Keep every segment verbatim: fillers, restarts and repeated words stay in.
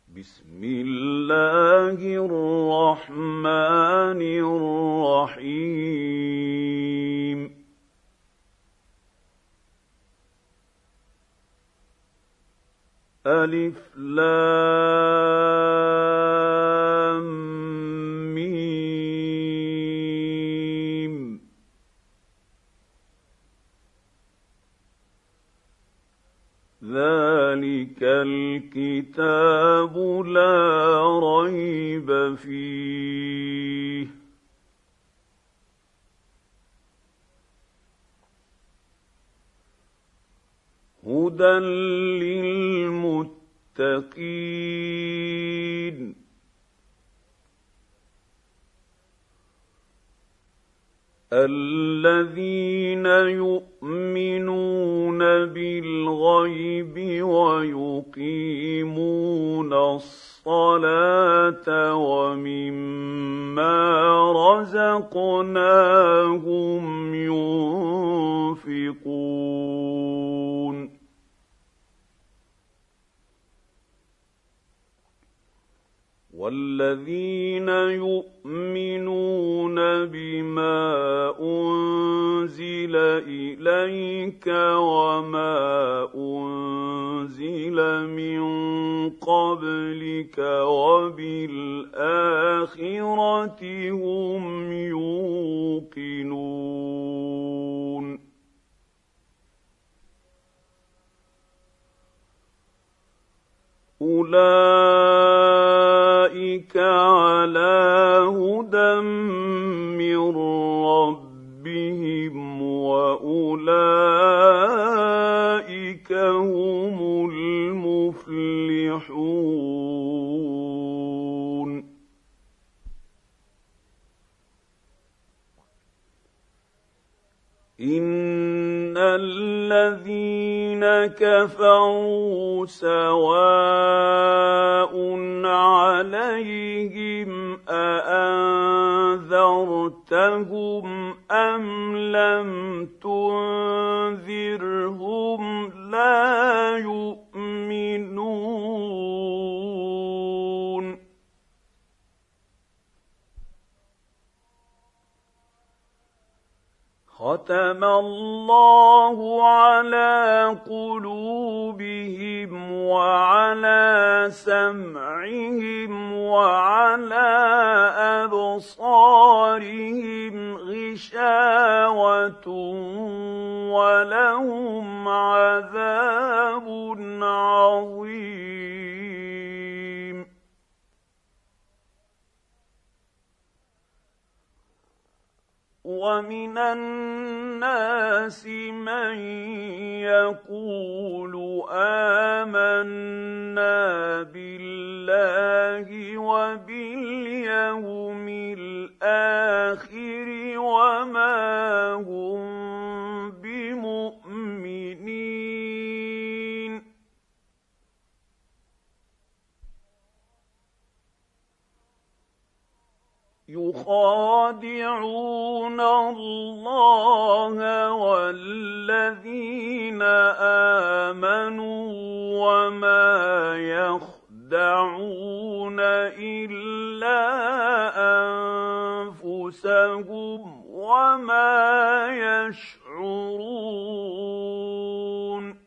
بسم الله الرحمن الرحيم ألف لام ميم ذلك الكتاب لا ريب فيه هدى للمتقين الذين يؤمنون بالغيب ويقيمون الصلاة ومما رزقناهم ينفقون والذين يؤمنون بما أنزل إليك وما أنزل من قبلك وبالآخرة هم يوقنون أولئك على هدى من ربهم وأولئك هم المفلحون إن الذين كفروا سواء عليهم أأنذرتهم أم لم تنذرهم لا يؤمنون ختم الله على قلوبهم وعلى سمعهم وعلى أبصارهم غشاوة ولهم عذاب عظيم ومن الناس من يقول آمنا بالله وباليوم الآخر وما هم بمؤمنين يخادعون الله والذين آمنوا وما يخدعون إلا أنفسهم وما يشعرون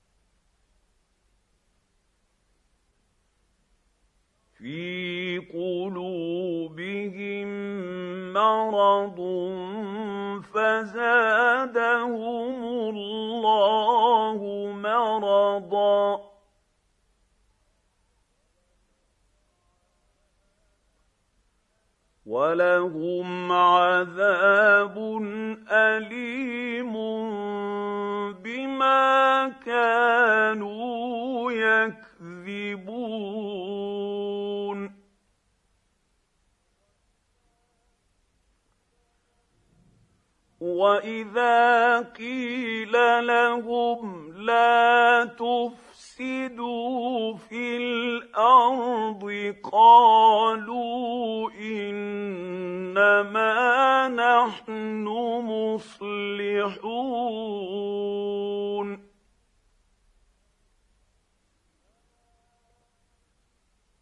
في قلوبهم مرض فزادهم الله مرضا ولهم عذاب أليم بما كانوا يكذبون وإذا قيل لهم لا تفسدوا في الأرض قالوا إنما نحن مصلحون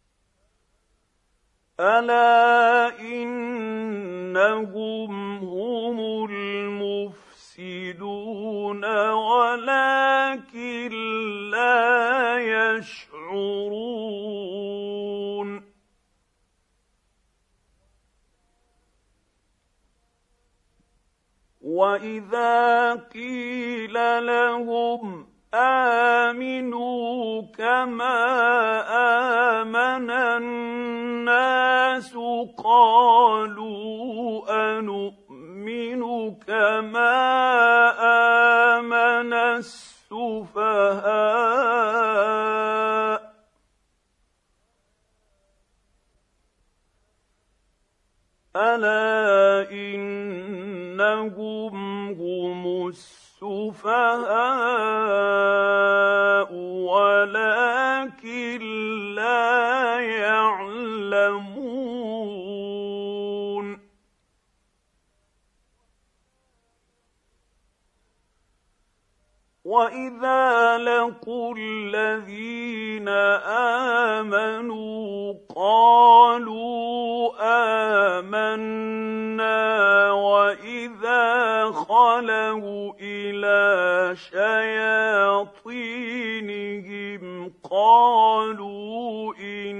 ألا إنهم هم المفسدون ولكن لا يشعرون. وإذا قيل لهم آمنوا كما آمن الناس قالوا أنؤمن كما آمن السفهاء ألا إنهم هم السفهاء ولكن لا يعلمون. وإذا لقوا الذين آمنوا قالوا آمنا وإذا خلوا إلى شياطينهم قالوا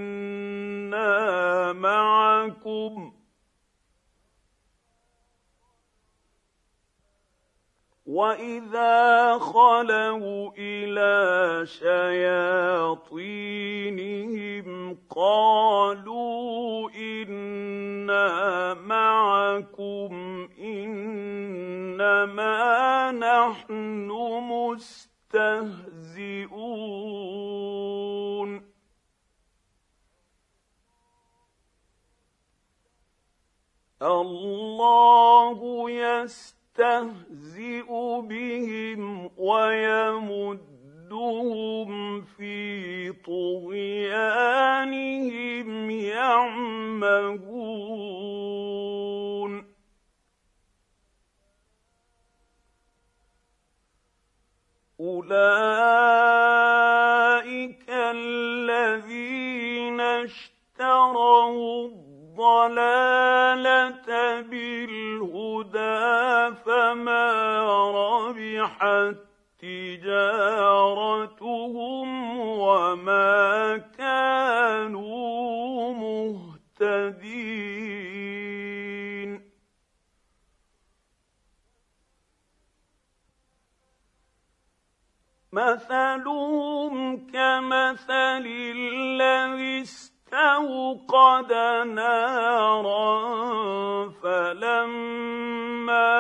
إنا معكم وإذا خلوا إلى شياطينهم قالوا إنا معكم إنما نحن مستهزئون. الله يستهزئ يستهزئ بهم ويمدهم في طغيانهم يعمهون. أولئك الذين اشتروا الضلالة بالهدى فما ربحت تجارتهم وما كانوا مهتدين. مثلهم كمثل الذي استوقد نارا فلما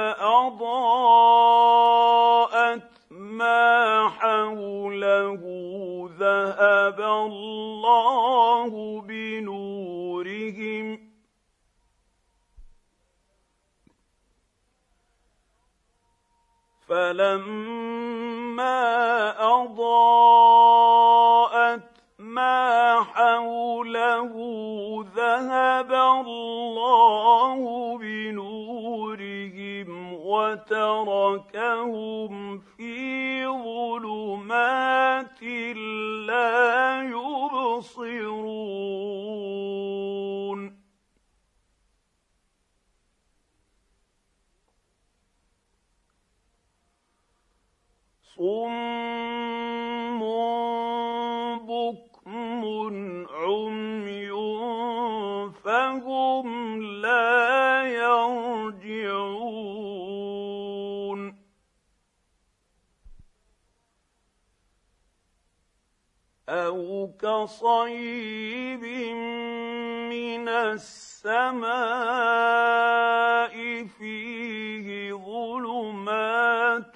أضاءت ما حوله ذهب الله بنورهم فلما أضاءت ما حوله ذهب الله بنورهم وتركهم في ظلمات لا يبصرون. صم بكم عمي فهم لا يرجعون. أو كصيب من السماء فيه ظلمات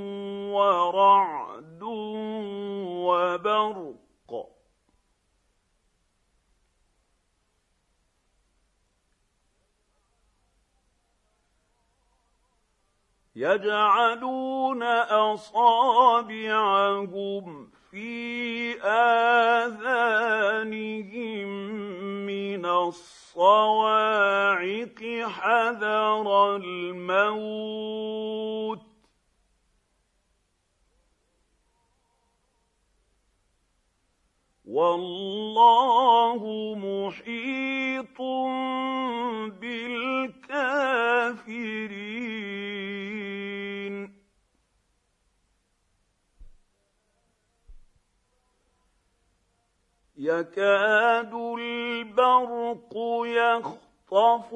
ورعد وبرق يجعلون أصابعهم في آذانهم من الصواعق حذر الموت والله محيط بالكافرين. يكاد البرق يخطف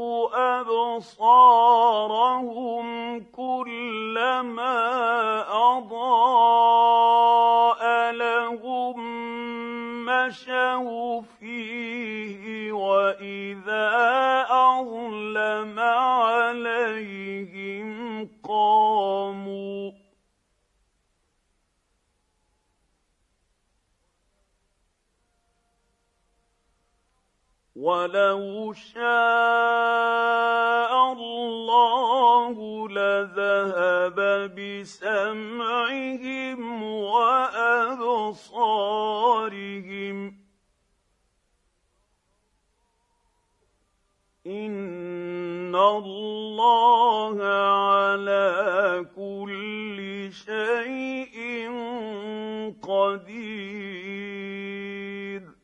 أبصارهم كلما أضاء لهم مشوا فيه وإذا أظلم عليهم قاموا. ولو شاء الله لذهب بسمعهم وأبصارهم إن الله على كل شيء قدير.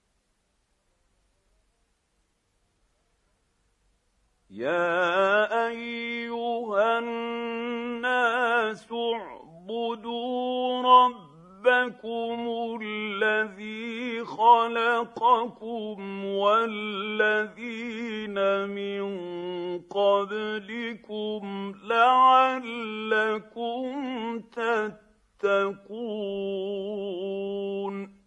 يا أيها الناس اعبدوا ربكم الذي خلقكم والذين من قبلكم لعلكم تتقون.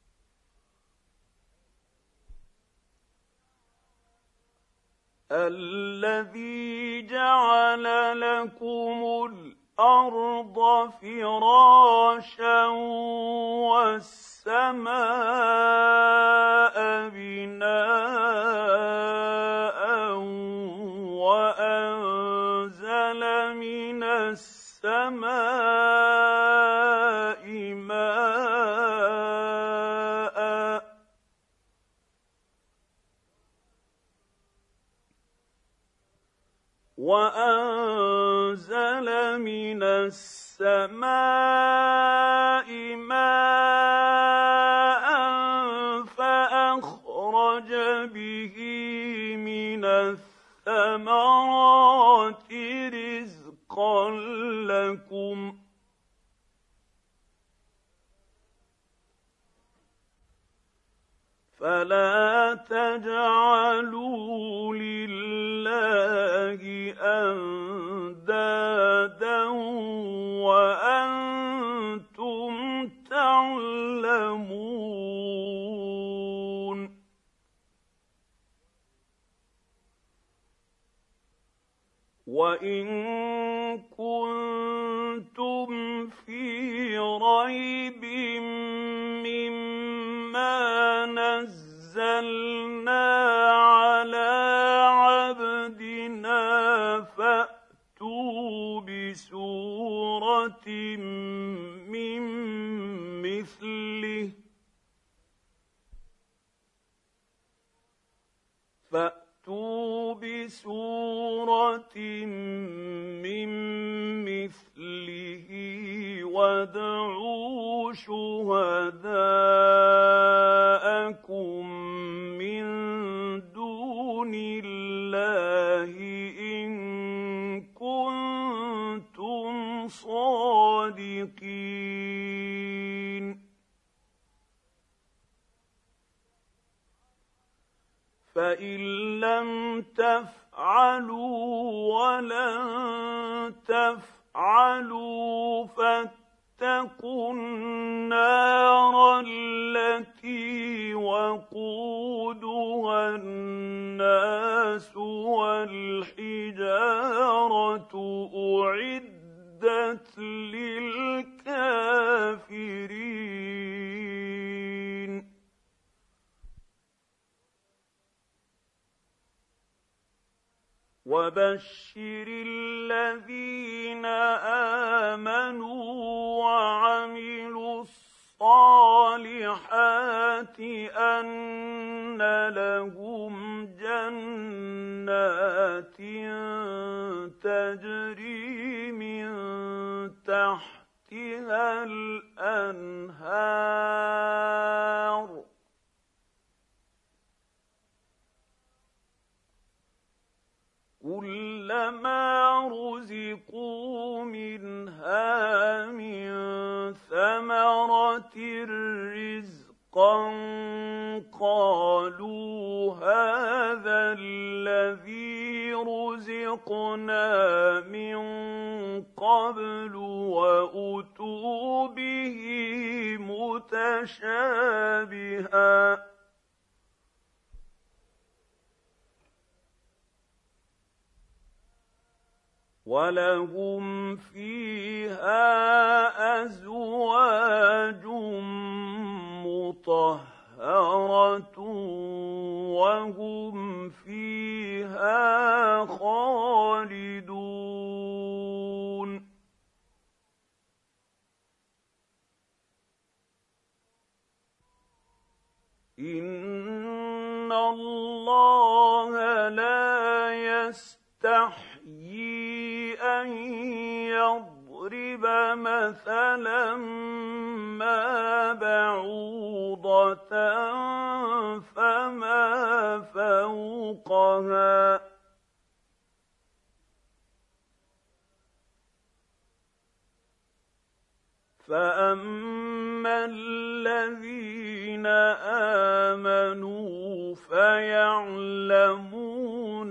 الذي جعل لكم الأرض فراشا والسماء بناء وأنزل من السماء ماء وأنزل من السماء ماء فأخرج به من الثمرات رزقا لكم فلا تجعلوا لله أندادا وأنتم تعلمون. وإن كنتم في ريب مما نزلنا على عبدنا فأتوا بسورة من مثله فأتوا بسورة من مثله وادعوا شهداءكم من دون الله إن كنتم صادقين. فإن لم تفعلوا ولن تفعلوا فاتقوا النار التي وقودها الناس والحجارة أعدت للكافرين. وبشر الذين آمنوا وعملوا الصالحات أن لهم جنات تجري من تحتها الأنهار قالوا هذا الذي رزقنا من قبل وأتوا به متشابها ولهم فيها أزواج مطهرة وهم فيها خالدون إن الله لا يستحيي أن يضرب مثلا ما بعوضة فما فوقها فأما الذين آمنوا فيعلمون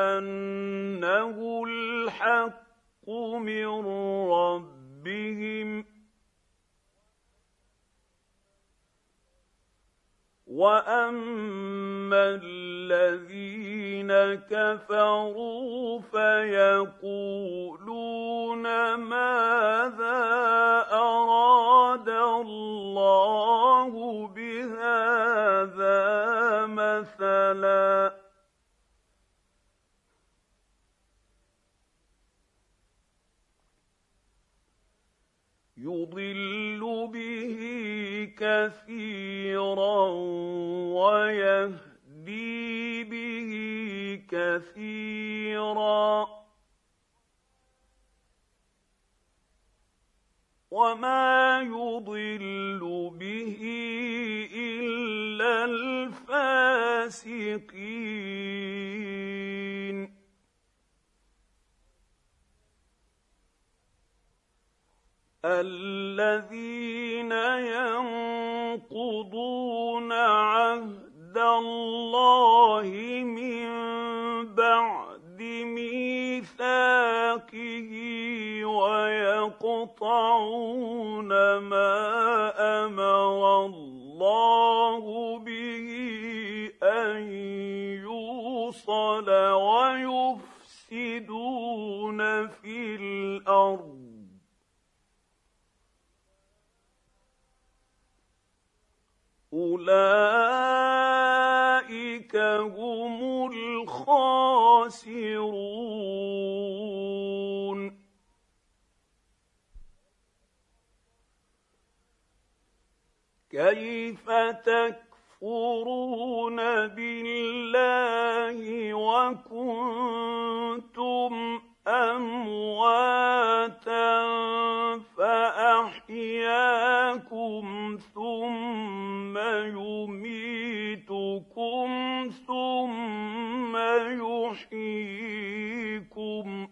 أنه الحق من ربهم وأما الذين كفروا فيقولون ماذا أراد الله بهذا مثلا يضل به كثيرا ويهدي به كثيرا وما يضل به إلا الفاسقين الذين ينقضون عهد الله من بعد ميثاقه ويقطعون ما أمر الله به أن يوصل ويفسدون في الأرض أولئك هم الخاسرون كيف تكفرون بالله وكنتم أمواتا فأحياكم ثم يميتكم ثم يحييكم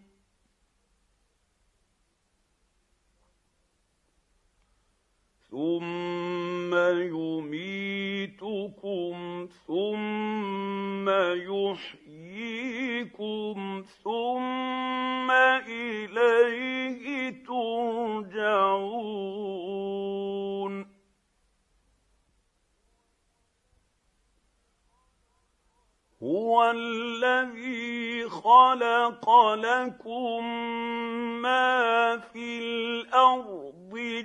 ثم يميتكم ثم يحييكم ثم إليه ترجعون هو الذي خلق لكم ما في الأرض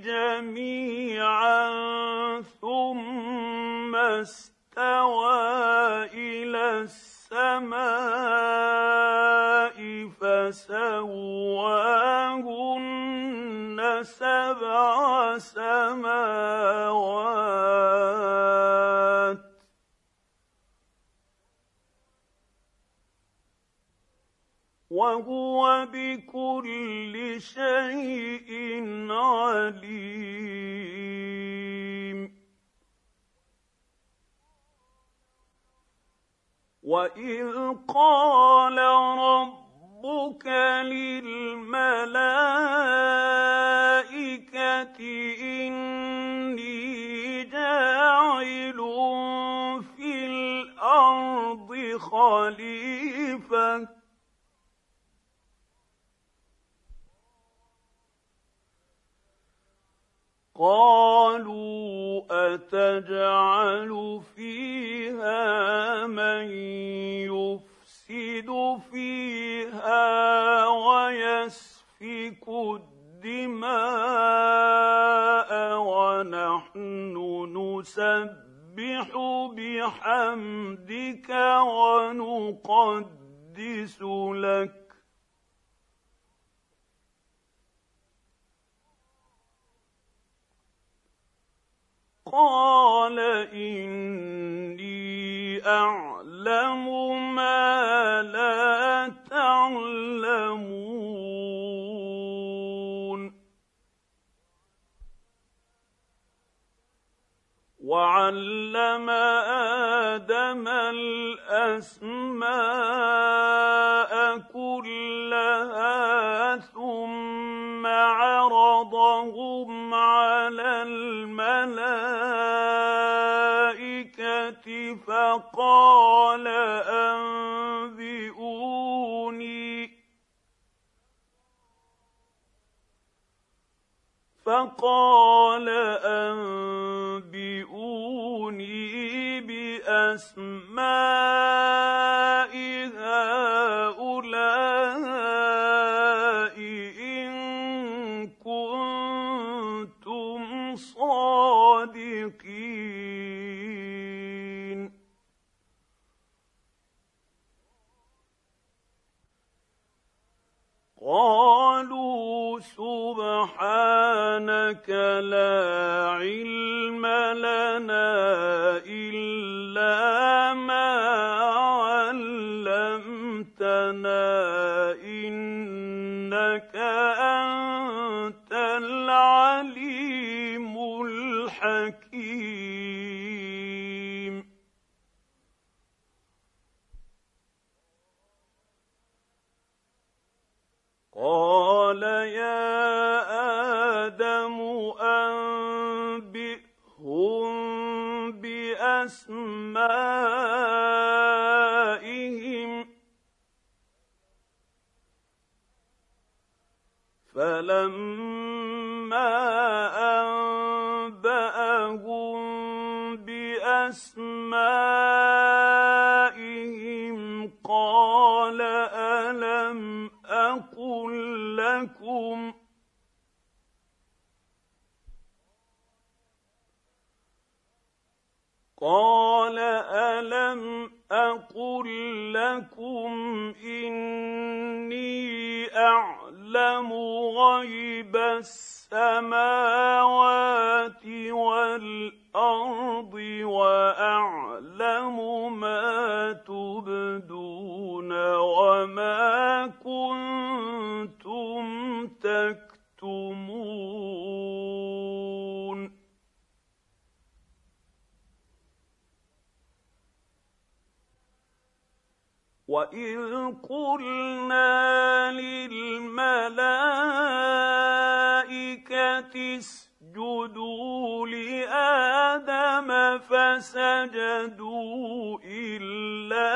جميعا ثم استوى إلى السماء فسواهن سبع سماوات وهو بكل شيء عليم وإذ قال ربك للملائكة إني جاعل خليفة قالوا أتجعل فيها من يفسد فيها ويسفك الدماء ونحن نسبح بحمدك ونقدس لك قال إني أعلم ما لا تعلمون وعلم آدم الأسماء كلها ثم عرضهم على الملائكة فقال أنبئوني فقال أنبئوني بأسماء هؤلاء إن كنتم صادقين قالوا سبحانك لا علم لنا إلا ما علمتنا إنك أنت العليم الحكيم قال يا آدم أنبئهم بأسمائهم فلما أنبأهم بأسمائهم قال ألم أقل لكم قال ألم أقل لكم إني أعلم غيب السماوات والأرض وأعلم ما تبدون وما كنتم تكتمون وإذ قلنا للملائكة اسجدوا لآدم فسجدوا إلا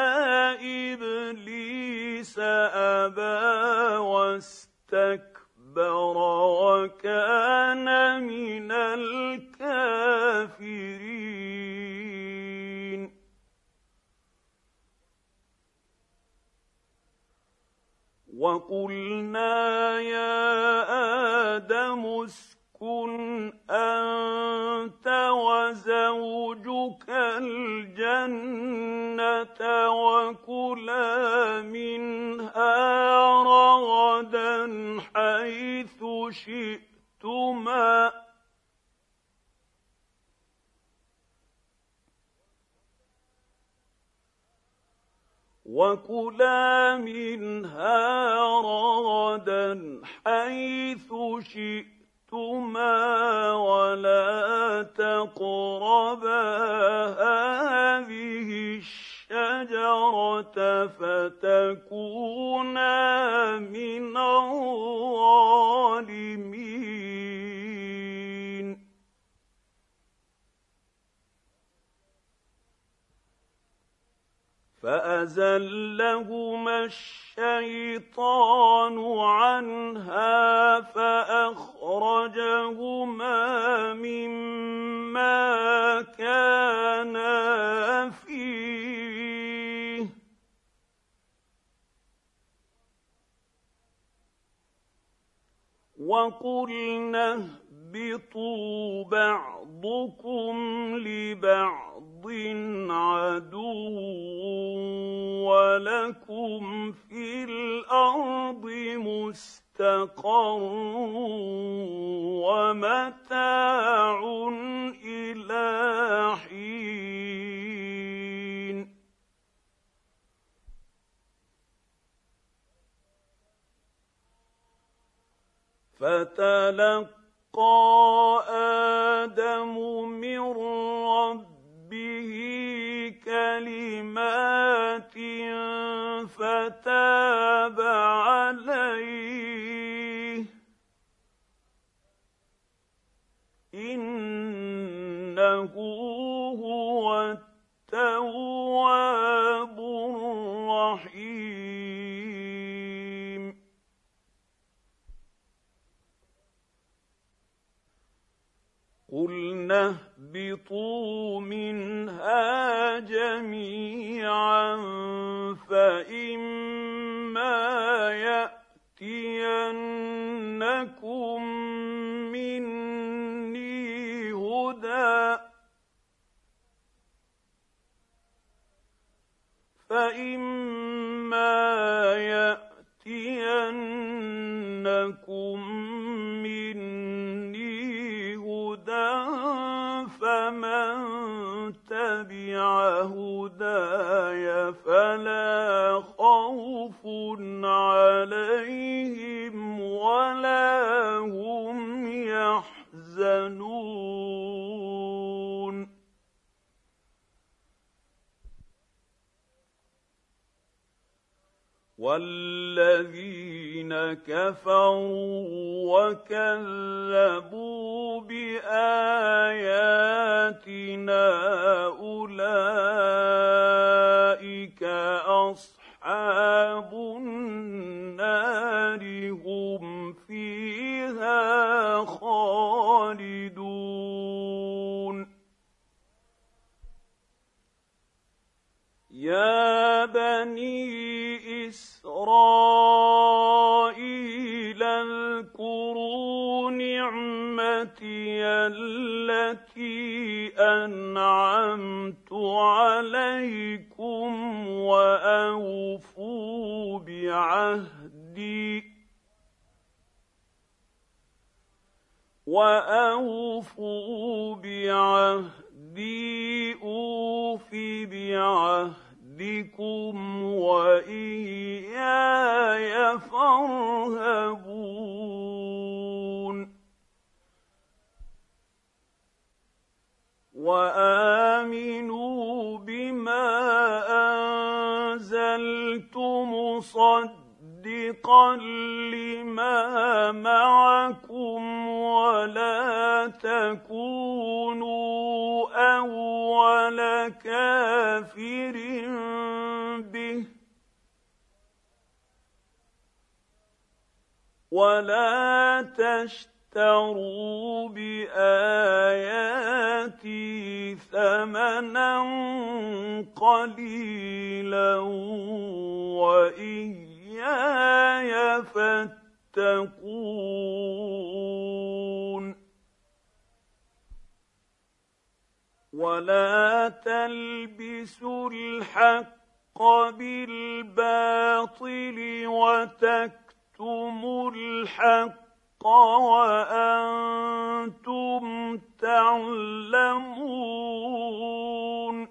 إبليس أبى واستكبر وكان من الكافرين وقلنا يا آدم اسكن أنت وزوجك الجنة وكلا منها رغدا حيث شئتما وكلا منها رغدا حيث شئتما ولا تقربا هذه الشجرة فتكونا من الظالمين فأزلهما الشيطان عنها فأخرجهما مما كانا فيه وقلنا اهبطوا بعضكم لبعض عدو ولكم في الأرض مستقر ومتاع إلى حين فتلقى آدم من ربه كلمات فتاب عليه إنه هو التواب الرحيم قلنا اهبطوا منها جميعا فإما يأتينكم مني هدى فإما يأتينكم مني هدى فمن تبع هداي فلا خوف عليهم ولا هم يحزنون والذين كفروا وكذبوا بآياتنا أولئك أصحاب النار هم فيها خالدون يا بني إسرائيل اذكروا نعمتي التي أنعمت عليكم وأوفوا بعهدي وأوفوا بعهدي أوف بعهدكم وإياي فارهبون وآمنوا بما أنزلت مصدقا لما معكم ولا تكونوا أول كافر به ولا تشتروا بآياتي ثمنا قليلا وإياي فاتقون ولا تلبسوا الحق بالباطل وتكتموا الحق وأنتم تعلمون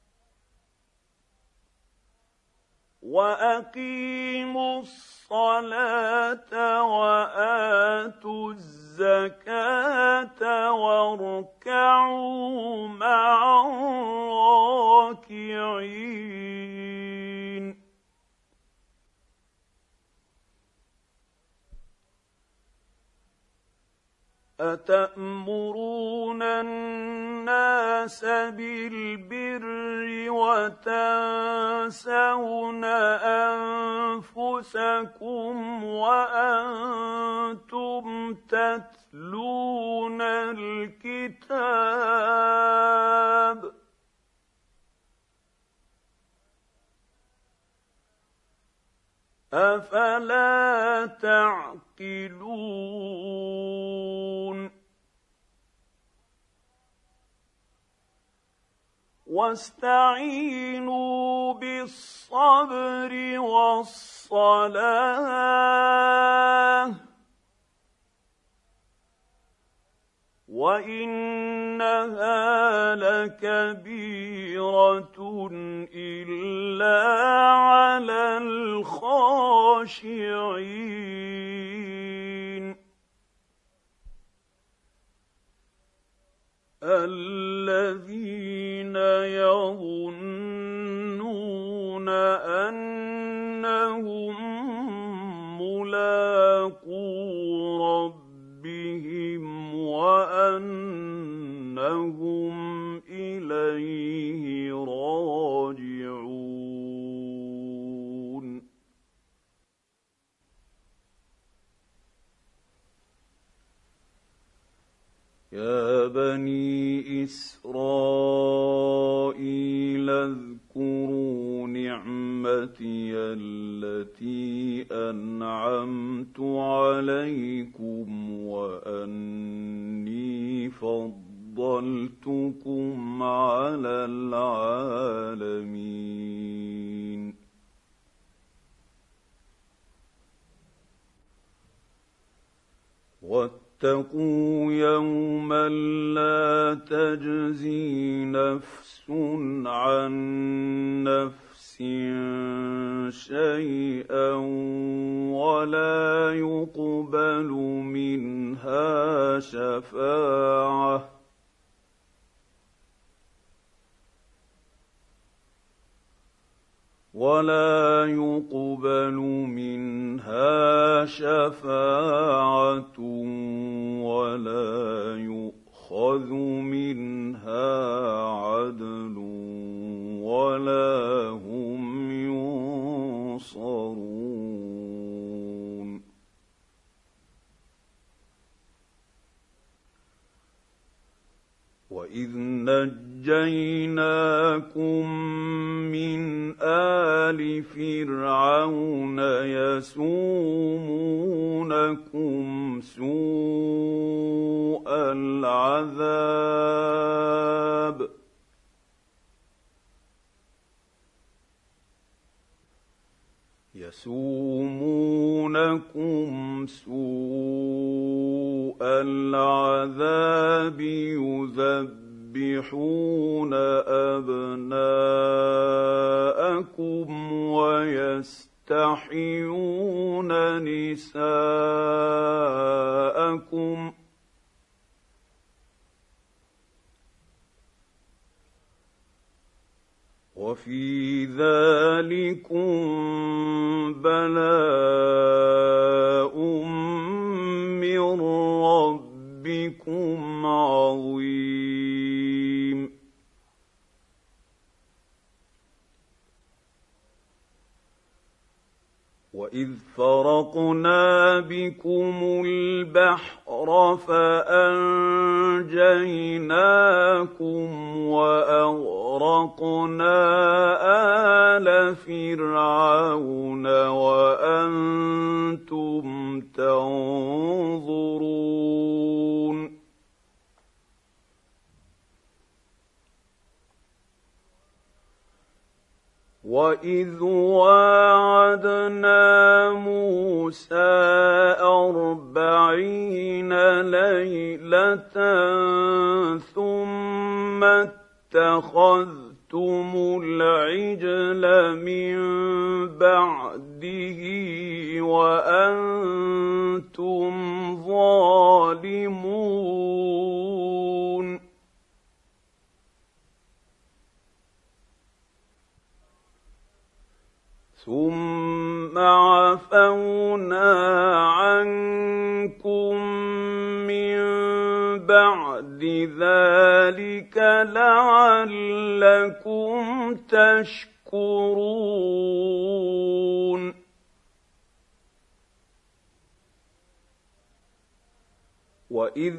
وأقيموا الصلاة وآتوا الزكاة واركعوا مع الراكعين أتأمرون الناس بالبر وتنسون أنفسكم وأنتم تتلون الكتاب أفلا تعقلون واستعينوا بالصبر والصلاة وإنها لكبيرة إلا على الخاشعين الذين يظنون أنهم ملاقو ربهم وأنهم إليه راجعون. يا بني إسرائيل اذكروا نعمتي التي أنعمت عليكم وأني فضلتكم على العالمين. واتقوا يوما لا تجزي نفس عن نفس شيئا ولا يقبل منها شفاعة ولا يقبل منها شفاعة ولا يؤخذ منها عدل ولا هم ينصرون. وإذ نجيناكم من آل فرعون يسومونكم سوء العذاب يسومونكم سوء العذاب يذبحون أبناءكم ويستحيون نساءكم وفي ذلكم بلاء من ربكم عظيم. وإذ فرقنا بكم البحر فأنجيناكم وأغرقنا آل فرعون وأنتم تنظرون. وإذ واعدنا موسى أربعين ليلة ثم اتخذتم العجل من بعده وأنتم ظالمون. ثم عفونا عنكم من ذلك لعلكم تشكرون. وإذ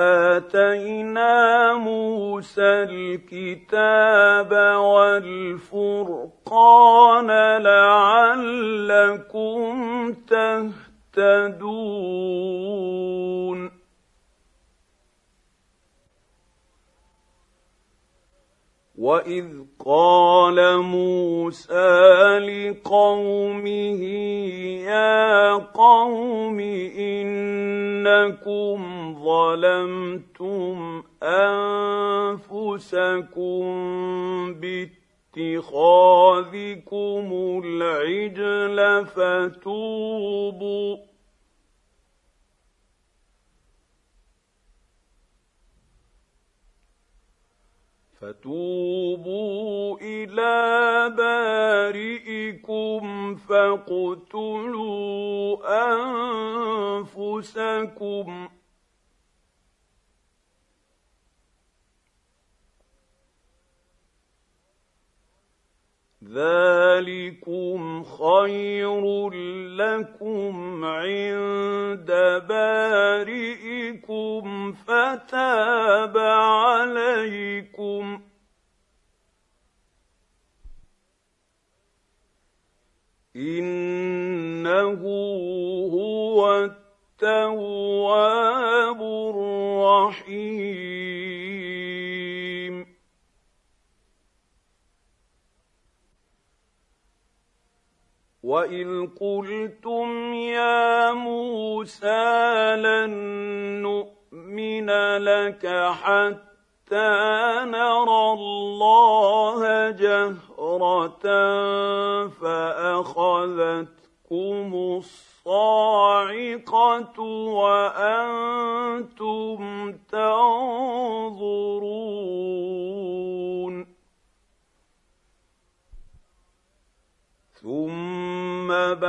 آتينا موسى الكتاب والفرقان لعلكم تهتدون. وإذ قال موسى لقومه يا قوم إنكم ظلمتم أنفسكم باتخاذكم العجل فتوبوا فتوبوا إلى بارئكم فاقتلوا أنفسكم ذلكم خير لكم عند بارئكم فتاب عليكم إنه هو التواب الرحيم. وإذ قلتم يا موسى لن نؤمن لك حتى نرى الله جهرة فأخذتكم الصاعقة وأنتم تنظرون. ثم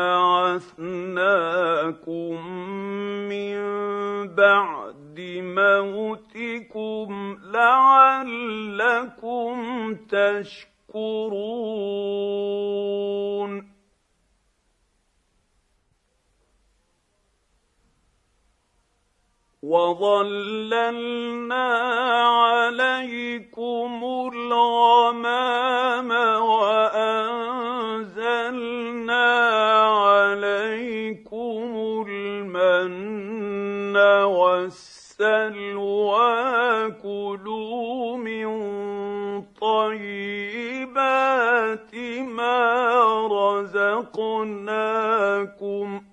بعثناكم من بعد موتكم لعلكم تشكرون. وظللنا عليكم الغمام وأنزلنا عليكم المن والسلوى كلوا من طيبات ما رزقناكم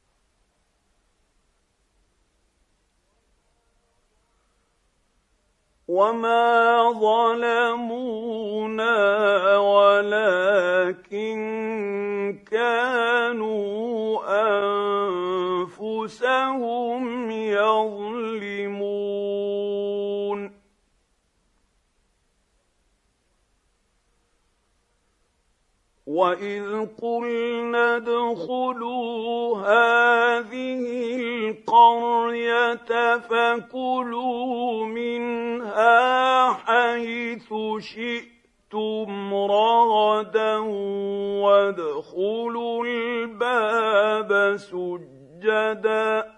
وما ظلمونا ولكن كانوا أنفسهم يظلمون. وإذ قلنا ادخلوا هذه القرية فكلوا منها حيث شئتم رغدا وادخلوا الباب سجدا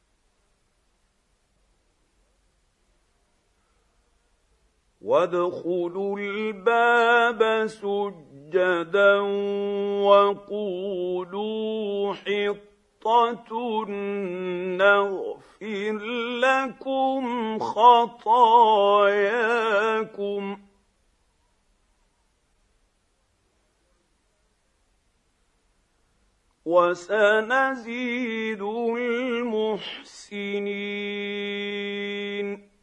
وادخلوا الباب سجدا وقولوا حطة نغفر لكم خطاياكم وسنزيد المحسنين.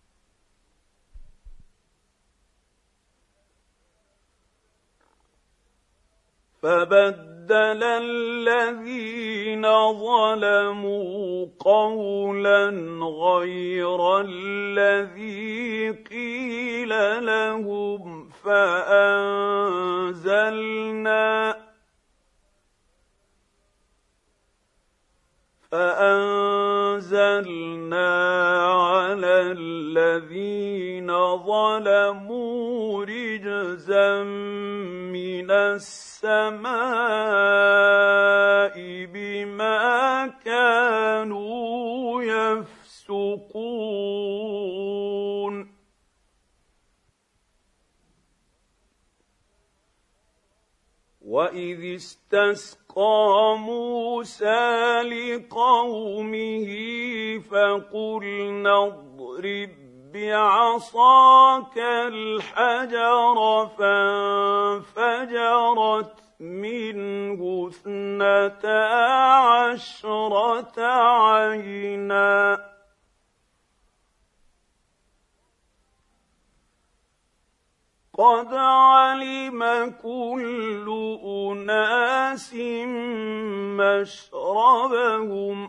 فبدل الذين ظلموا قولا غير الذي قيل لهم فأنزلنا فأنزلنا على الذين ظلموا رجزا من السماء بما كانوا يفسقون وإذ استسقى موسى لقومه فقلنا اضرب بعصاك الحجر فانفجرت منه اثنتا عشرة عينا قد علم كل أناس مشربهم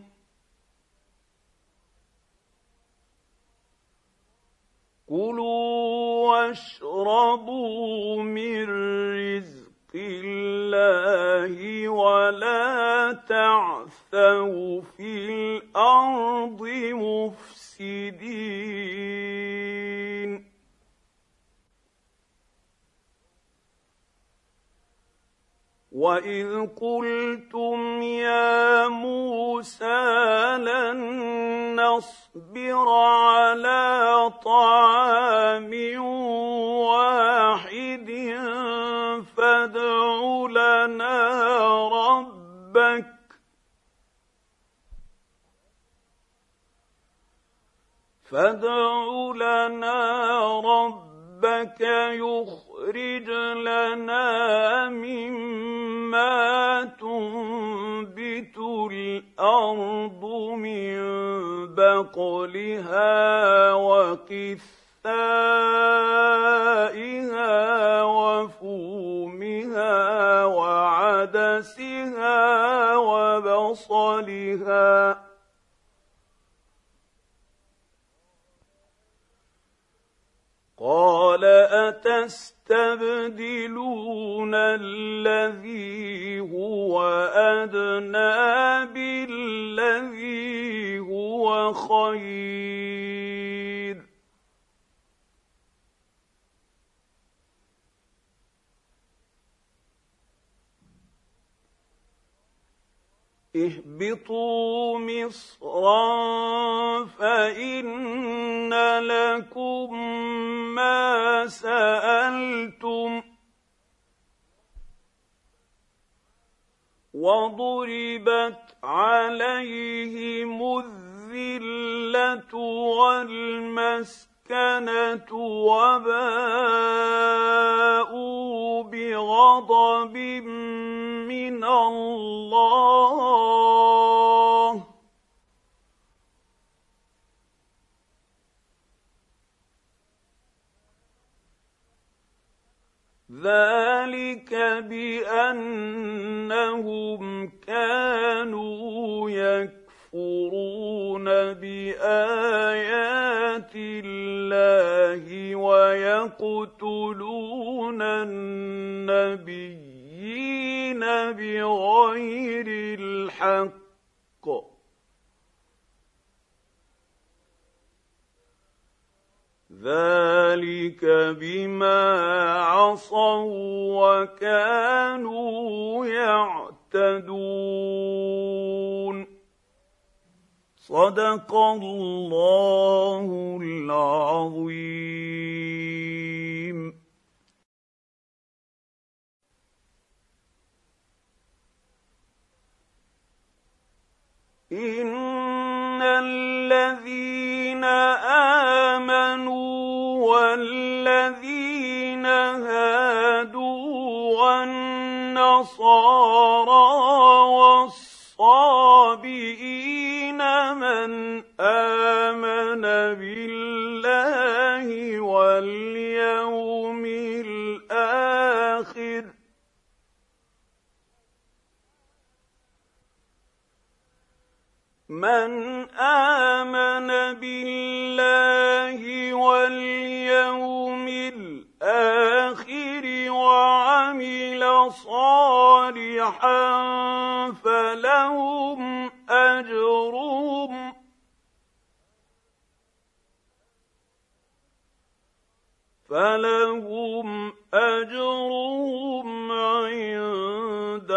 كلوا واشربوا من رزق الله ولا تعثوا في الأرض مفسدين وإذ قلتم يا موسى لن نصبر على طعام واحد فادع لنا ربك فادع لنا ربك يخرج لنا مما تنبت الأرض من بقلها وقثائها وفومها وعدسها وبصلها قال أتستبدلون الذي هو أدنى بالذي هو خير اهبطوا مصرا فإن لكم ما سألتم وضربت عليهم الذلة والمسكنة وباءوا بغضب من الله ذلك بأنهم كانوا يكفرون بآيات الله ويقتلون النبيين بغير الحق ذلك بما عصوا وكانوا يعتدون صدق الله العظيم. إن الذين آمنوا والذين هادوا والنصارى والصابئين من آمن بالله واليوم الآخر من آمن بالله واليوم الآخر وعمل صالحا فلهم أجرهم فلهم أجرهم عند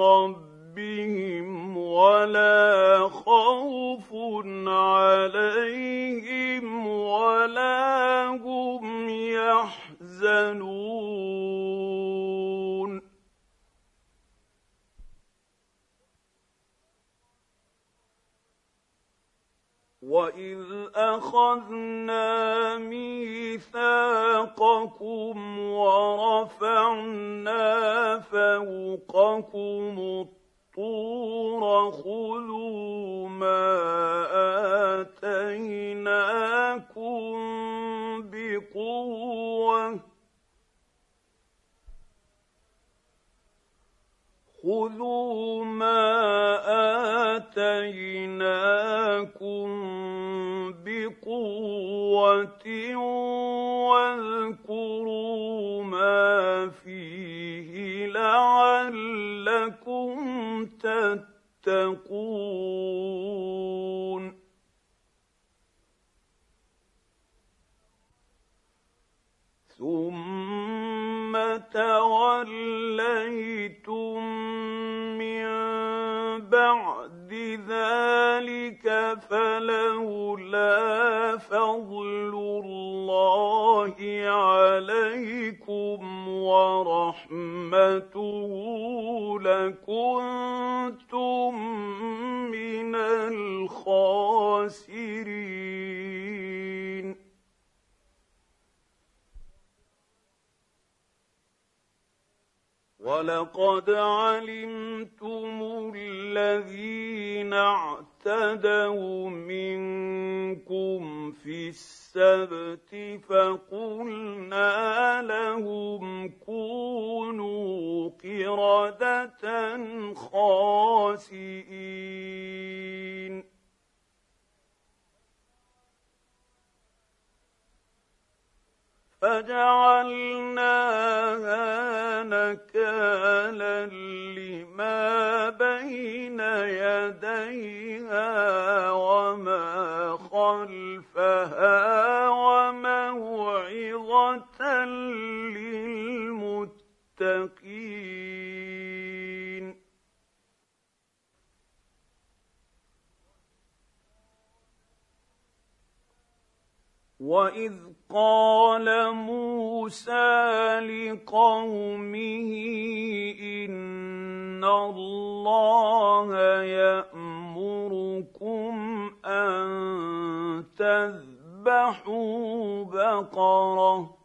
ربهم ولا خوف عليهم ولا هم يحزنون وَإِذْ أَخَذْنَا مِيثَاقَكُمْ وَرَفَعْنَا فَوْقَكُمُ الطُّورَ خُذُوا مَا آتَيْنَاكُمْ بِقُوَّةٍ خُذُوا مَا آتَيْنَاكُمْ بِقُوَّةٍ وَاذْكُرُوا مَا فِيهِ لَعَلَّكُمْ تَتَّقُونَ ثُمَّ تَوَلَّيْتُم مِّن بَعْدِ ذَلِكَ فَلَوْلَا فَضْلُ اللَّهِ عَلَيْكُمْ وَرَحْمَتُهُ لَكُنتُم مِّنَ الْخَاسِرِينَ وَلَقَدْ عَلِمْتُمُ الَّذِينَ اعْتَدَوْا مِنكُمْ فِي السَّبْتِ فَقُلْنَا لَهُمْ كُونُوا قِرَدَةً خَاسِئِينَ فَجَعَلْنَاهَا نَكَالًا لِّمَا بَيْنَ يَدَيْهَا وَمَا خَلْفَهَا وَمَوْعِظَةً لِّلْمُتَّقِينَ وَإِذْ قَالَ مُوسَىٰ لِقَوْمِهِ إِنَّ اللَّهَ يَأْمُرُكُمْ أَن تَذْبَحُوا بَقَرَةً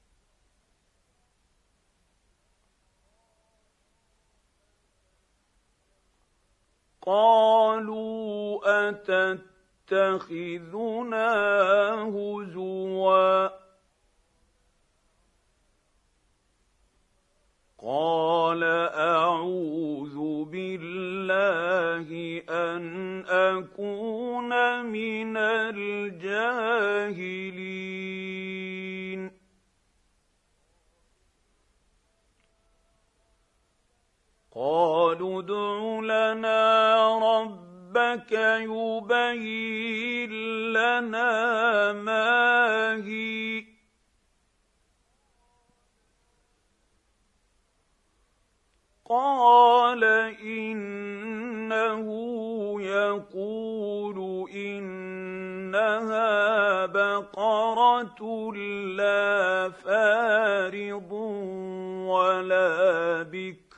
قَالُوا أَتَتَّخِذُنَا هُزُوًا قَالَ أَعُوذُ بِاللَّهِ أَنْ أَكُونَ مِنَ الْجَاهِلِينَ قَالُوا ادْعُ لَنَا رَبَّكَ يُبَيِّن لَّنَا مَا هِيَ قَالَ إِنَّهُ يَقُولُ إِنَّهَا بَقَرَةٌ لَّا فَارِضٌ وَلَا بِكْرٌ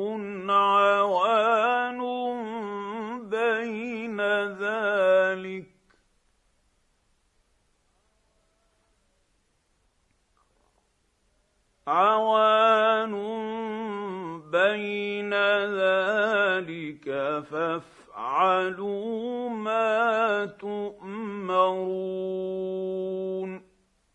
عَوَانٌ بَيْنَ ذَلِكَ عَوَانٌ بَيْنَ ذَلِكَ فَافْعَلُوا مَا تُؤْمَرُونَ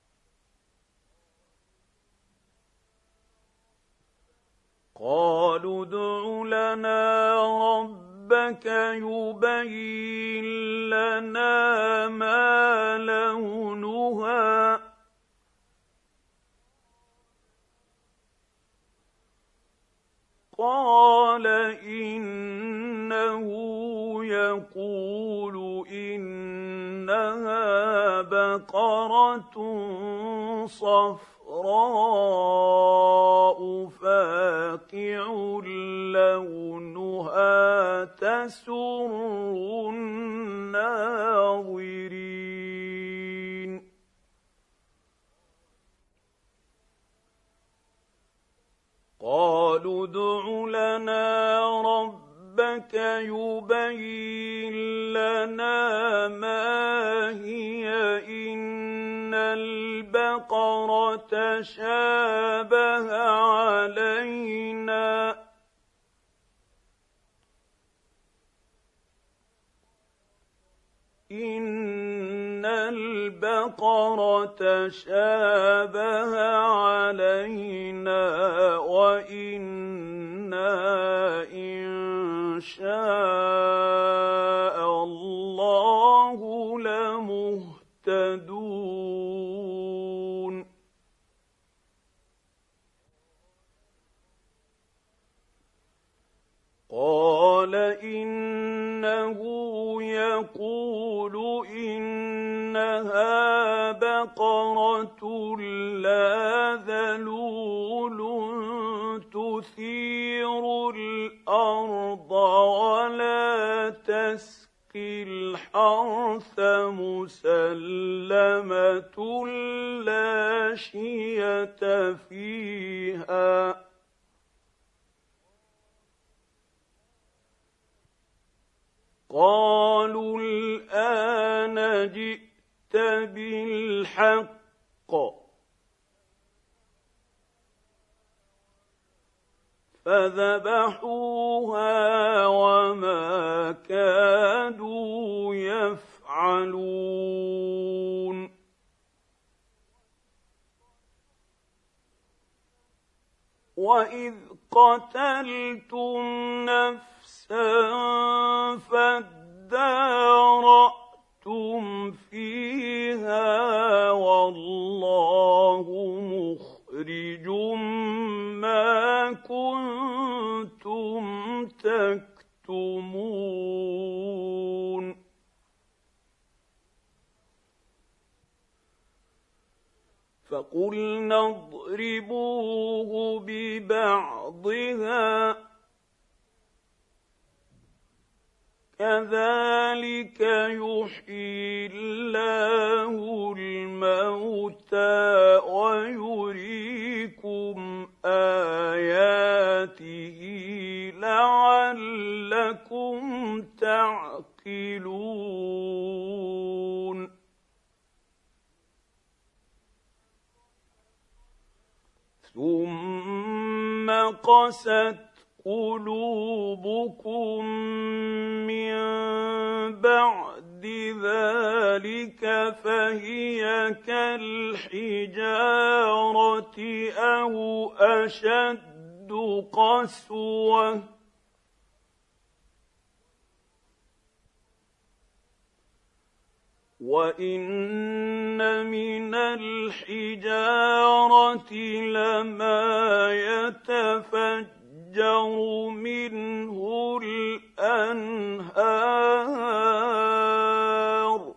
قَالُوا ادْعُ لَنَا رَبَّكَ يُبَيِّن لَّنَا مَا لَوْنُهَا قَالَ إِنَّهُ يَقُولُ إِنَّهَا بَقَرَةٌ صَفْرَاءُ حمراء فاقع لونها تسر الناظرين قالوا ادع لنا ربك يبين لنا ما هي إن البقرة شابه علينا إن البقرة شابه علينا وإنا إن شاء الله لمهتدون قال إنه يقول إنها بقرة لا ذلول تثير الأرض ولا تسقي الحرث مسلمة لا شية فيها قالوا الآن جئت بالحق فذبحوها وما كادوا يفعلون وإذ قتلتم نفسا فادارأتم فيها والله مخرج ما كنتم تكتمون فقلنا اضربوه ببعضها كذلك يحيي الله الموتى ويريكم آياته لعلكم تعقلون ثم قست قلوبكم من بعد ذلك فهي كالحجارة أو أشد قسوة وإن من الحجارة لما يتفجر منه الأنهار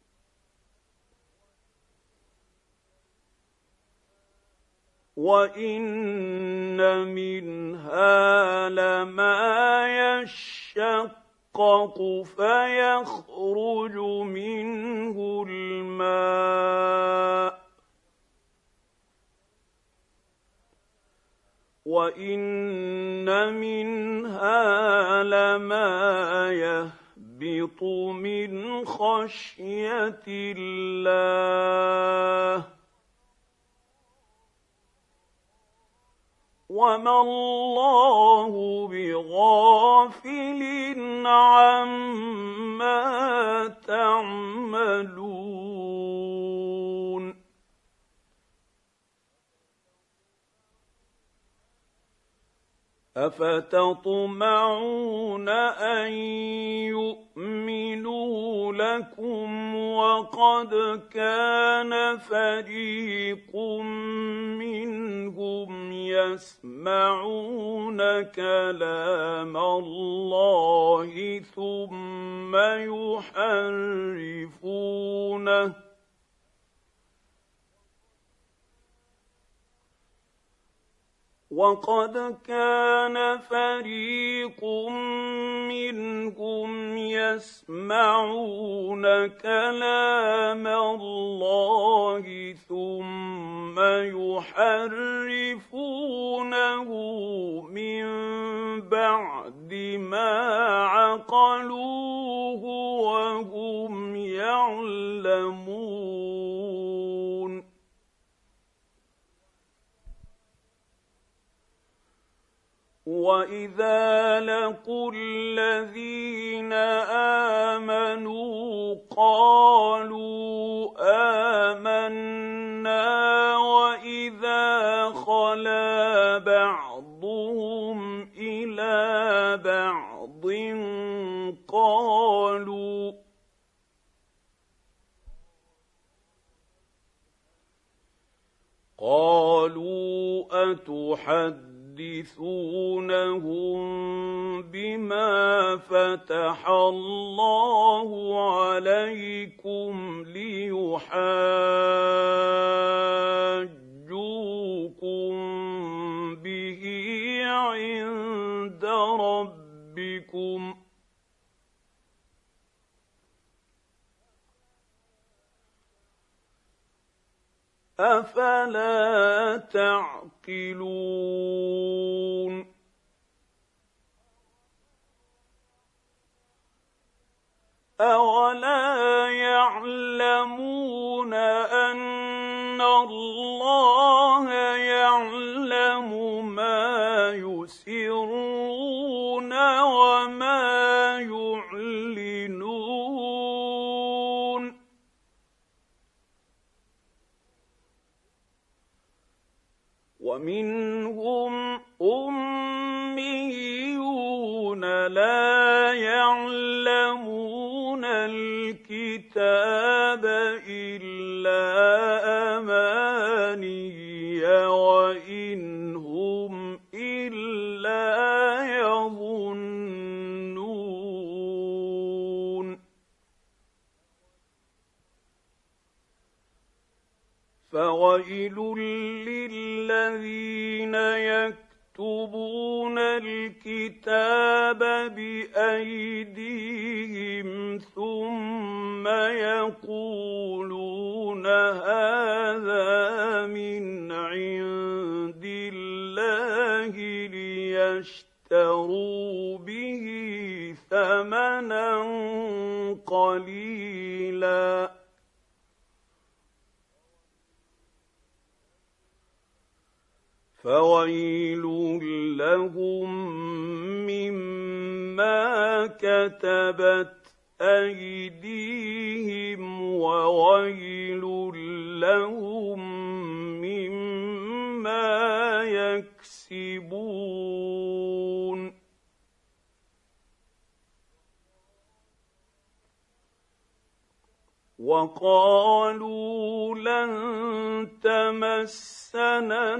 وإن منها لما يشقق فيخرج منه الماء وإن منها لما يهبط من خشية الله وما الله بغافل عما تعملون أفتطمعون أن يؤمنوا لكم وقد كان فريق منهم يسمعون كلام الله ثم يحرفونه وقد كان فريق منهم يسمعون كلام الله ثم يحرفونه من بعد ما عقلوه وهم يعلمون وَإِذَا لَقُوا الَّذِينَ آمَنُوا قَالُوا آمَنَّا وَإِذَا خَلَا بَعْضُهُمْ إِلَىٰ بَعْضٍ قَالُوا قَالُوا أَتُحَدِّثُونَهُم بما فتح الله عليكم ليحاجوكم به عند ربكم أفلا تعقلون أولا يعلمون أن الله يعلم ما يسرون وما يعلنون ومنهم أميون لا يعلمون الكتاب إلا أماني وإن هم إلا يظنون فويل للذين يكتبون الكتاب بأيديهم ثم يقولون هذا من عند الله ليشتروا به ثمنا قليلا فويل لهم مما كتبت أيديهم وويل لهم مما يكسبون وقالوا لن تمسنا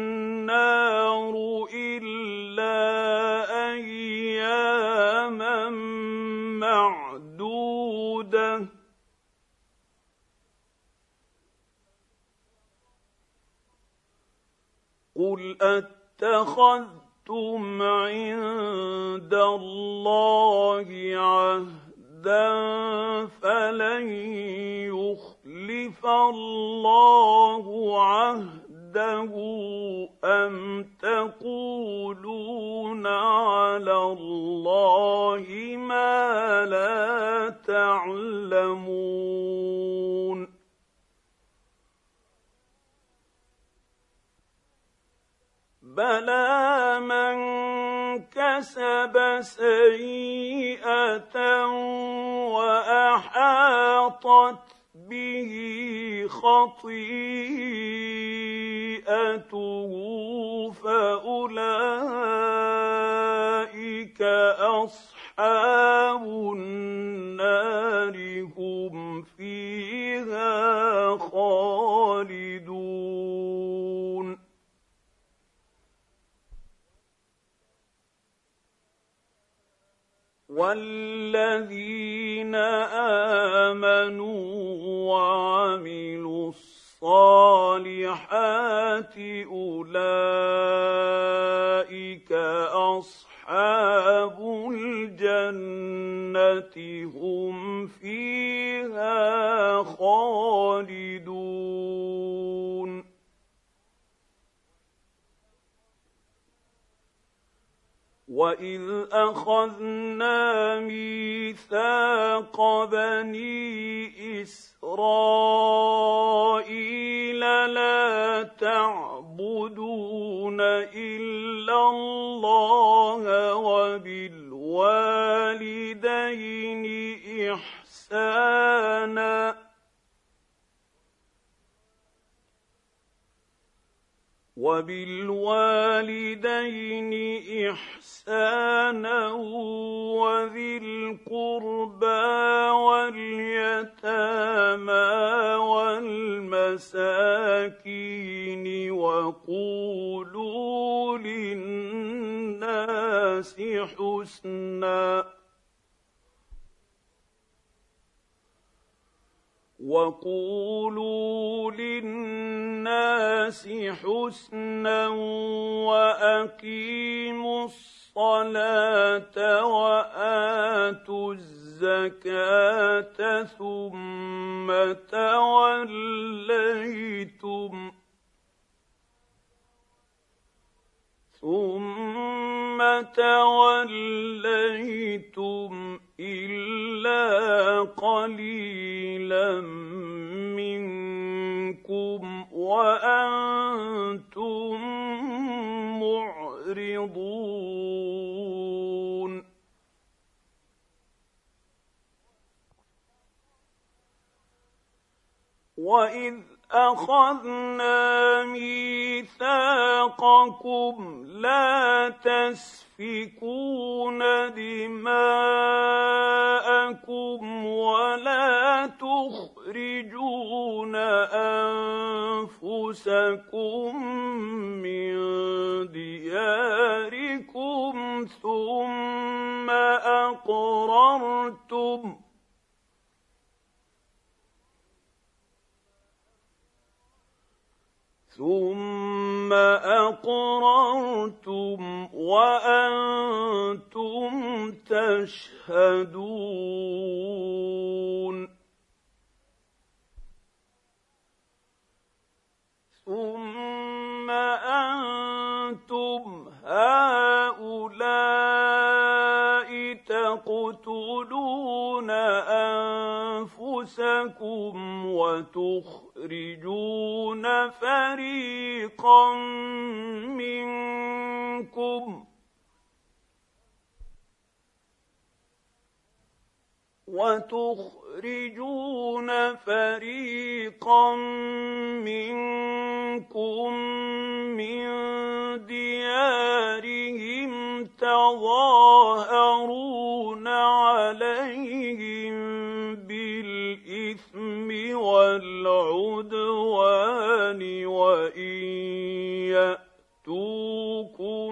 النار إلا أياما معدودة قل أتخذتم عند الله عهدا فلن يخلف الله عهده أم تقولون على الله ما لا تعلمون بلى من كسب سيئة وأحاطت به خطيئته فأولئك أصحاب النار هم فيها خالدون والذين آمنوا وعملوا الصالحات أولئك وإذ أخذنا ميثاق بني إسرائيل لا تعبدون إلا الله وبالوالدين إحسانا وبالوالدين إحسانا وذي القربى واليتامى والمساكين وقولوا للناس حسنا وقولوا للناس حسنا وأقيموا الصلاة وآتوا الزكاة ثم توليتم ثم توليتم إلا قليلا منكم وأنتم معرضون وإذ أخذنا ميثاقكم لا تسفكون دماءكم ولا تخرجون أنفسكم من دياركم ثم أقررتم ثم أقررتم وأنتم تشهدون ثم أنتم هؤلاء تقتلون أنفسكم وتخرجون فريقا منكم وتخرجون فريقا منكم من ديارهم تظاهرون عليهم بالإثم والعدوان وإن يأتوكم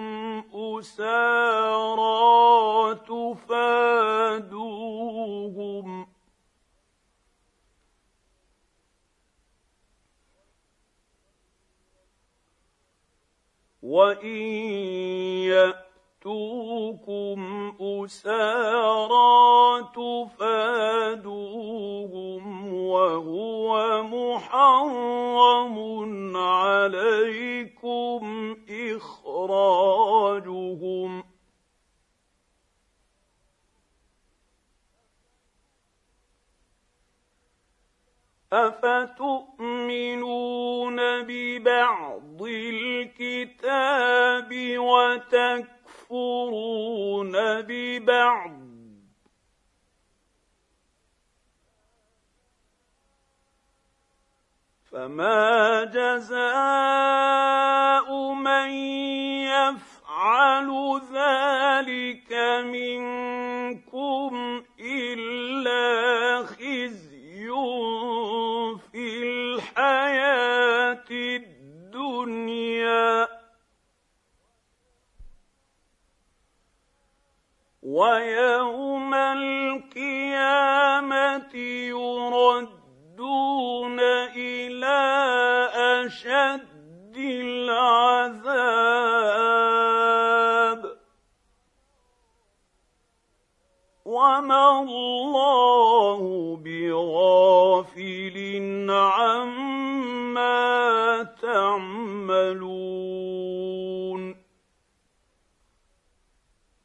أسارى تفادوهم وإن يأتوكم أسارى تفادوهم وهو محرم عليكم إخراجهم أفتؤمنون ببعض الكتاب وتكفرون ببعض فما جزاء من يفعل ذلك منكم إلا خزي في الحياة الدنيا ويوم القيامة يردون إلى أشد العذاب وما الله بغافل عما تعملون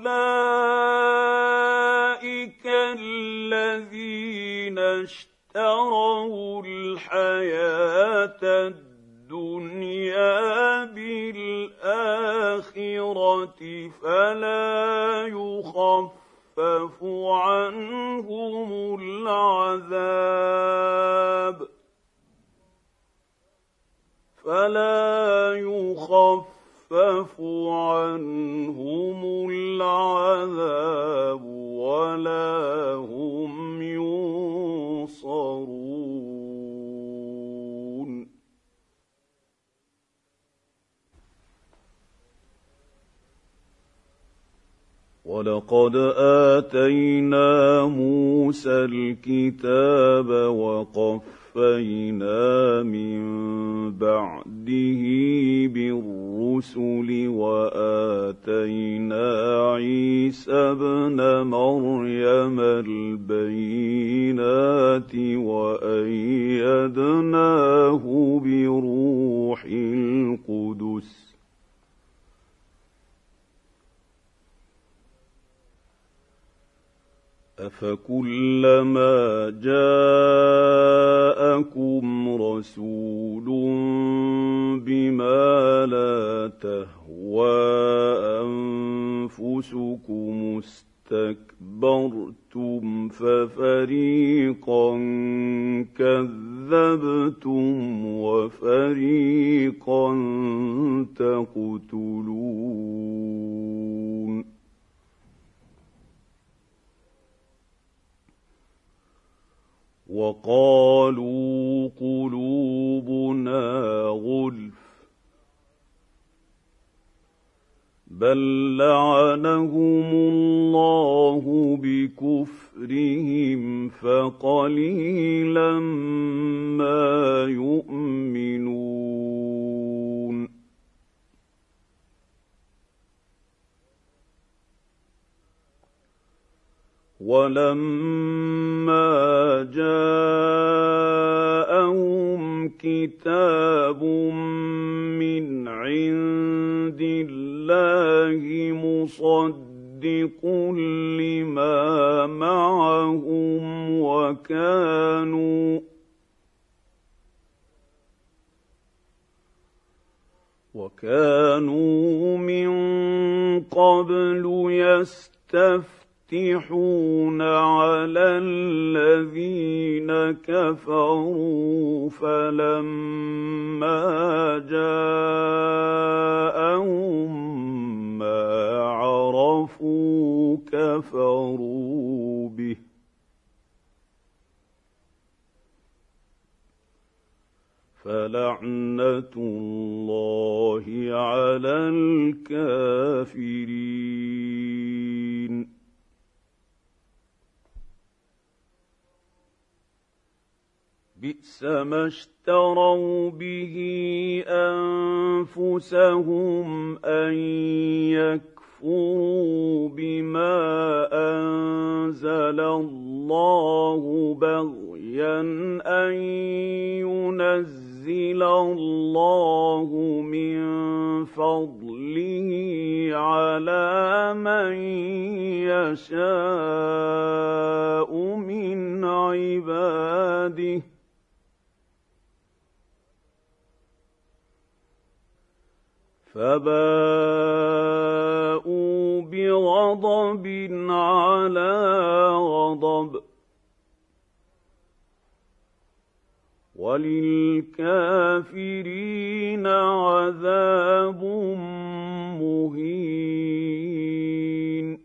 أولئك الذين اشتروا الحياة الدنيا بالآخرة فلا يخفف عنهم العذاب فلا يخفف عنهم العذاب ولا هم ينصرون. ولقد آتينا موسى الكتاب وقفينا من بعده بالرسل وآتينا عيسى ابن مريم البينات وأيدناه بروح القدس أفكلما جاءكم رسول بما لا تهوى أنفسكم استكبرتم ففريقا كذبتم وفريقا تقتلون. وقالوا قلوبنا غلف بل لعنهم الله بكفرهم فقليلا ما يؤمنون. ولما جاءهم كتاب من عند الله مصدق لما معهم وكانوا وكانوا من قبل يستفتحون يفتحون على الذين كفروا فلما جاءهم ما عرفوا كفروا به فلعنة الله على الكافرين. بئس ما اشتروا به أنفسهم أن يكفروا بما أنزل الله بغيا أن ينزل الله من فضله على من يشاء من عباده فباءوا بغضب على غضب وللكافرين عذاب مهين.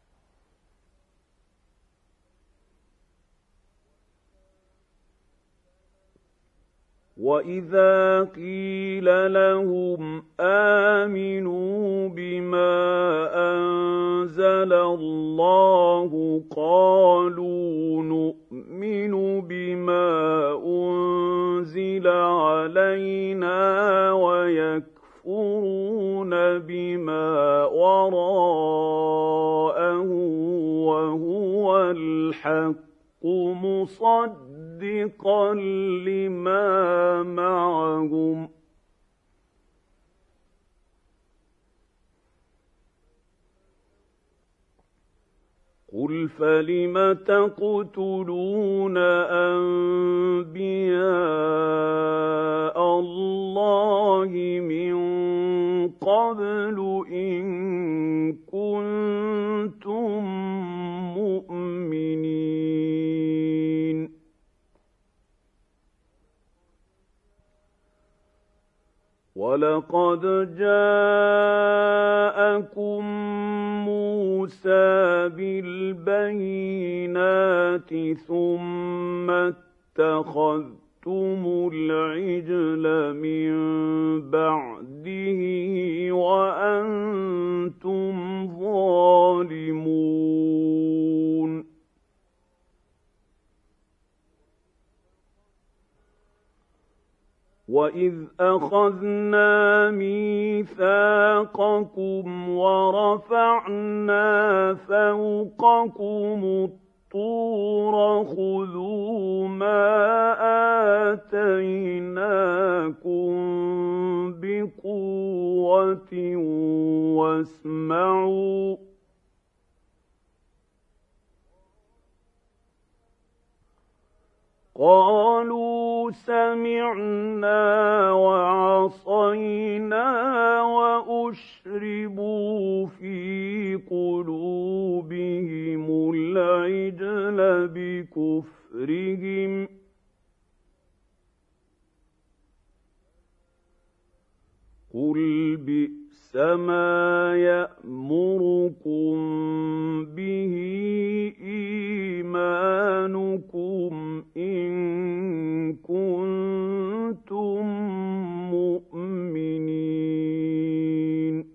وإذا قيل لهم آمنوا بما أنزل الله قالوا نؤمن بما أنزل علينا ويكفرون بما وراءه وهو الحق مصدقا لما معهم قُلْ فَلِمَ تَقْتُلُونَ أَنبِيَاءَ اللَّهِ مِن قَبْلُ إِن كُنتُم مُّؤْمِنِينَ وَلَقَدْ جَاءَكُم مُّوسَىٰ بِالْبَيِّنَاتِ ثُمَّ اتَّخَذْتُمُ الْعِجْلَ مِن بَعْدِهِ وَأَنتُمْ ظَالِمُونَ وَإِذْ أَخَذْنَا مِيثَاقَكُمْ وَرَفَعْنَا فَوْقَكُمُ الطُّورَ خُذُوا مَا آتَيْنَاكُم بِقُوَّةٍ وَاسْمَعُوا قَالُوا سَمِعْنَا وَعَصَيْنَا وَأُشْرِبُوا فِي قُلُوبِهِمُ الْعِجْلَ بِكُفْرِهِمْ ۚ قُلْ بِئْسَ مَا يَأْمُرُكُم بِهِ إِيمَانُكُمْ إِن كُنتُم مُّؤْمِنِينَ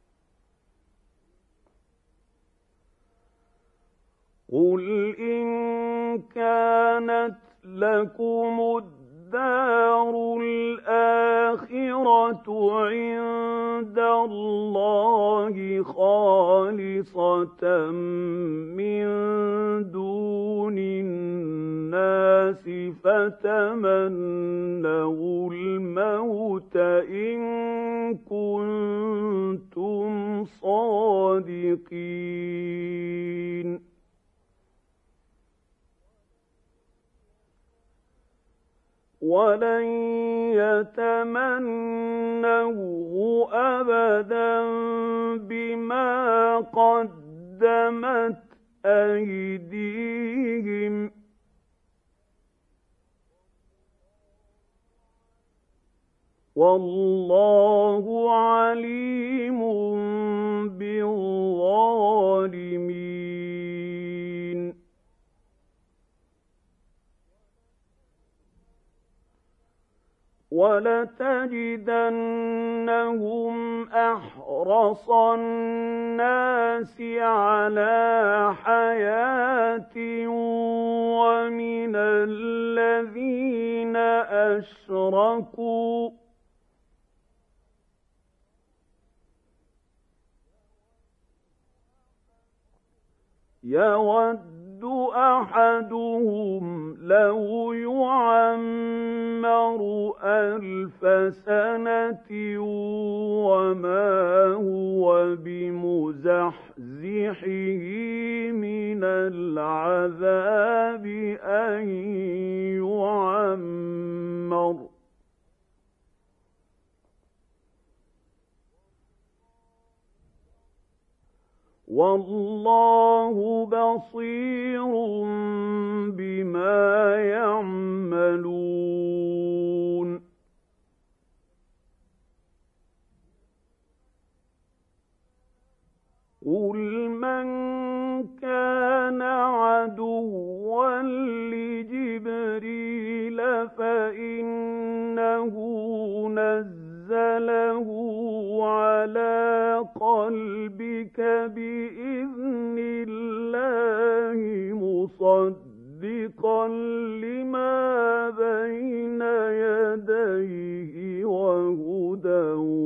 قُلْ إِن كَانَتْ لَكُمُ الدَّارُ الْآخِرَةُ عِندَ اللَّهِ خَالِصَةً مِّن دُونِ النَّاسِ فَتَمَنَّوُا الْمَوْتَ إِن كُنتُمْ صَادِقِينَ وَلَن يَتَمَنَّوْهُ أَبَدًا بِمَا قَدَّمَتْ أَيْدِيهِمْ ۗ وَاللَّهُ عَلِيمٌ بِالظَّالِمِينَ وَلَتَجِدَنَّهُمْ أَحْرَصَ النَّاسِ عَلَىٰ حَيَاةٍ وَمِنَ الَّذِينَ أَشْرَكُوا يَوَدُّ أَحَدُهُمْ لَوْ يُعَمَّرُ أَلْفَ سَنَةٍ وَمَا هُوَ بِمُزَحْزِحِهِ مِنَ الْعَذَابِ أَن يُعَمَّرَ ۗ وَاللَّهُ بَصِيرٌ بِمَا يَعْمَلُونَ قُلْ مَن كَانَ عَدُوًّا لِّجِبْرِيلَ فَإِنَّهُ نَزَّلَهُ عَلَىٰ قَلْبِكَ بِإِذْنِ اللَّهِ مُصَدِّقًا لِّمَا بَيْنَ يَدَيْهِ وَهُدًى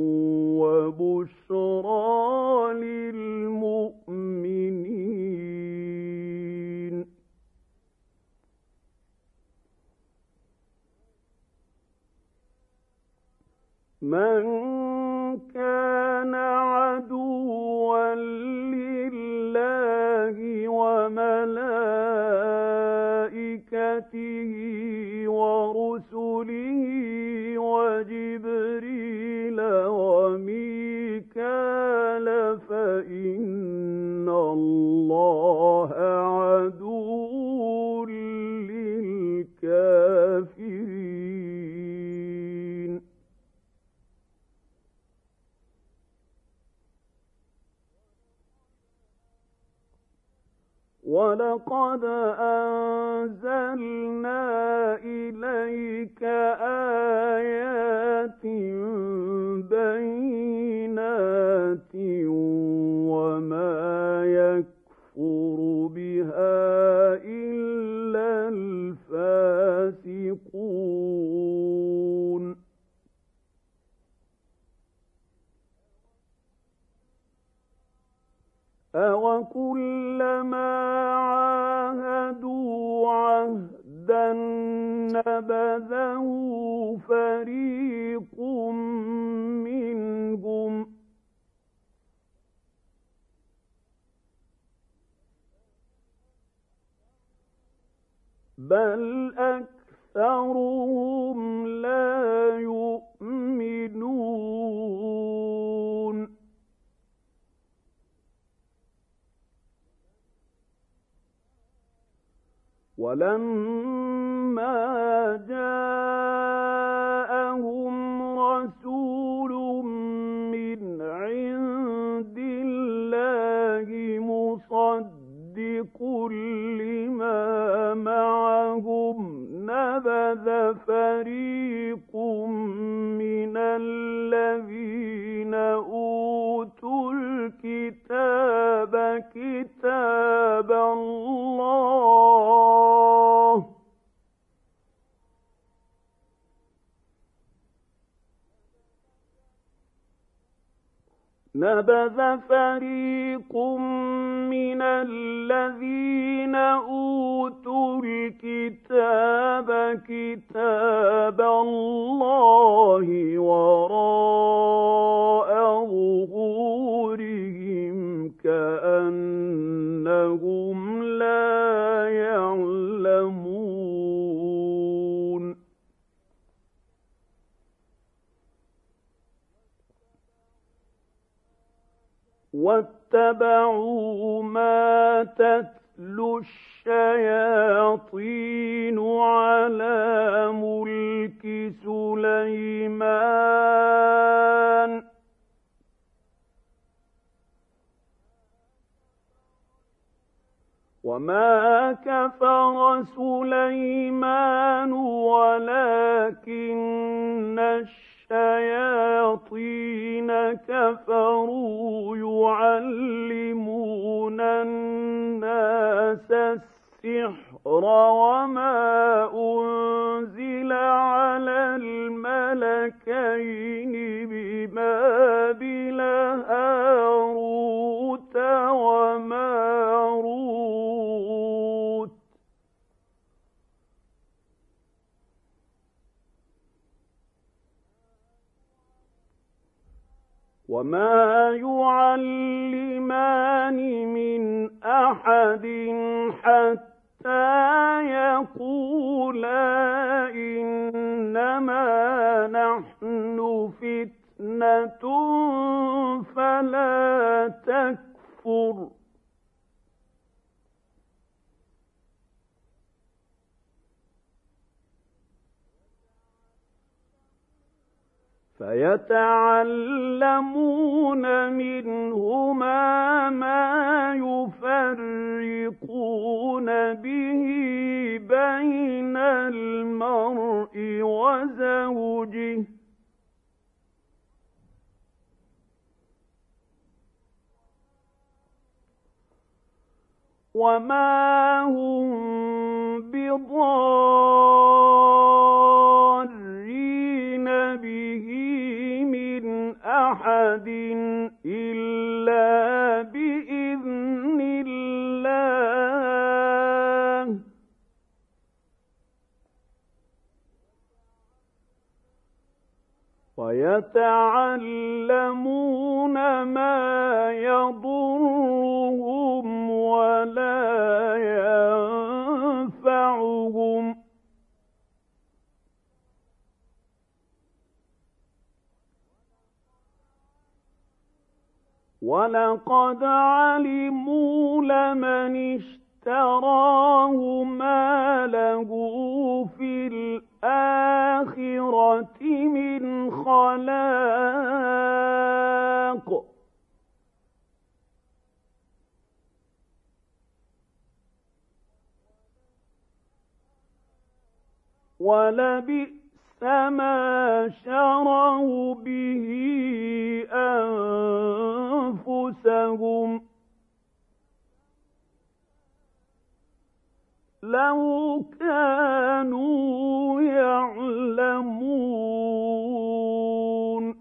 وَبُشْرَىٰ لِلْمُؤْمِنِينَ مَن كَانَ عَدُوًّا لِّلَّهِ وَمَلَائِكَتِهِ ورسله وجبريل وميكال فإن الله عدو للكافرين. وَلَقَدْ أَنزَلْنَا إِلَيْكَ آيَاتٍ بَيِّنَاتٍ وَمَا يَكْفُرُ بِهَا إِلَّا الْفَاسِقُونَ. أَوَكُلَّمَا عَاهَدُوا عَهْدًا نَّبَذَهُ فَرِيقٌ مِّنْهُمْ ۚ بَلْ أَكْثَرُهُمْ لَا يُؤْمِنُونَ. وَلَمَّا جَاءَهُمْ رَسُولٌ مِّنْ عِندِ اللَّهِ مُصَدِّقٌ لِّمَا مَعَهُمْ نَبَذَ فَرِيقٌ مِّنَ الَّذِينَ أُوتُوا الْكِتَابَ كِتَابَ اللَّهِ نَبَذَ فَرِيقٌ مِّنَ الَّذِينَ أُوتُوا الْكِتَابَ كِتَابَ اللَّهِ وَرَاءَ ظُهُورِهِمْ كَأَنَّهُمْ لَا يَعْلَمُونَ. وَاتَّبَعُوا مَا تَتْلُو الشَّيَاطِينُ عَلَىٰ مُلْكِ سُلَيْمَانَ ۖ وَمَا كَفَرَ سُلَيْمَانُ وَلَٰكِنَّ الشَّيَاطِينَ كَفَرُوا يُعَلِّمُونَ النَّاسَ السِّحْرَ وَمَا أُنزِلَ عَلَى الْمَلَكَيْنِ بِبَابِلَ هَارُوتَ وَمَارُوتَ ۚ وَمَا يُعَلِّمَانِ مِنْ أَحَدٍ حَتَّىٰ يَقُولَا إِنَّمَا نَحْنُ فِتْنَةٌ فَلَا تَكْفُرْ. فَيَتَعَلَّمُونَ مِنْهُمَا مَا يُفَرِّقُونَ بِهِ بَيْنَ الْمَرْءِ وَزَوْجِهِ ۚ وَمَا هُم بِضَارِّينَ بِهِ مِنْ أَحَدٍ إِلَّا بِإِذْنِ اللَّهِ ۚ وَيَتَعَلَّمُونَ مَا يَضُرُّهُمْ وَلَا يَنفَعُهُمْ وَلَقَدْ عَلِمُوا لَمَنِ اشْتَرَاهُ مَا لَهُ فِي الْآخِرَةِ مِنْ خَلَاقٍ وَلَبِئْسَ مَا شَرَوْا بِهِ أَنفُسَهُمْ لَوْ كَانُوا يَعْلَمُونَ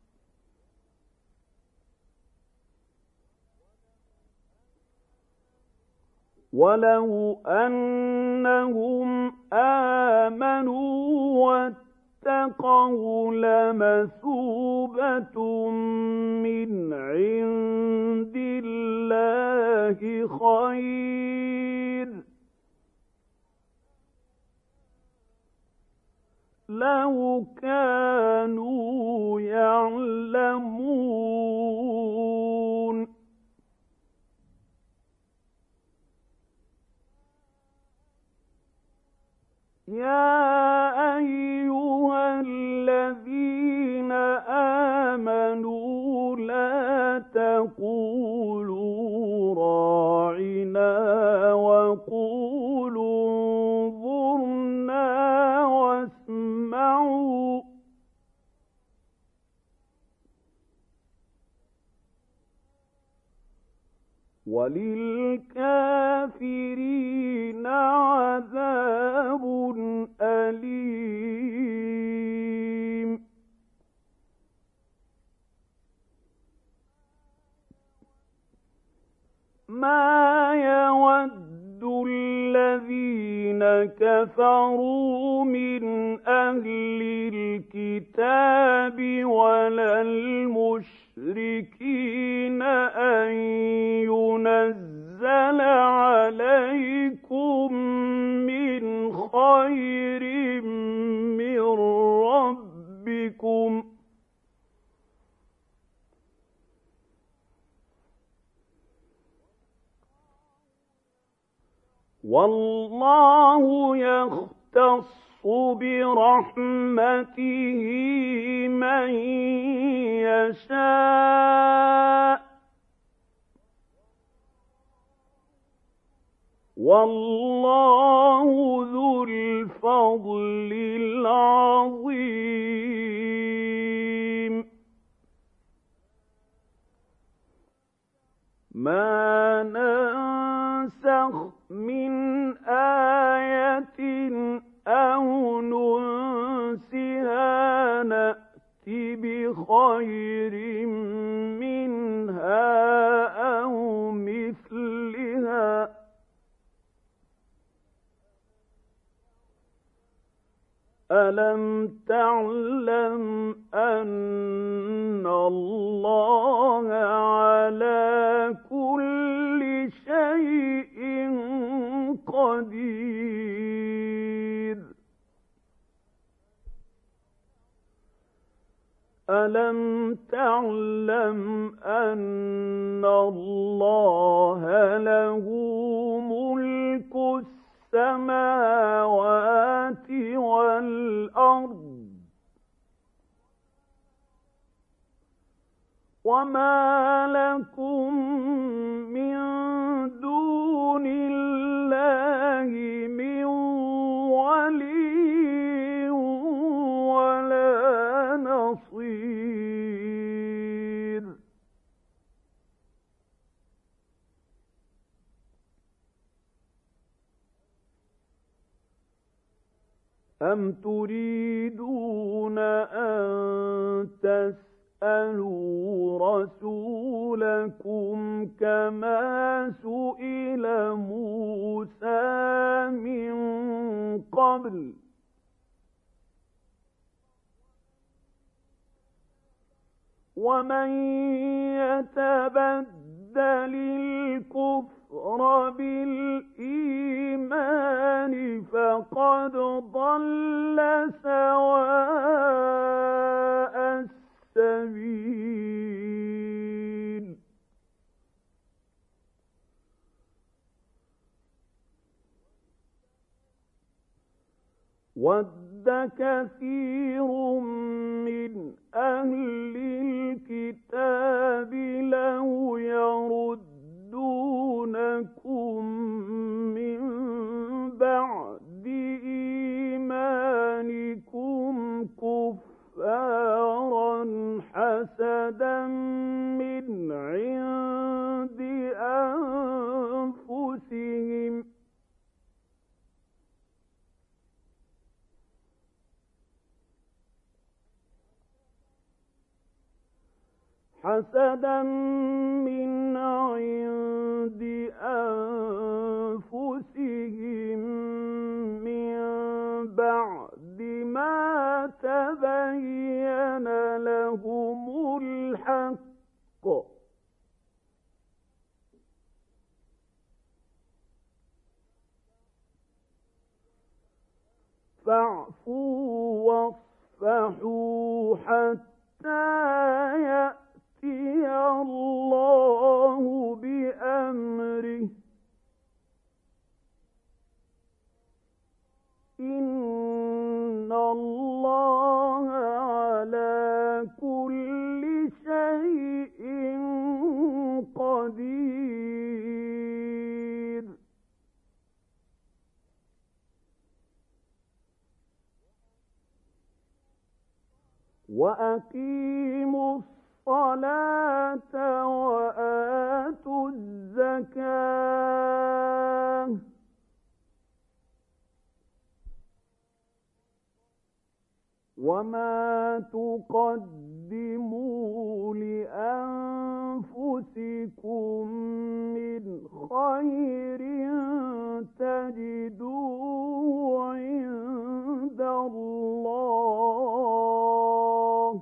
وَلَوْ أَنَّهُمْ آمَنُوا وَاتَّقَوْا لَمَثُوبَةٌ مِّنْ عِندِ اللَّهِ خَيْرٌ لَوْ كَانُوا يَعْلَمُونَ يَا أَيُّهَا الَّذِينَ آمَنُوا لَا تَقُولُوا رَاعِنَا وَقُولُوا انظُرْنَا وَاسْمَعُوا وَلِلْكَافِرِينَ عَذَابٌ أَلِيمٌ مَا يَوَدُّ الَّذِينَ كَفَرُوا مِنْ أَهْلِ الْكِتَابِ وَلَا الْمُشْرِكِينَ أَنْ يُنَزَّلَ عَلَيْكُمْ مِنْ خَيْرٍ مِنْ رَبِّكُمْ وَاللَّهُ يَخْتَصُّ بِرَحْمَتِهِ مَن يَشَاءُ وَاللَّهُ ذُو الْفَضْلِ الْعَظِيمِ مَا نَنسَخْ مِنْ آيَةٍ أَوْ نُنسِهَا نَأْتِ بِخَيْرٍ مِنْهَا أَوْ مِثْلِهَا أَلَمْ تَعْلَمْ أَنَّ اللَّهَ عَلَى كُلِّ شَيْءٍ قَدِيرٌ أَلَمْ تَعْلَمْ أَنَّ اللَّهَ لَهُ مُلْكُ السَّمَاوَاتِ وَالْأَرْضِ وَمَا لَكُم مِّن دُونِ اللَّهِ مِن وَلِيٍّ وَلَا نَصِيرٍ أَمْ تُرِيدُونَ أَن تَسْأَلُوا رَسُولَكُمْ كَمَا سُئِلَ مُوسَىٰ مِن قَبْلُ وَمَن يَتَبَدَّلِ الْكُفْرَ بِالْإِيمَانِ فَقَدْ ضَلَّ سَوَاءَ السَّبِيلِ وَدَّ كَثِيرٌ مِّنْ أَهْلِ الْكِتَابِ لَوْ يَرُدُّونَكُم مِّن بَعْدِ إِيمَانِكُمْ كُفَّارًا حَسَدًا مِّنْ عِندِ أَنفُسِهِمْ حسدا من عند أنفسهم من بعد ما تبين لهم الحق فاعفوا واصفحوا حتى يأتي الله بأمره إن الله على كل شيء قدير وأقيموا الصلاة وآتوا الزكاة وما تقدموا لأنفسكم من خير تجدوه عند الله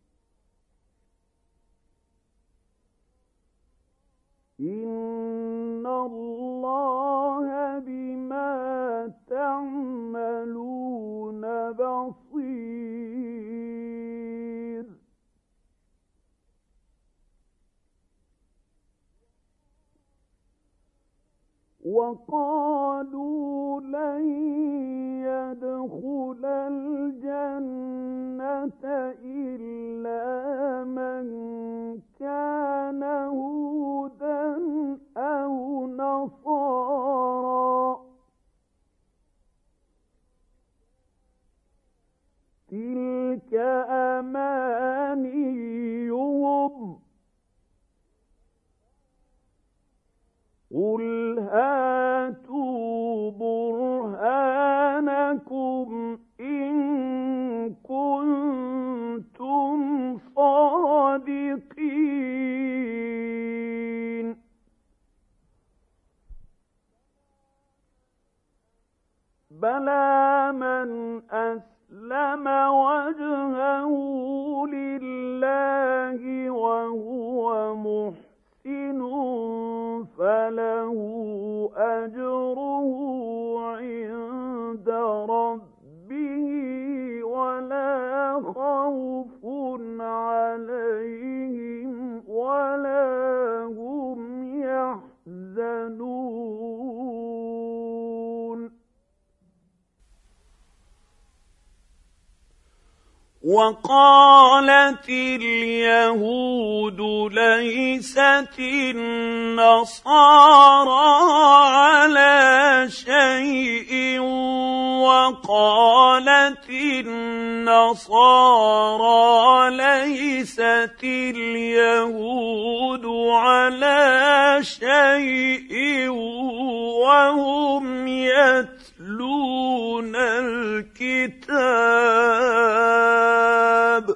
إن الله بما تعملون بصير وقالوا لن يدخل الجنة إلا من كان هودا أو نصارى تلك أمانيهم قل هاتوا برهانكم إن كنتم صادقين بلى من أسلم وجهه لله وهو محسن فله أجره عند ربه ولا خوف عليهم ولا هم يحزنون وقالت اليهود ليست النصارى على شيء وقالت النصارى ليست اليهود على شيء وهم يتلون الكتاب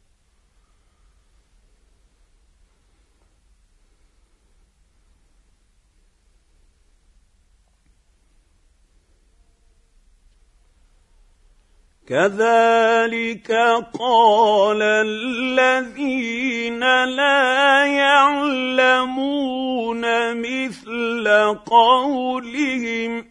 كذلك قال الذين لا يعلمون مثل قولهم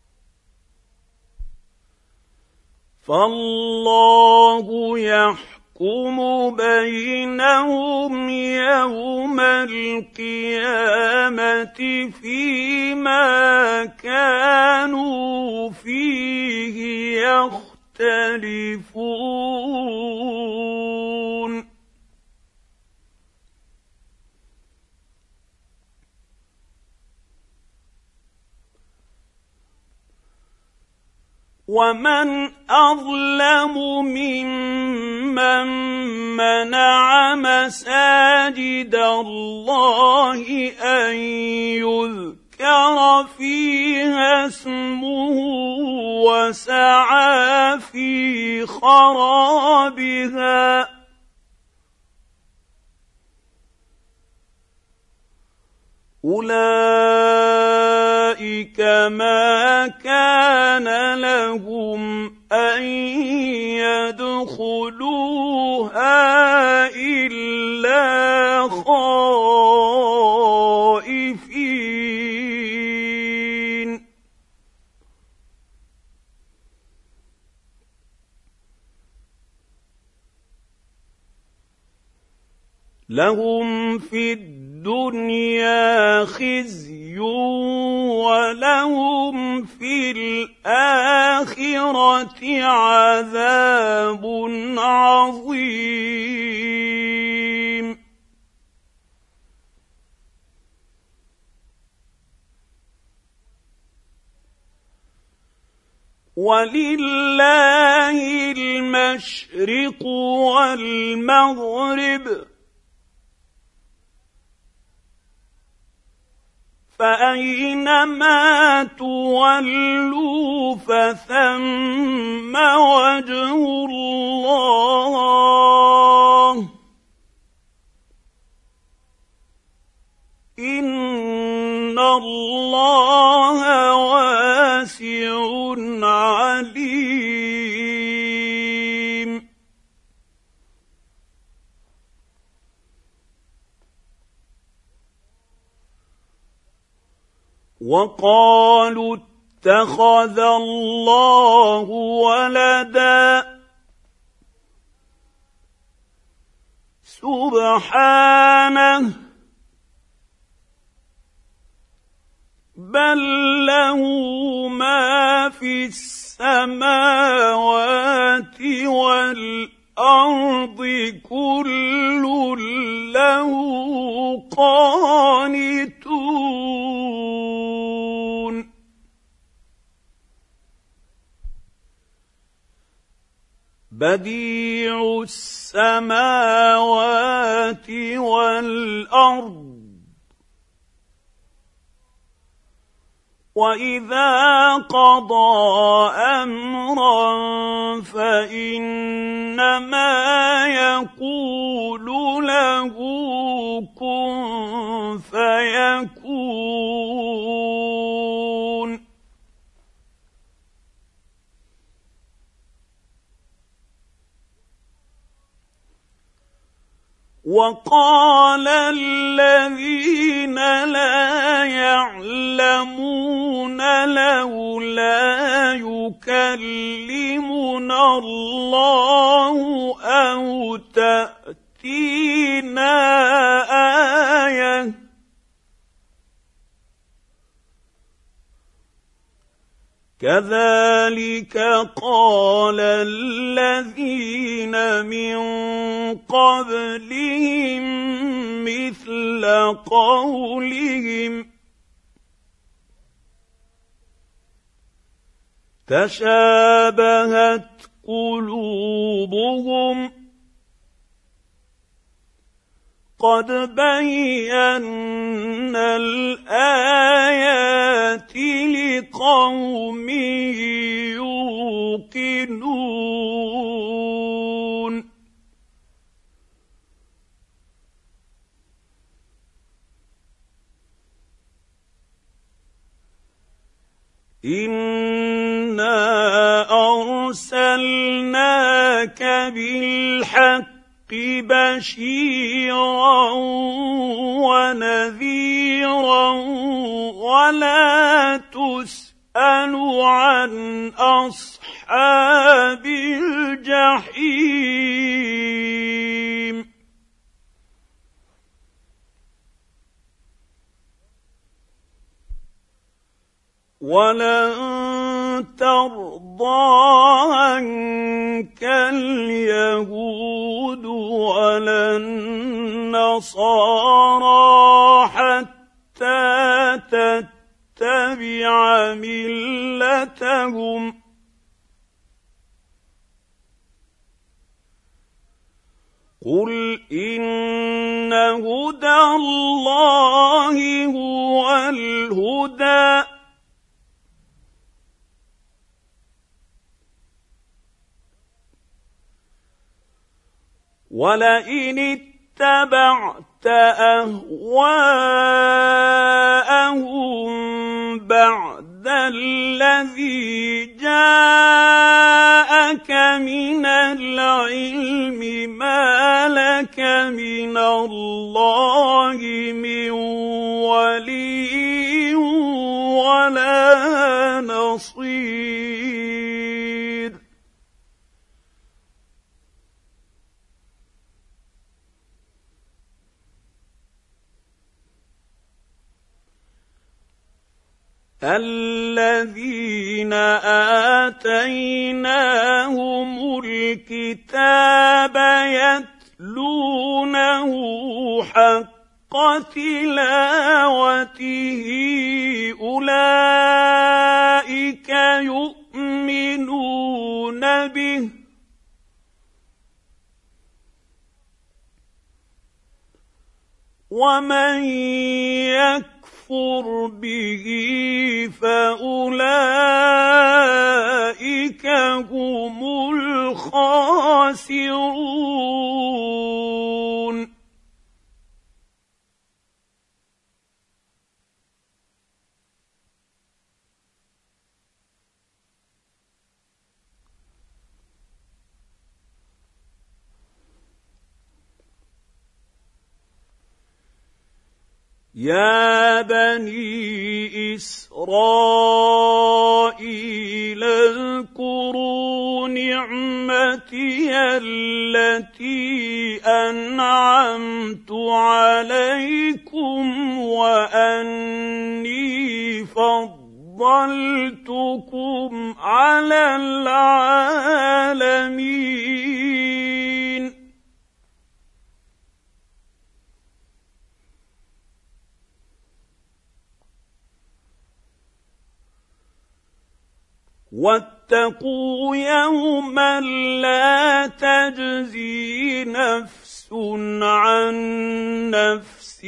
فالله يحكم بينهم يوم القيامة فيما كانوا فيه يختلفون ومن أظلم ممن منع مساجد الله أن يذكر فيها اسمه وسعى في خرابها أولئك ما كان لهم أن يدخلوها إلا خائفين لهم في الدنيا خزي ولهم في الآخرة عذاب عظيم ولله المشرق والمغرب فأينما تولوا فثم وجه الله إن الله واسع عليم وقالوا اتخذ الله ولدا سبحانه بل له ما في السماوات والأرض كل له قانتون بديع السماوات والأرض وإذا قضى أمرا فإنما يقول له كن فيكون وقال الذين لا يعلمون لولا يكلمنا الله أو تأتينا آية كذلك قال الذين من قبلهم مثل قولهم تشابهت قلوبهم قد بينا الآيات لقوم يوقنون إنا أرسلناك بالحق بشيرا ونذيرا ولا تسأل عن أصحاب أصحاب الجحيم ولن ترضى عنك اليهود ولا النصارى حتى تتبع ملتهم قل إن هدى الله هو الهدى ولئن اتبعت أهواءهم بعد الذي جاءك من العلم ما لك من الله من ولي ولا نصير الذين آتيناهم الكتاب يتلونه حق تلاوته أولئك يؤمنون به ومن يكفر به فأولئك هم الخاسرون يا بني إسرائيل اذكروا نعمتي التي أنعمت عليكم وأني فضلتكم على العالمين واتقوا يوما لا تجزي نفس عن نفس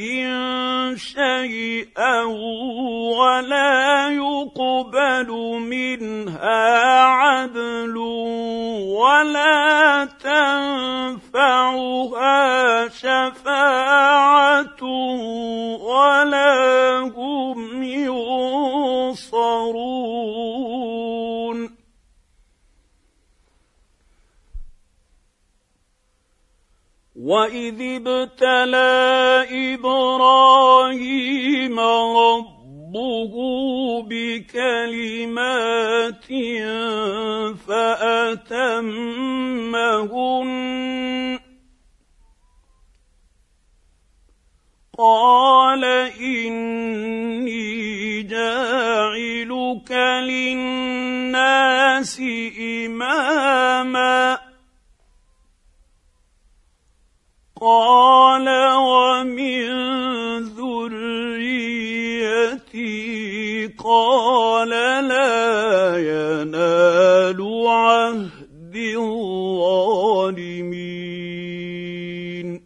شيئا ولا يقبل منها عدل ولا تنفعها شفاعة ولا هم ينصرون وإذ ابتلى إبراهيم ربه بكلمات فأتمهن قال إني جاعلك للناس إماما قال ومن ذريتي قال لا ينال عهد الظالمين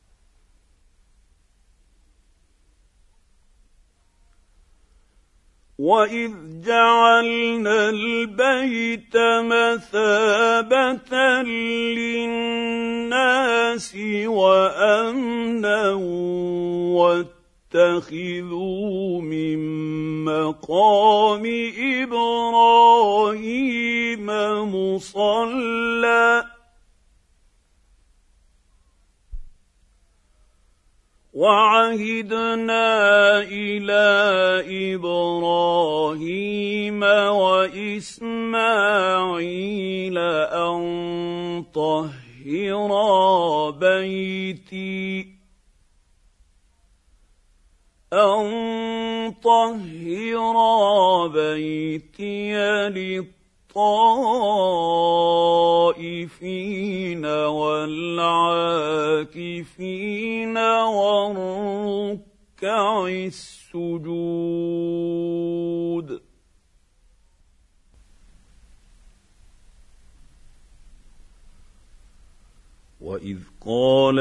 وإذ جعلنا البيت مثابة للناس وأمنا واتخذوا من مقام إبراهيم مصلى وعهدنا إلى إبراهيم وإسماعيل أن طهرا بيتي أن طهرا بيتي للطائفين والعاكفين والركع السجود. وإذ قال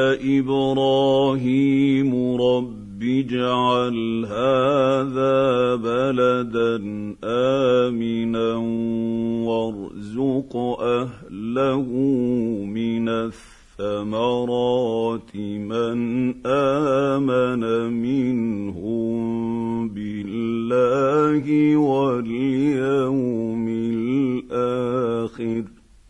إبراهيم رب اجعل هذا بلدا آمنا وارزق أهله من الثمرات من آمن منهم بالله واليوم الآخر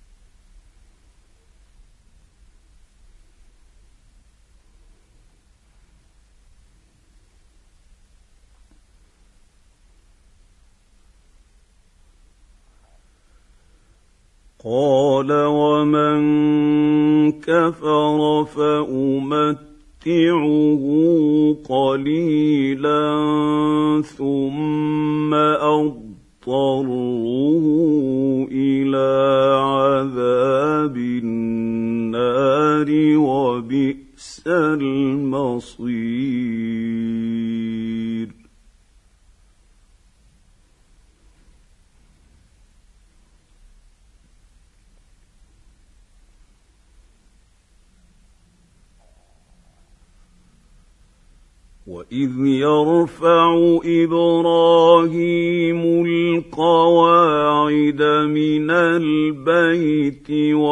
قال ومن كفر فأمتعه قليلا ثم أضطره إلى عذاب النار وبئس المصير. وإذ يرفع إبراهيم القواعد من البيت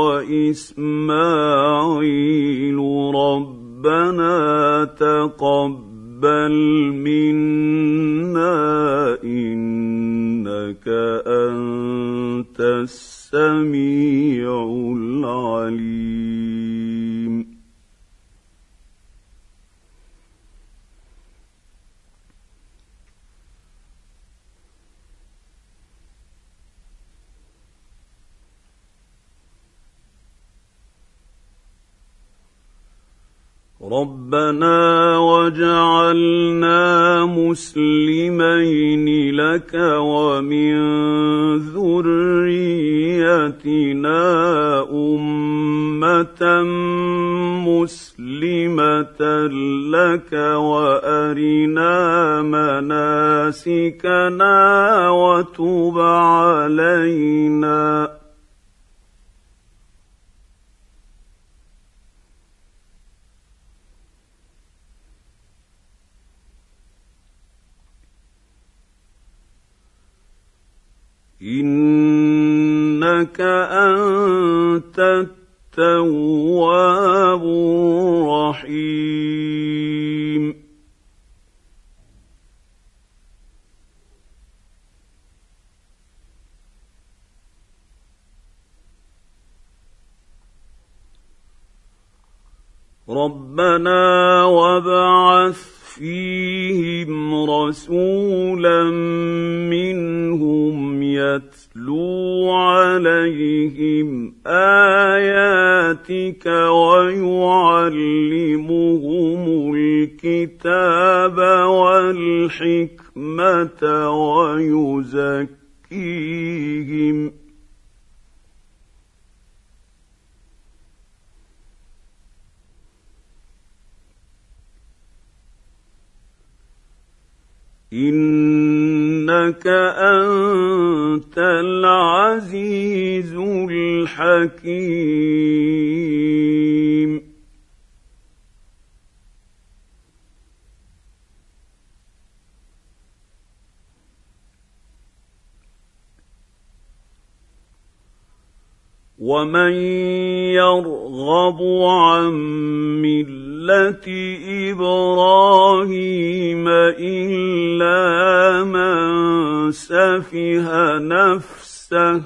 وإسماعيل ربنا تقبل منا إنك أنت السميع العليم. ربنا واجعلنا مسلمين لك ومن ذريتنا أمة مسلمة لك وأرنا مناسكنا وتب علينا إنك أنت التواب الرحيم. ربنا وابعث فيهم رسولا منهم يتلو عليهم آياتك ويعلمهم الكتاب والحكمة ويزكيهم إنك أنت العزيز الحكيم. ومن يرغب عن ملة إبراهيم إلا من سفه نفسه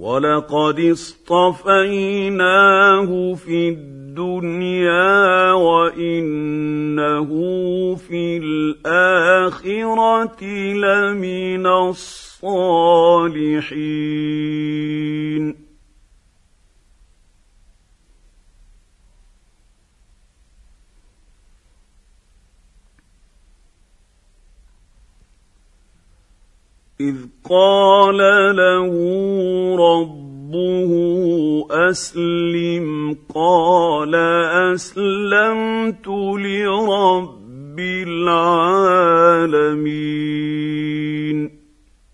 وَلَقَدِ اصْطَفَيْنَاهُ فِي الدُّنْيَا وَإِنَّهُ فِي الْآخِرَةِ لَمِنَ الصَّالِحِينَ إِذْ قَالَ لَهُ رَبُّهُ أَسْلِمْ قَالَ أَسْلَمْتُ لِرَبِّ الْعَالَمِينَ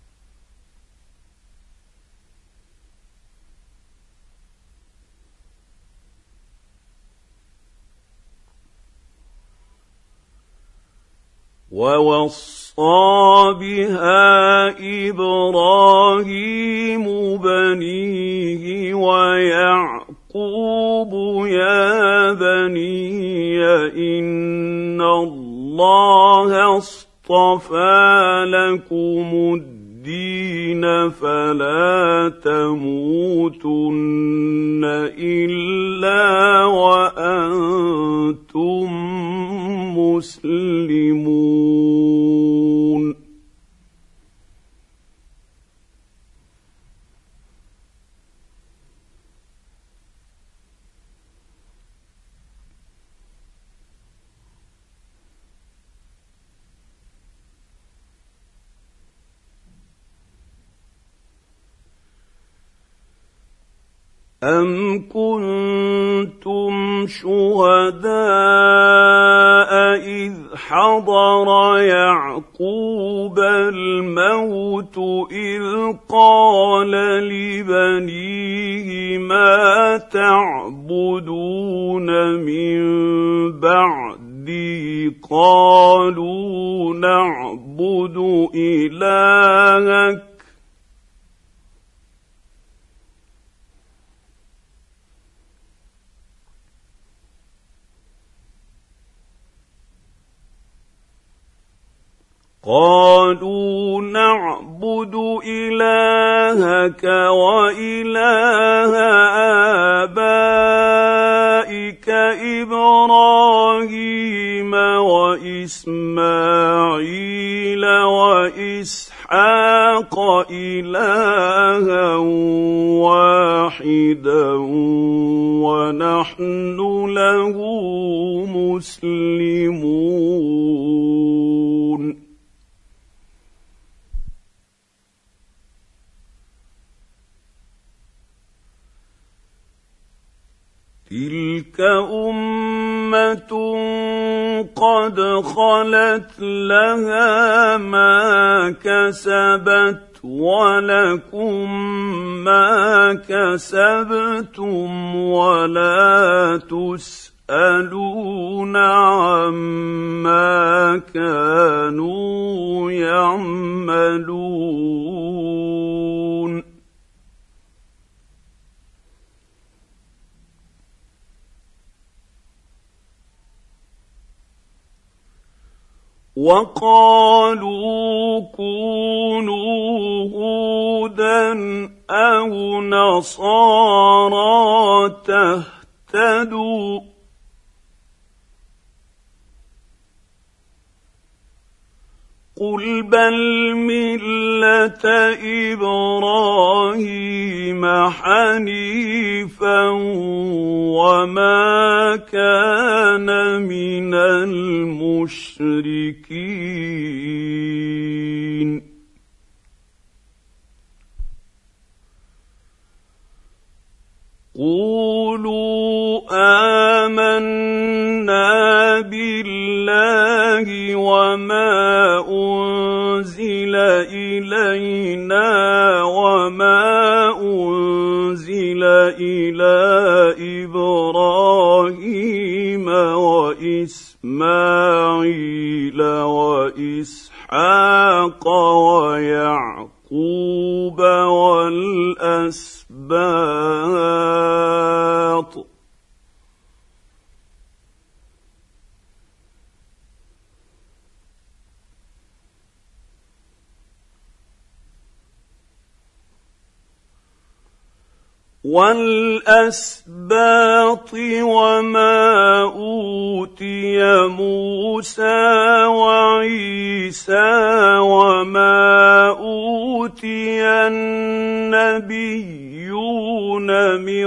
وَوَصَّىٰ بِهَا إِبْرَاهِيمُ بَنِيهِ وَيَعْقُوبُ يَا بَنِيَّ إِنَّ اللَّهَ اصْطَفَىٰ لَكُمُ الدِّينَ فَلَا تَمُوتُنَّ إِلَّا وَأَنتُم مُّسْلِمُونَ أَمْ كُنتُمْ شُهَدَاءَ إِذْ حَضَرَ يَعْقُوبَ الْمَوْتُ إِذْ قَالَ لِبَنِيهِ مَا تَعْبُدُونَ مِن بَعْدِي قَالُوا نَعْبُدُ إِلَٰهَكَ قالوا نعبد إلهك وإله آبائك إبراهيم وإسماعيل وإسحاق إلها واحدا ونحن له مسلمون تِلْكَ أُمَّةٌ قَدْ خَلَتْ لَهَا مَا كَسَبَتْ وَلَكُم مَّا كَسَبْتُمْ وَلَا تُسْأَلُونَ عَمَّا كَانُوا يَعْمَلُونَ وَقَالُوا كُونُوا هُودًا أَوْ نَصَارَىٰ تَهْتَدُوا ۗ قُلْ بَلْ مِلَّةَ إِبْرَاهِيمَ حَنِيفًا وَمَا كَانَ مِنَ الْمُشْرِكِينَ قُولُوا آمَنَّا بِاللَّهِ وَمَا أُنزِلَ إِلَيْنَا وَمَا أُنزِلَ إِلَىٰ إِبْرَاهِيمَ وَإِسْمَاعِيلَ وَإِسْحَاقَ وَيَعْقُوبَ وَالْأَسْبَاطِ والأسباط وما أوتي موسى وعيسى وما أوتي النبيون من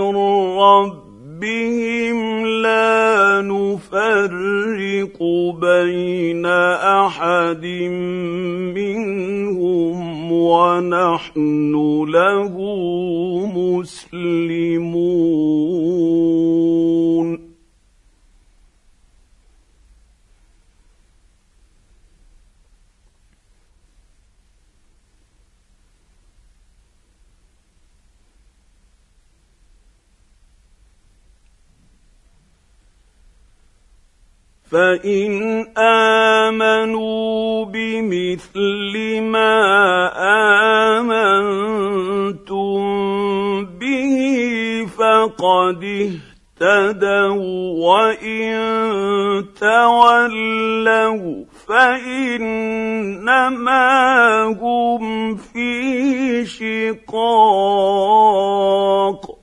ربهم لا نفرق بين أحد منهم ونحن له مسلمون. فإن آمنوا بمثل ما آمنتم به فقد اهتدوا وإن تولوا فإنما هم في شقاق.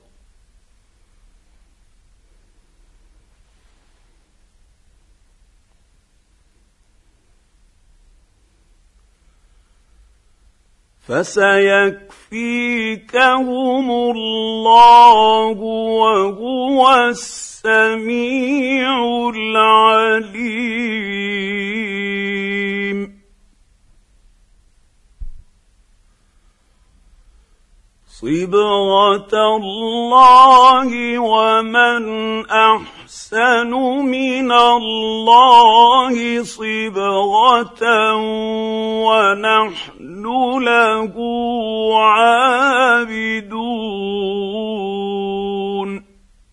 فسيكفيكهم الله وهو السميع العليم. صبغة الله ومن أحسن من الله صبغة ونحن له عابدون.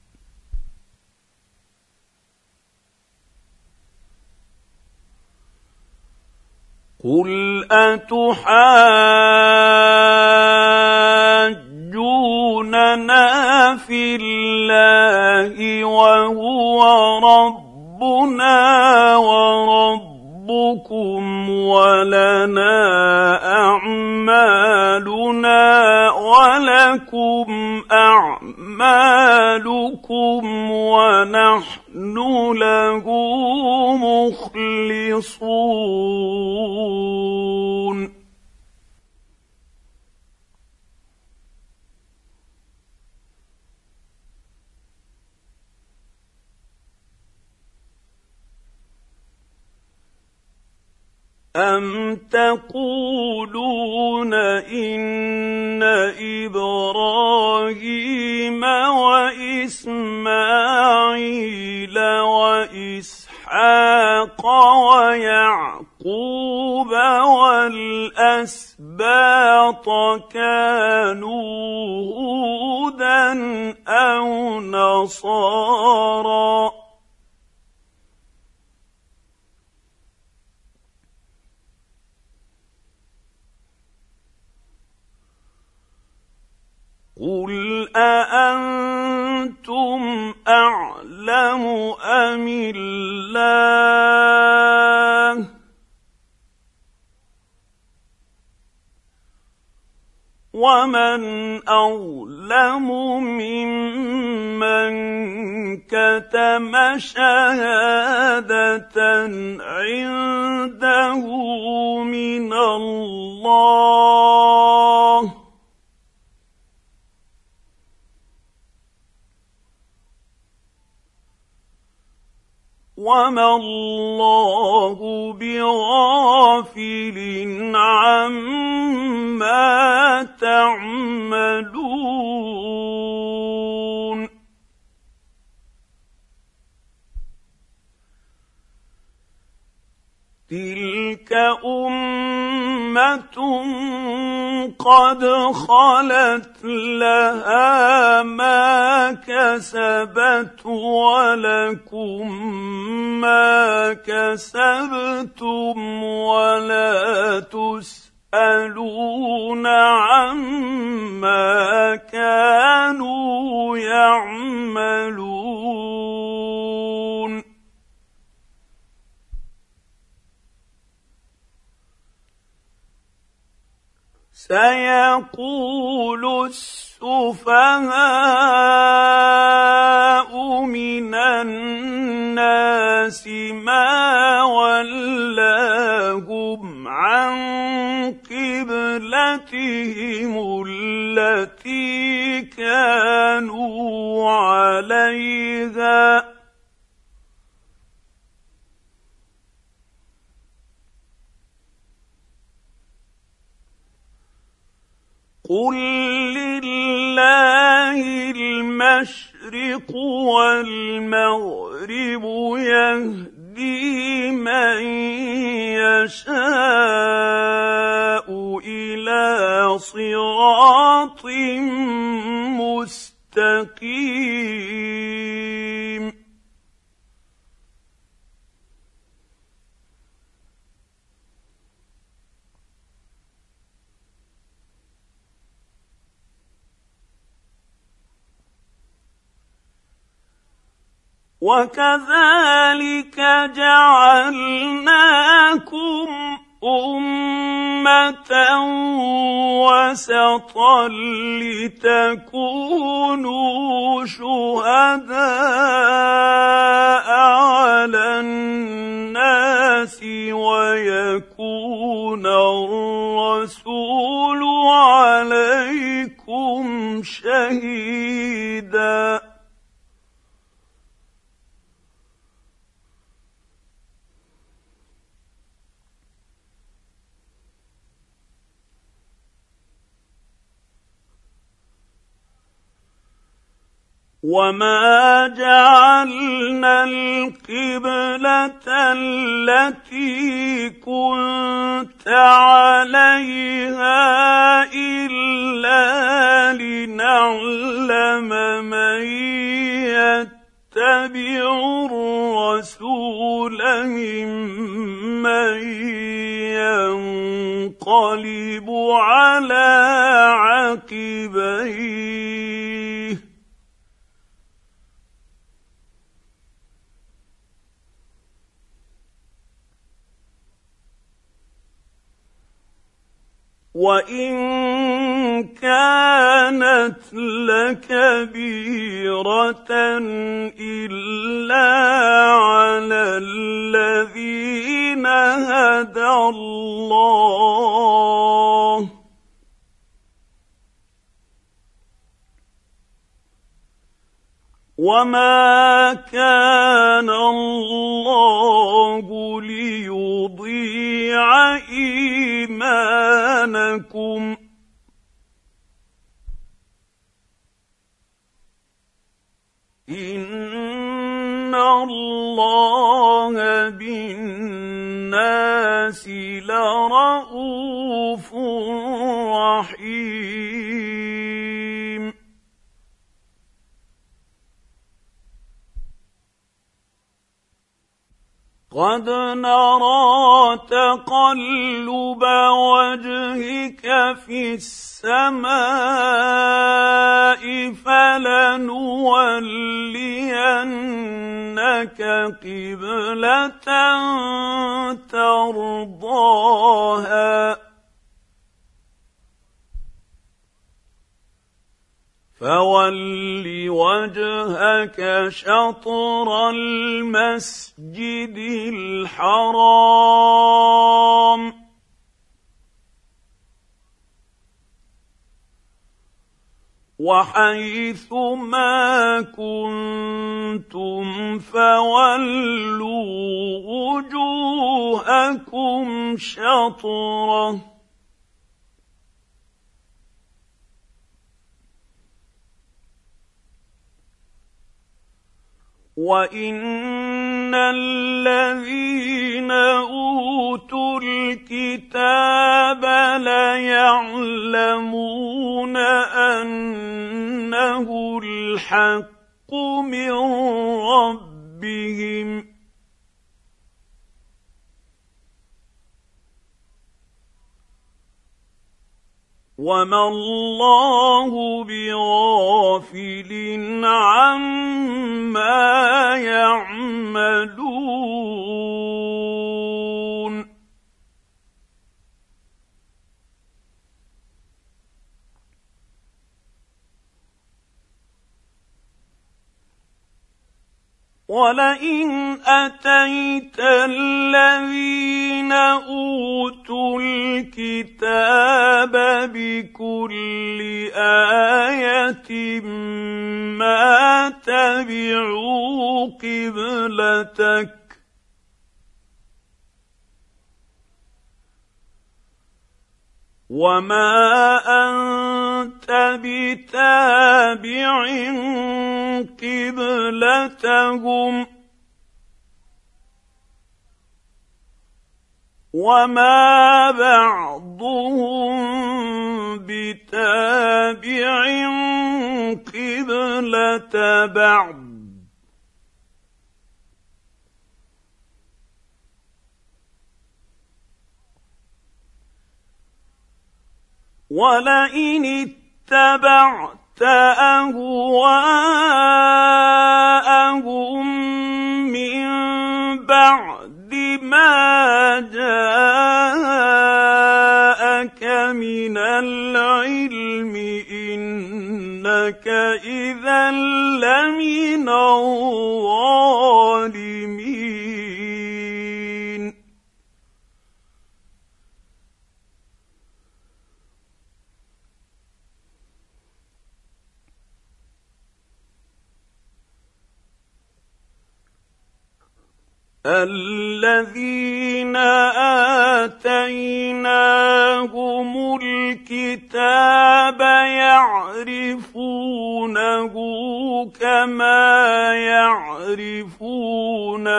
قل أتحاجوننا في الله وهو ربنا وربكم ولنا أعمالنا ولكم أعمالكم ونحن له مخلصون. أَمْ تَقُولُونَ إِنَّ إِبْرَاهِيمَ وَإِسْمَاعِيلَ وَإِسْحَاقَ وَيَعْقُوبَ وَالْأَسْبَاطَ كَانُوا هُودًا أَوْ نَصَارَىٰ ۗ قُلْ أَأَنتُمْ أَعْلَمُ أَمِ اللَّهُ ۗ وَمَنْ أَظْلَمُ مِمَّن كَتَمَ شَهَادَةً عِندَهُ مِنَ اللَّهِ ۗ وَمَا اللَّهُ بِغَافِلٍ عَمَّا تَعْمَلُونَ. تِلْكَ أُمَّةٌ قَدْ خَلَتْ لَهَا مَا كَسَبَتْ وَلَكُم مَّا كَسَبْتُمْ وَلَا تُسْأَلُونَ عَمَّا كَانُوا يَعْمَلُونَ. سيقول السفهاء من الناس ما ولاهم عن قبلتهم التي كانوا عليها قل لله المشرق والمغرب يهدي من يشاء إلى صراط مستقيم وكذلك جعلناكم أمة وسطا لتكونوا شهداء على الناس ويكون الرسول عليكم شهيدا وما جعلنا القبلة التي كنت عليها إلا لنعلم من يتبع الرسول ممن ينقلب على عقبيه وإن كانت لكبيرة إلا على الذين هدى الله وما كان الله ليضيع إيمانكم إن الله بالناس لرءوف رحيم قد نرى تقلب وجهك في السماء فلنولينك قبلة ترضاها فول وجهك شطر المسجد الحرام وحيث ما كنتم فولوا وجوهكم شطره وَإِنَّ الَّذِينَ أُوتُوا الْكِتَابَ لَيَعْلَمُونَ أَنَّهُ الْحَقُّ مِنْ رَبِّهِمْ وَمَا اللَّهُ بِغَافِلٍ عَمَّا يَعْمَلُونَ ولئن أتيت الذين أوتوا الكتاب بكل آية ما تبعوا قبلتك وما أنت بتابع قبلتهم وما بعضهم بتابع قبلة بعض ولئن اتبعت أهواءهم من بعد ما جاءك من العلم إنك إذا لمن الظالمين الذين آتيناهم الكتاب يعرفونه كما يعرفون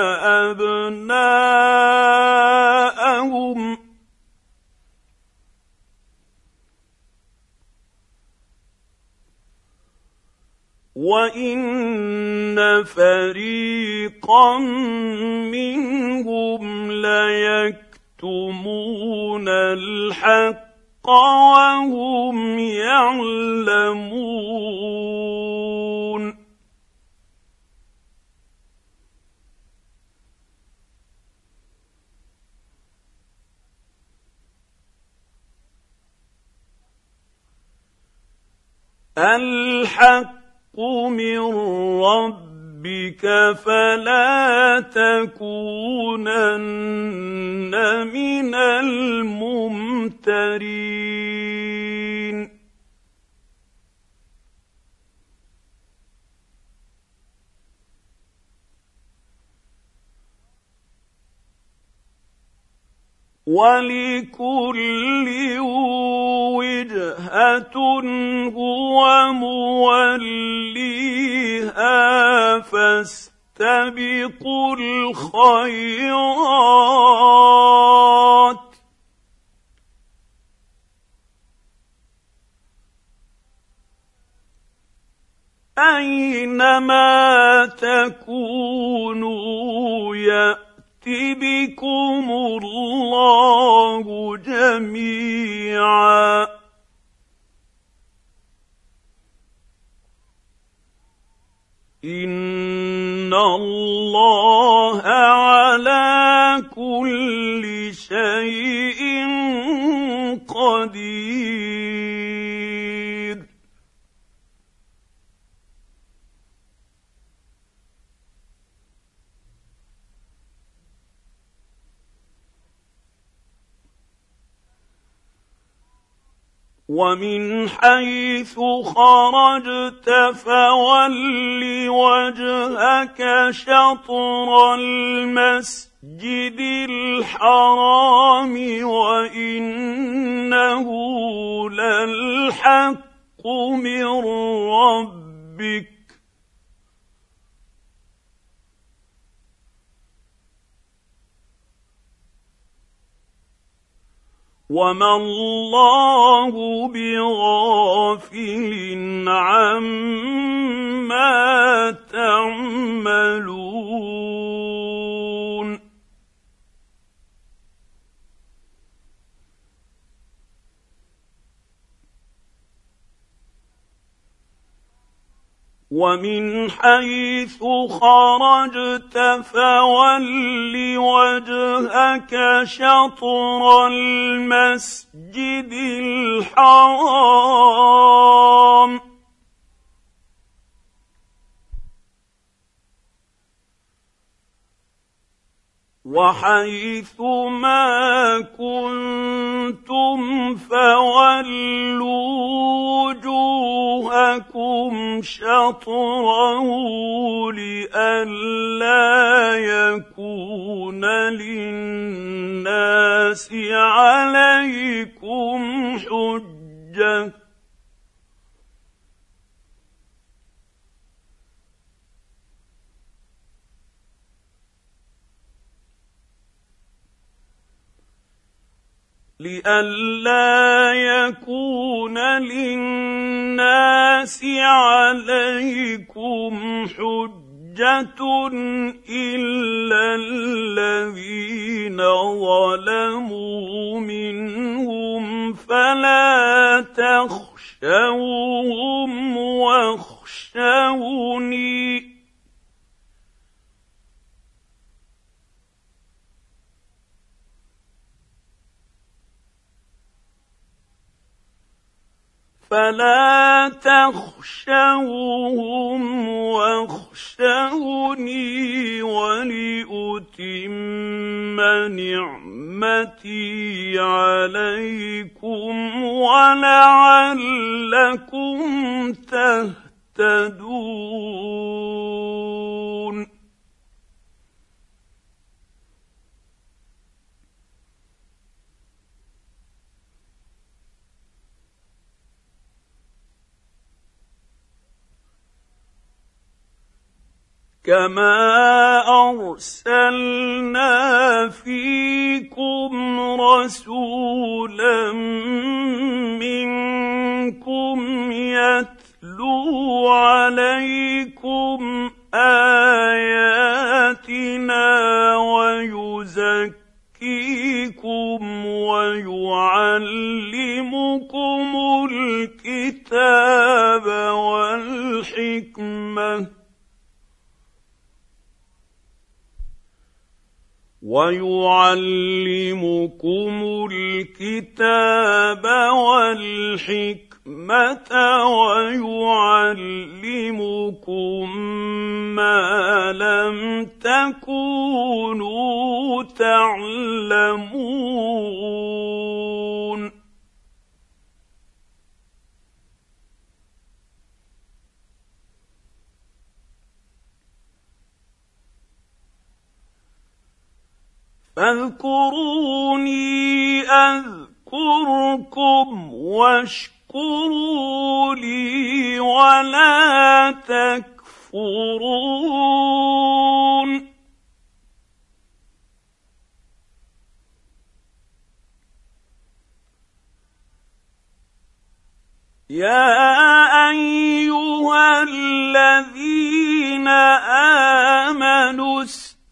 أبناءهم وإن فريقا منهم ليكتمون الحق وهم يعلمون الحق من ربك فلا تكونن من الممترين ولكل وجهة هو موليها فاستبقوا الخيرات أينما تكونوا يأتي بكم الله جميعا إن الله على كل شيء قدير ومن حيث خرجت فول وجهك شطر المسجد الحرام وإنه للحق من ربك وما الله بغافل عما تعملون ومن حيث خرجت فول وجهك شطر المسجد الحرام وحيثما كنتم فولوا وجوهكم شطره لئلا يكون للناس عليكم حجة لئلا يكون للناس عليكم حجة إلا الذين ظلموا منهم فلا تخشوهم واخشوني فلا تخشوهم واخشوني ولأتم نعمتي عليكم ولعلكم تهتدون. كما أرسلنا فيكم رسولا منكم يتلو عليكم آياتنا ويزكيكم ويعلمكم الكتاب والحكمة ويعلمكم الكتاب والحكمة ويعلمكم ما لم تكونوا تعلمون. فاذكروني أذكركم واشكروا لي ولا تكفرون. يا أيها الذين آمنوا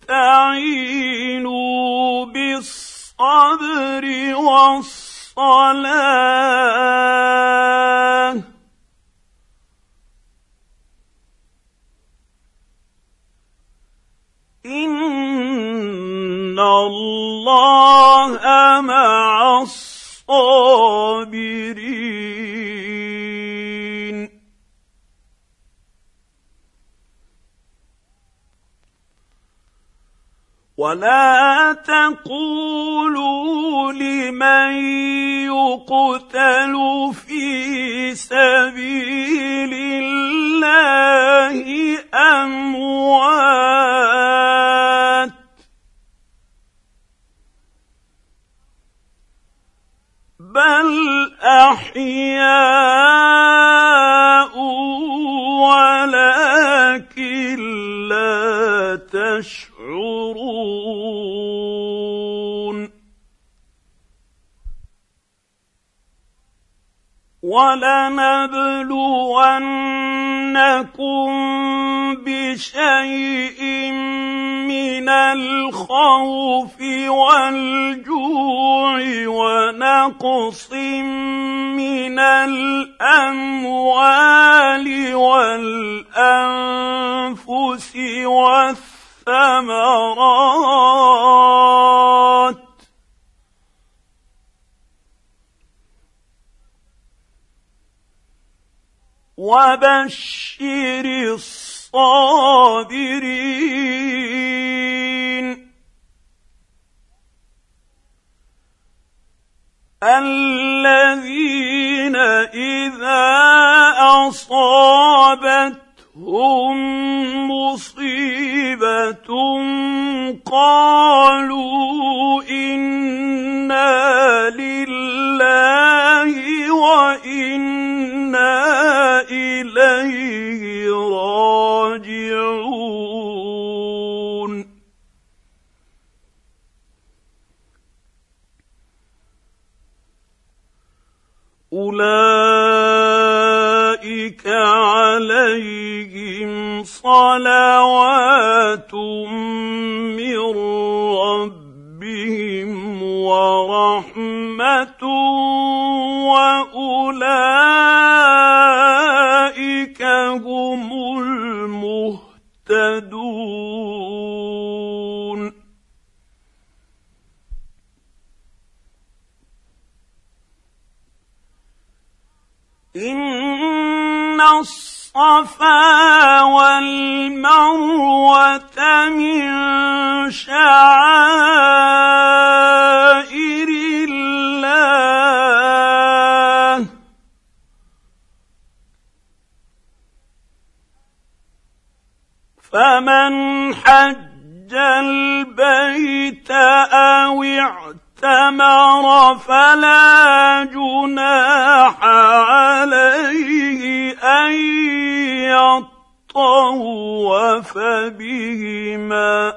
استعينوا بالصبر والصلاة إن الله مع الصابرين. ولا تقولوا لمن يقتل في سبيل الله أموات بل أحياء ولكن لا تشعرون. ولنبلونكم بشيء من الخوف والجوع ونقص من الأموال والأنفس والثمرات وبشر الصابرين. الذين إذا أصابتهم مصيبة قالوا إنا لله وإنا إليه راجعون أولئك عليهم صلوات من ربهم ورحمة وأولئك هم المهتدون إن الصفا والمروة من شعائر الله فمن حج البيت أو اعتمر فلا جناح عليه أن يطوف بهما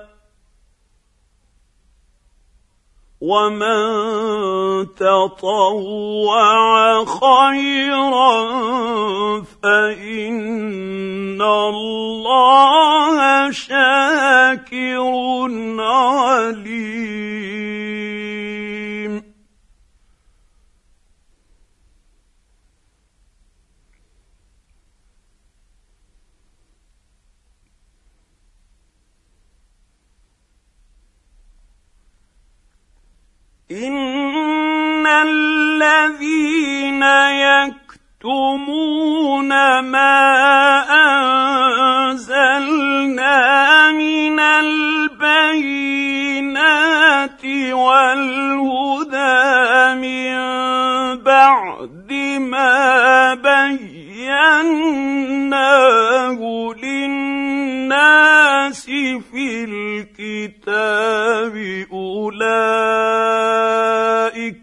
ومن تطوع خيرا فإن الله شاكر عليم إن الذين يكتمون ما أنزلنا من البينات والهدى من بعد ما بيناه للناس في الكتاب أولئك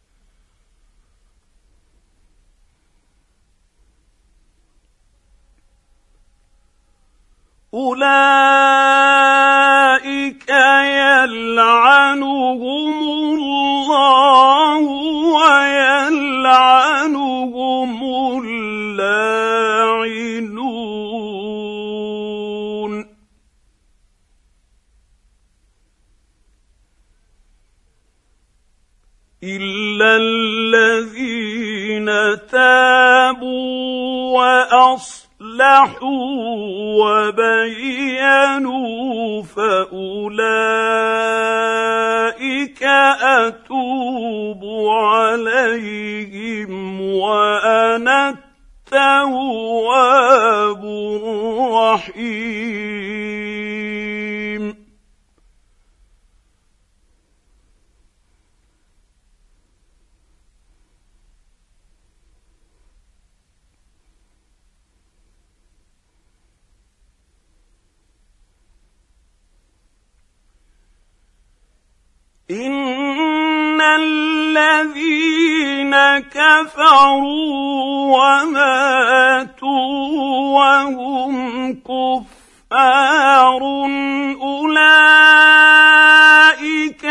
أولئك يلعنهم الله ويلعنهم اللاعنون إلا الذين تابوا وأصلحوا وبينوا فأولئك أتوب عليهم وأنا التواب الرحيم إن الذين كفروا وماتوا وهم كفار أولئك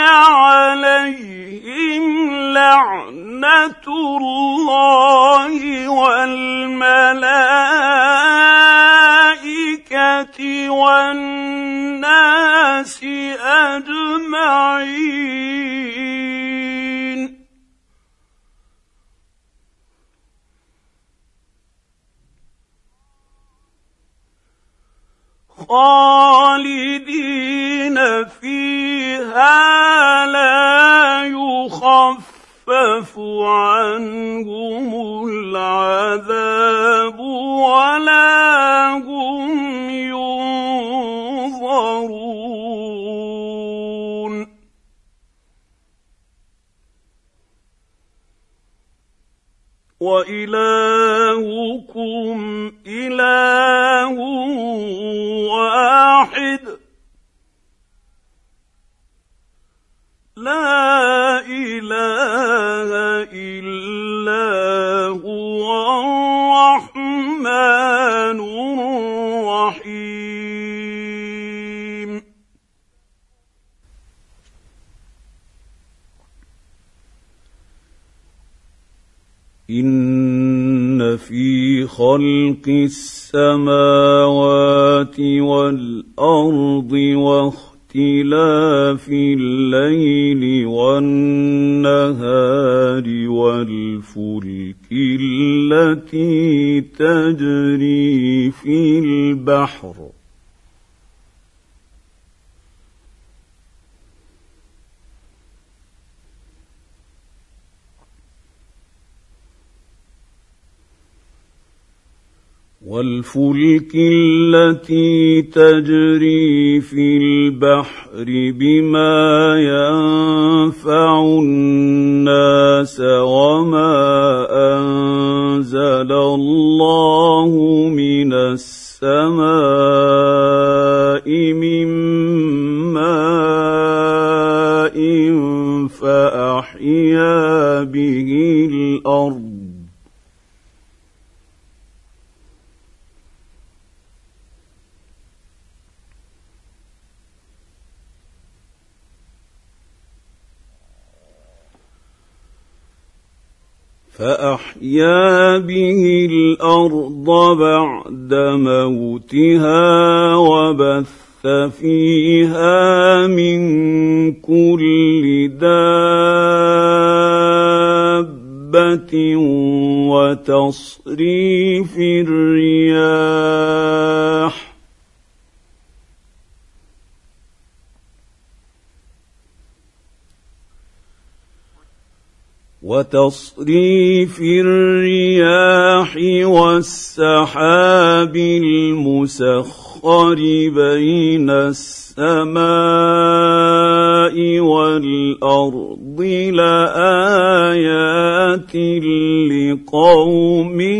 عليهم لعنة الله والملائكة والناس أجمعين خالدين فيها لا يخفف عنهم العذاب ولا هم ينظرون وإلهكم إله واحد لا إله إلا هو الرحمن الرحيم. إن في خلق السماوات والأرض واختلاف الليل والنهار والفلك التي تجري في البحر والفلك التي تجري في البحر بما ينفع الناس وما أنزل الله من السماء من ماء فأحيا به الأرض فأحيا به الأرض بعد موتها وبث فيها من كل دابة وتصريف الرياح وتصريف الرياح والسحاب المسخر بين السماء والأرض لآيات لقوم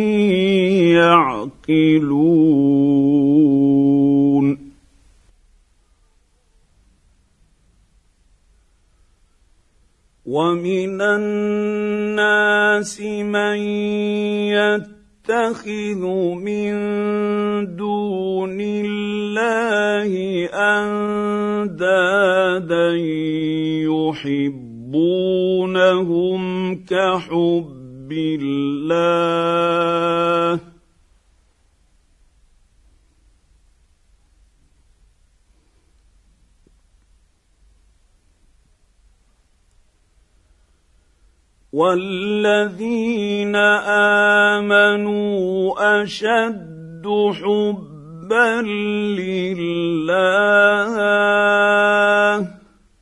يعقلون. ومن الناس من يتخذ من دون الله أندادا يحبونهم كحب الله والذين آمنوا أشد حبا لله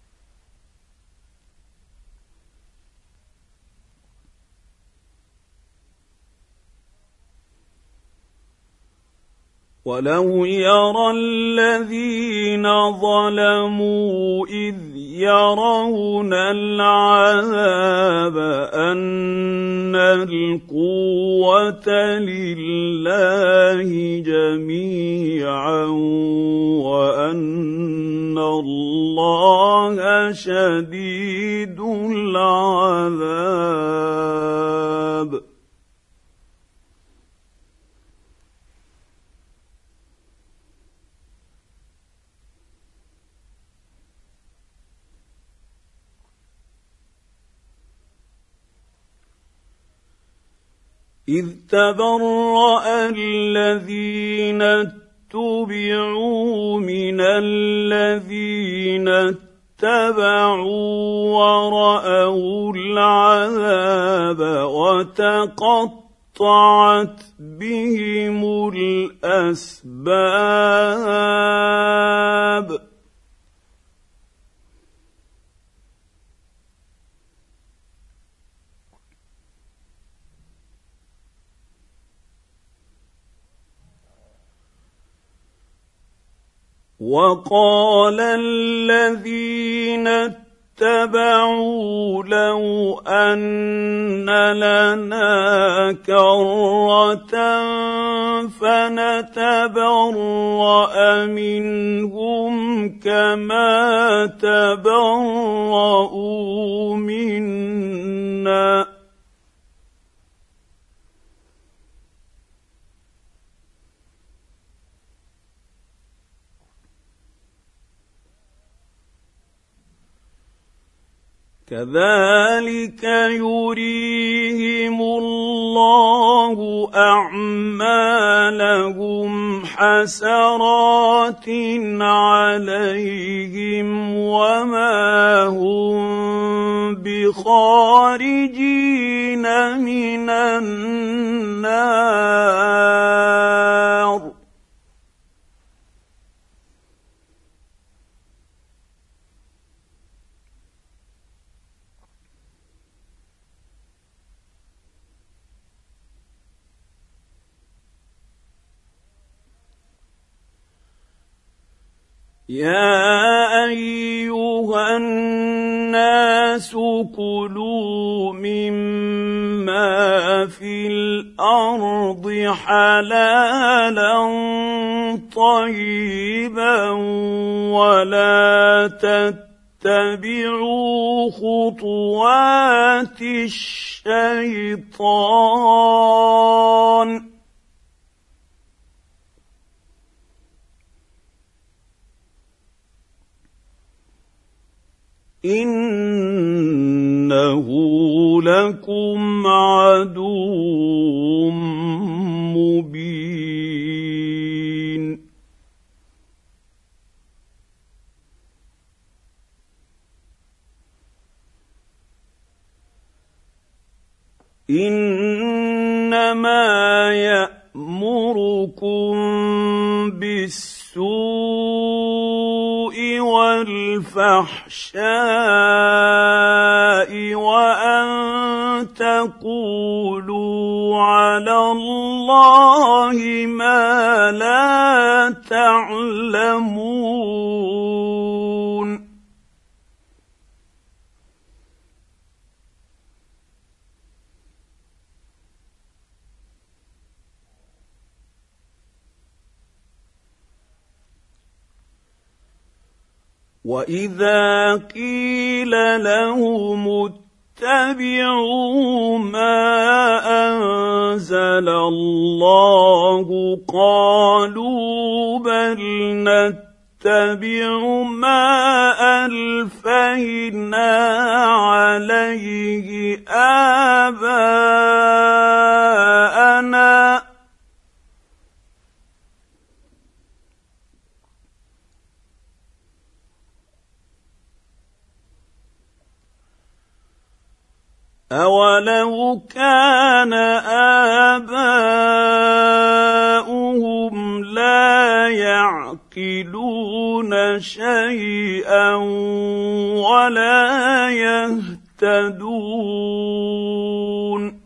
ولو يرى الذين ظلموا إذ يرون العذاب أن القوة لله جميعا وأن الله شديد العذاب. إذ تبرأ الذين اتبعوا من الذين اتبعوا ورأوا العذاب وتقطعت بهم الأسباب. وقال الذين اتبعوا لو أن لنا كرة فنتبرأ منهم كما تبرؤوا منا كذلك يريهم الله أعمالهم حسرات عليهم وما هم بخارجين من النار يا أيها الناس كلوا مما في الأرض حلالا طيبا ولا تتبعوا خطوات الشيطان إنه لكم عدو مبين إنما يأمركم بالسوء والفحشاء وأن تقولوا على الله ما لا تعلمون وإذا قيل لهم اتبعوا ما أنزل الله قالوا بل نتبع ما ألفينا عليه آباءنا أولو كان آباؤهم لا يعقلون شيئا ولا يهتدون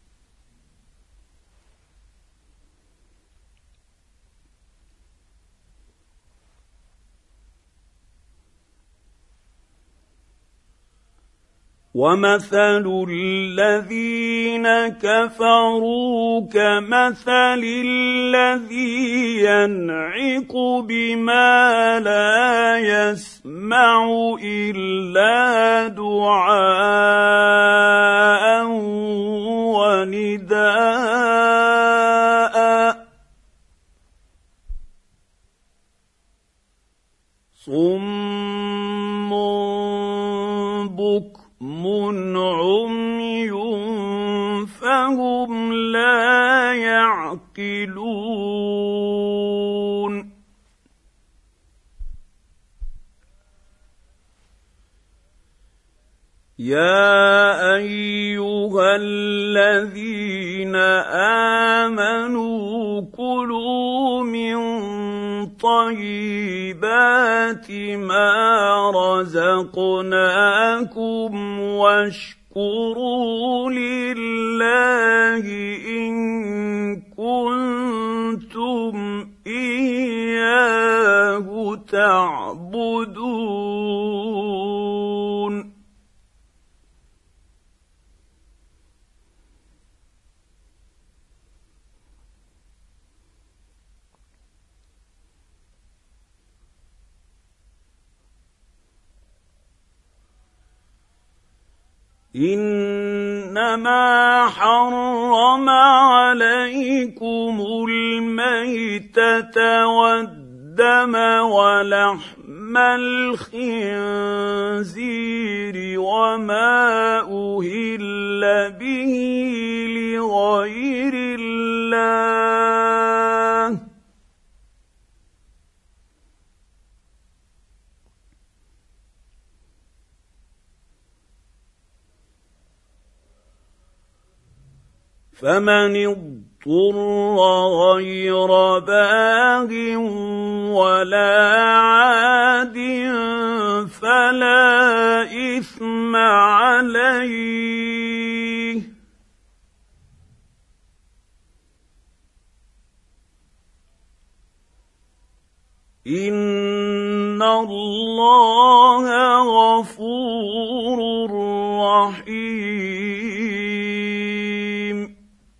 ومثل الذين كفروا كمثل الذي ينعق بما لا يسمع إلا دعاء ونداء صم بكم عمي فهم لا يعقلون يا أيها الذين آمنوا كلوا من طيبات ما رزقناكم واشكروا لله إن كنتم إياه تعبدون إنما حرم عليكم الميتة والدم ولحم الخنزير وما أهل به لغير الله فمن اضطر غير باغ ولا عاد فلا إثم عليه إن الله غفور رحيم.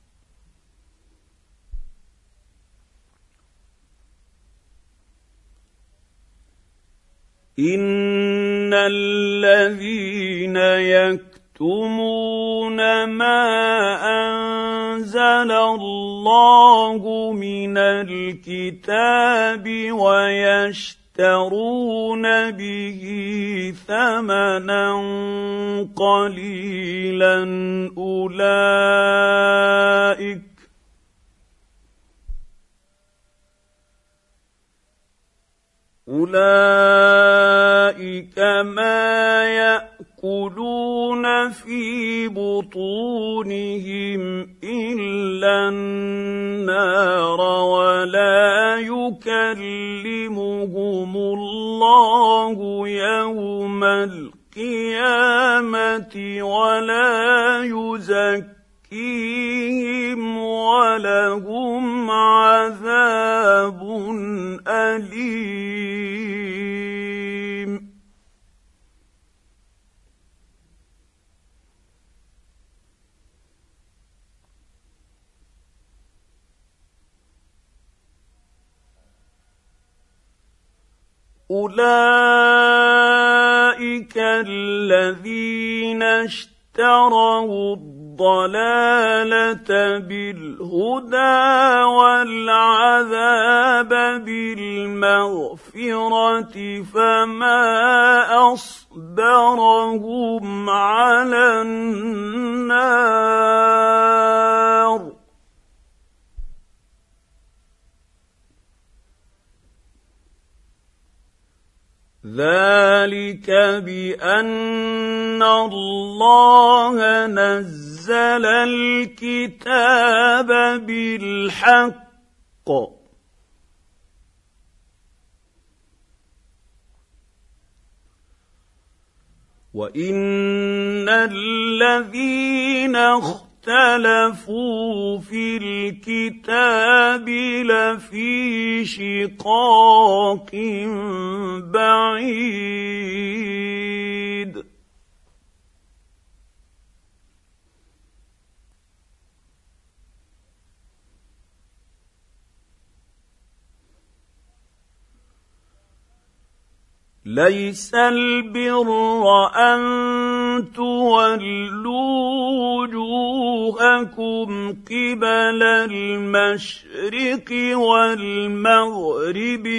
إن الذين يكتمون ما أنزل الله من الكتاب ويشترون به ثمنا قليلا أولئك أولئك ما يأكلون في بطونهم إلا النار ولا يكلمهم الله يوم القيامة ولا يزكيهم ولهم عذاب أليم. أولئك الذين اشتروا الضلالة بالهدى والعذاب بالمغفرة فما أصبرهم على النار. ذلك بأن الله نزل الكتاب بالحق وإن الذين اختلفوا في الكتاب لفي شقاق بعيد. ليس البر أن تولوا وجوهكم قبل المشرق والمغرب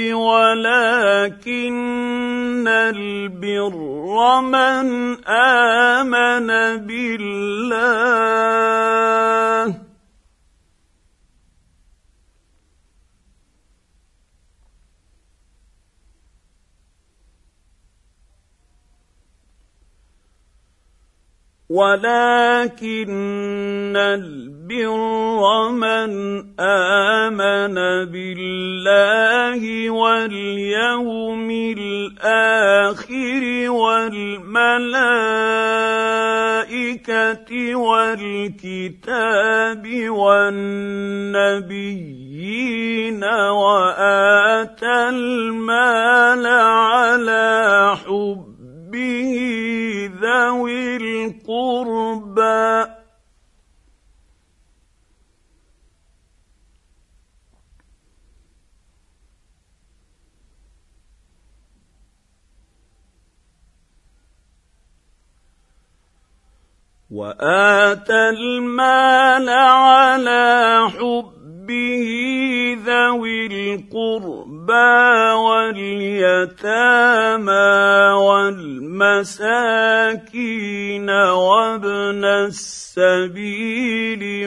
ولكن البر من آمن بالله ولكن البر من آمن بالله واليوم الآخر والملائكة والكتاب والنبيين وآتى المال على حبه ذوي القربى وآتى المال على حبه ذوي القربى واليتامى والمساكين وابن السبيل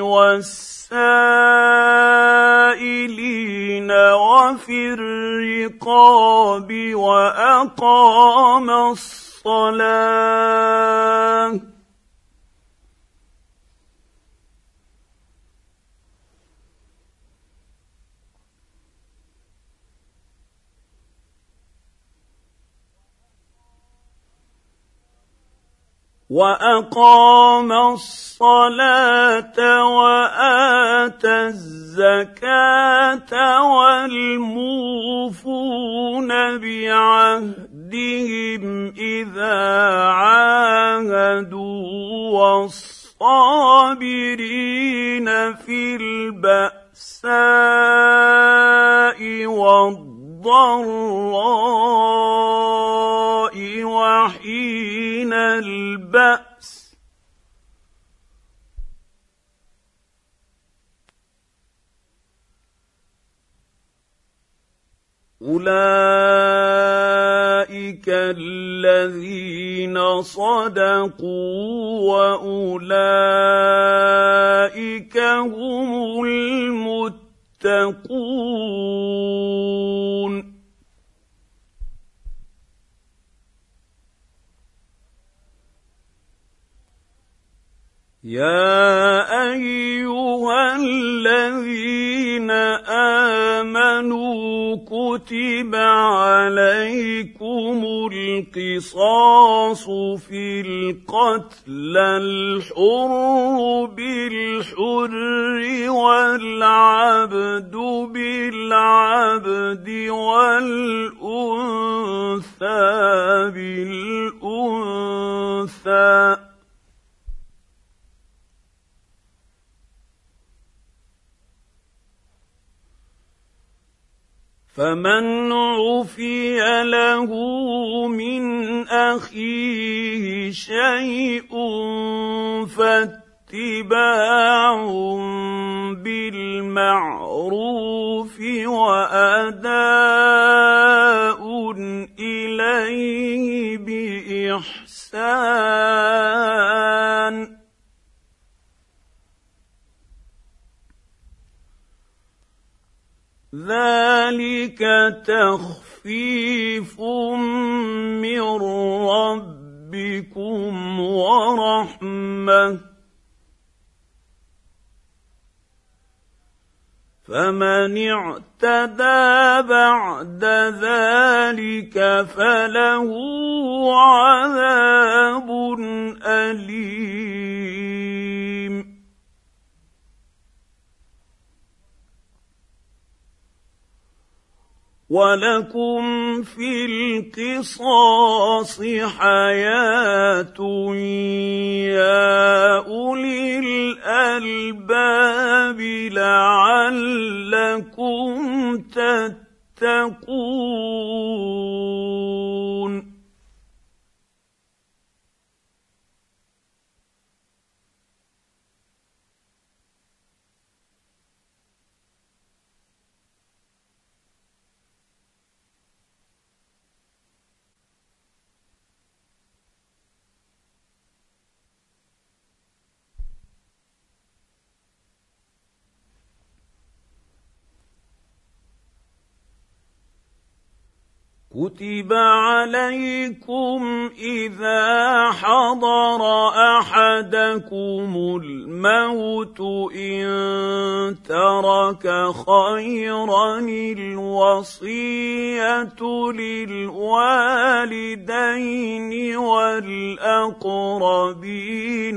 والسائلين وفي الرقاب وأقام الصلاة وأقام الصلاة وآتى الزكاة والموفون بعهدهم إذا عاهدوا والصابرين في البأساء والضراء وحين البأس أولئك الذين صدقوا وأولئك هم المتقون يا أيها الذين آمنوا كتب عليكم القصاص في القتلى الحر بالحر والعبد بالعبد والأنثى بالأنثى فمن عفي له من أخيه شيء فاتباع بالمعروف وأداء إليه بإحسان ذلك تخفيف من ربكم ورحمة فمن اعتدى بعد ذلك فله عذاب أليم ولكم في القصاص حياة يا أولي الألباب لعلكم تتقون كتب عليكم إذا حضر أحدكم الموت إن ترك خيرا الوصية للوالدين والأقربين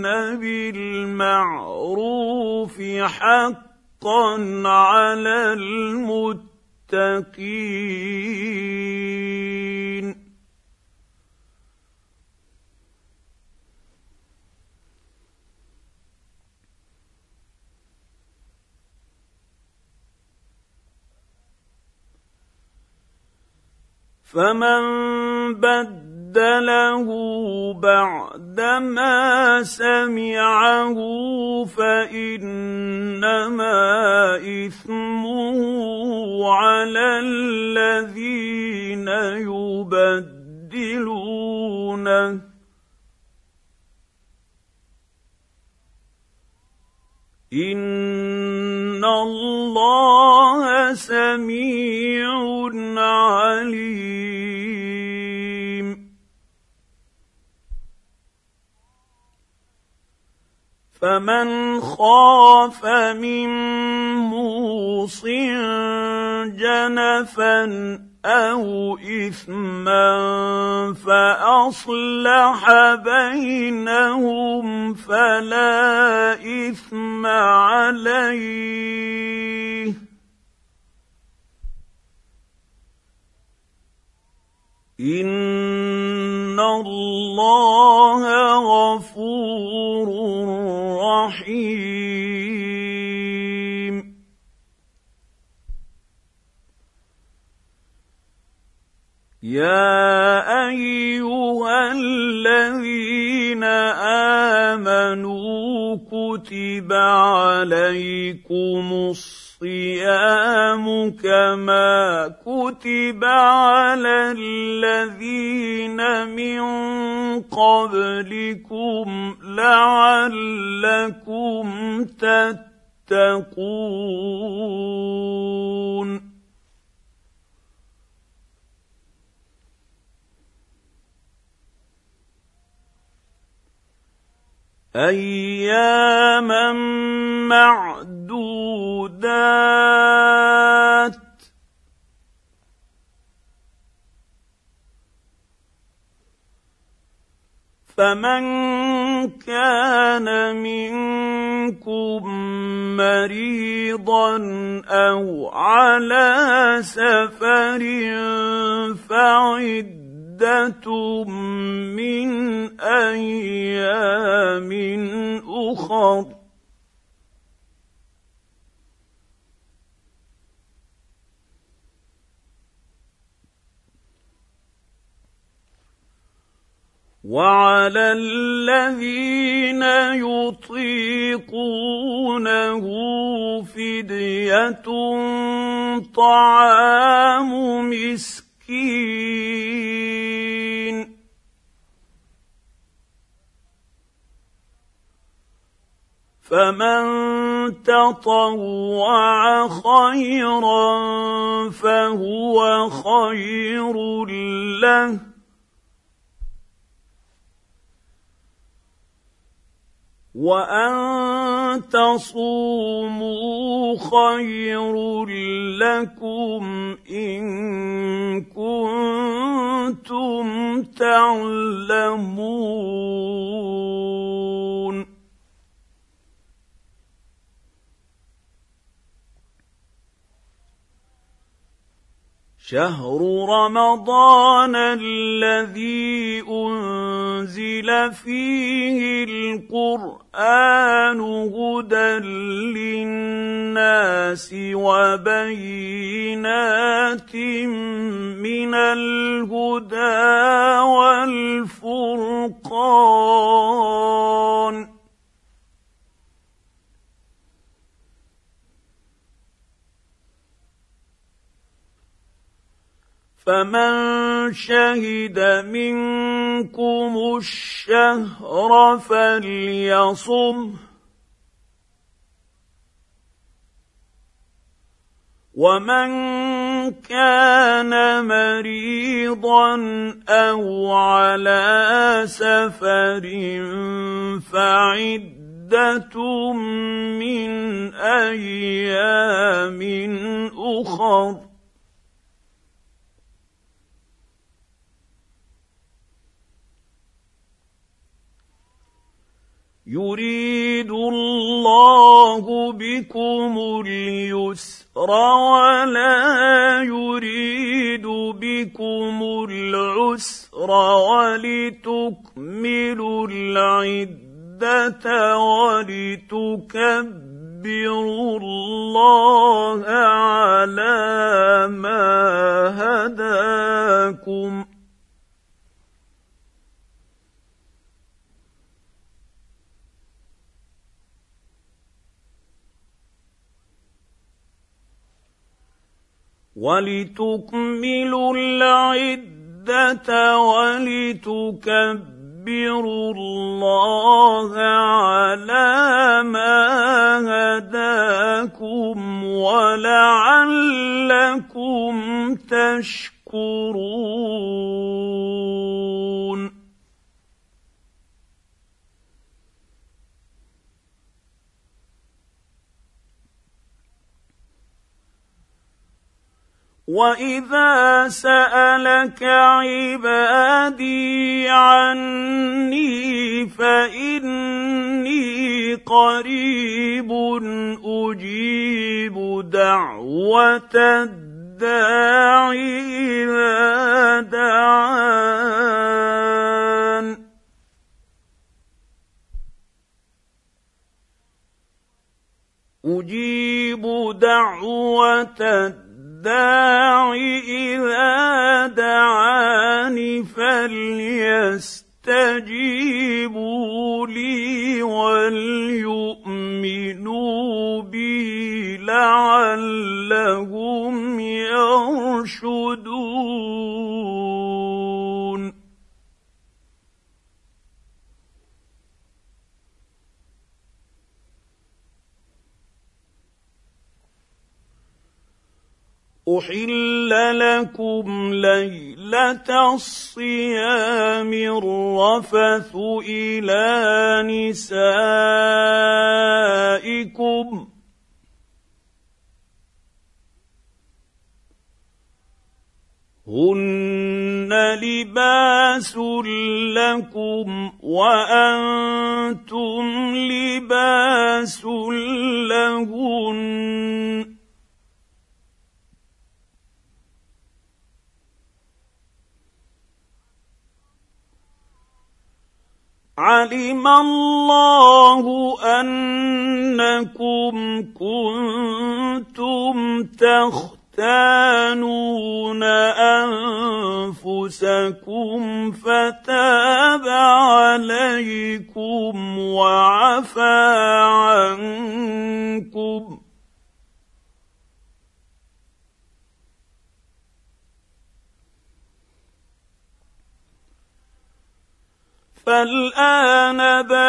بالمعروف حقا على المتقين فمن بدل بدله بعدما سمعه فإنما إثمه على الذين يبدلونه إن الله سميع عليم. فمن خاف من موص جنفا أو إثما فأصلح بينهم فلا إثم عليه إن الله غفور رحيم. يا أيها الذين آمنوا كتب عليكم الصيام كما كتب على الذين من قبلكم لعلكم تتقون. أياما معدودات فمن كان منكم مريضا أو على سفر فعدة من أيام أخر وعلى الذين يطيقونه فدية طعام مسكين فمن تطوع خيرا فهو خير له وأن تصوموا خير لكم إن كنتم تعلمون. شهر رمضان الذي أنزل فيه القرآن هدى للناس وبينات من الهدى والفرقان فمن شهد منكم الشهر فليصمه ومن كان مريضا أو على سفر فعدة من أيام أخر يريد الله بكم اليسر ولا يريد بكم العسر ولتكملوا العدة ولتكبروا الله على ما هداكم ولتكملوا العدة ولتكبروا الله على ما هداكم ولعلكم تشكرون. وَإِذَا سَأَلَكَ عِبَادِي عَنِّي فَإِنِّي قَرِيبٌ أُجِيبُ دَعْوَةَ الدَّاعِ إِذَا دَعَانِ أُجِيبُ دَعْوَةَ الدَّاعِ إِذَا دَعَانِ فَلْيَسْتَجِيبُوا لِي وَلْيُؤْمِنُوا بِي لَعَلَّهُمْ يَرْشُدُونَ. أُحِلَّ لَكُمْ لَيْلَةَ الصِّيَامِ الرَّفَثُ إِلَىٰ نِسَائِكُمْ هُنَّ لِبَاسٌ لَكُمْ وَأَنتُمْ لِبَاسٌ لَهُنَّ عَلِمَ اللَّهُ أَنَّكُمْ كُنتُمْ تَخْتَانُونَ أَنفُسَكُمْ فَتَابَ عَلَيْكُمْ وَعَفَا عَنكُمْ فَالْآنَ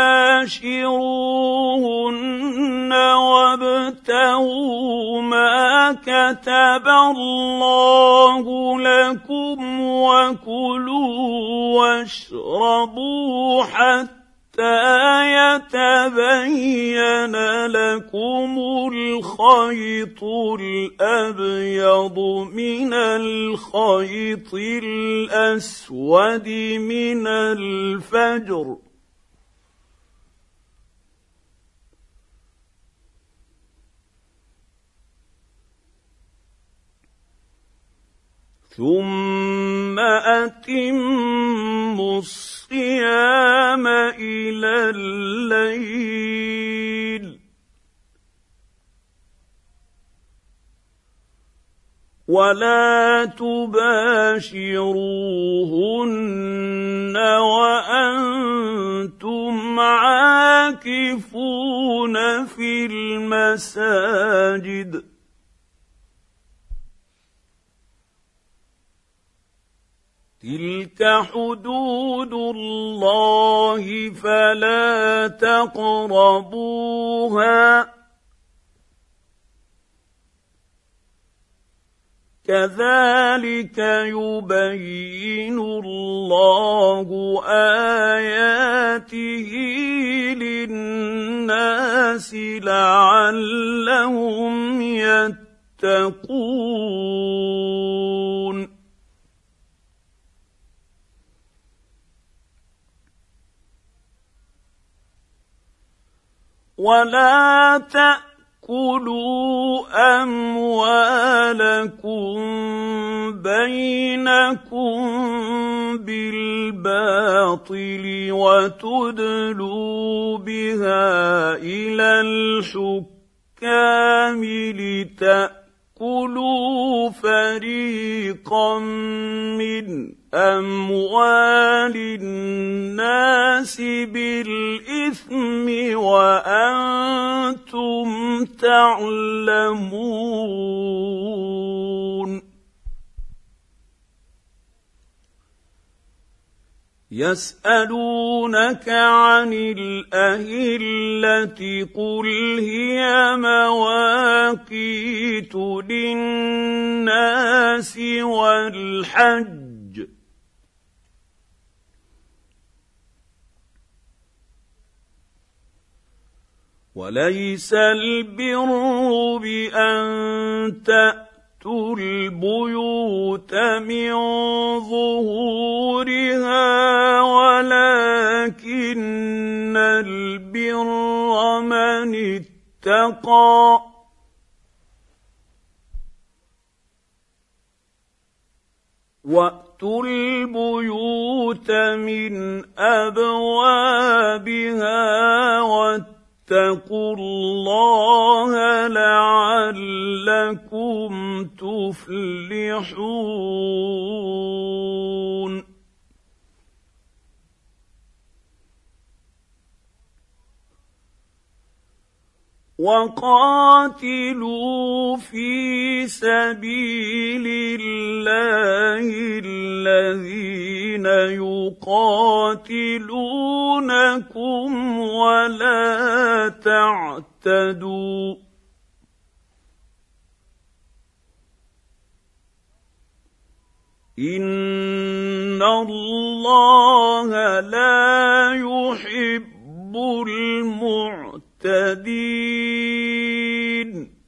بَاشِرُوهُنَّ وَابْتَغُوا مَا كَتَبَ اللَّهُ لَكُمْ وَكُلُوا وَاشْرَبُوا حَتَّىٰ يَتَبَيَّنَ لَكُمُ الْخَيْطُ الْأَبْيَضُ مِنَ الْخَيْطِ الْأَسْوَدِ مِنَ الْفَجْرِ ثُمَّ أَتِمُّوا الصِّيَامَ إِلَى اللَّيْلِ وَلَا تُبَاشِرُوهُنَّ وَأَنتُمْ عَاكِفُونَ فِي الْمَسَاجِدِ تِلْكَ حُدُودُ اللَّهِ فَلَا تَقْرَبُوهَا كَذَلِكَ يُبَيِّنُ اللَّهُ آيَاتِهِ لِلنَّاسِ لَعَلَّهُمْ يَتَّقُونَ. وَلَا تَأْكُلُوا أَمْوَالَكُم بَيْنَكُم بِالْبَاطِلِ وَتُدْلُوا بِهَا إِلَى الْحُكَّامِ لِتَأْكُلُوا فَرِيقًا مِّنْ أَمْوَالِ النَّاسِ بِالْإِثْمِ وَأَنتُمْ تَعْلَمُونَ. يسألونك عن الأهلة قل هي مواقيت للناس والحج وليس البر بأن تأتوا البيوت من ظهورها ولكن البر من اتقى وأتوا البيوت من أبوابها واتقوا الله لعلكم تفلحون وقاتلوا في سبيل الله الذين يقاتلونكم ولا تعتدوا إن الله لا يحب المعتدين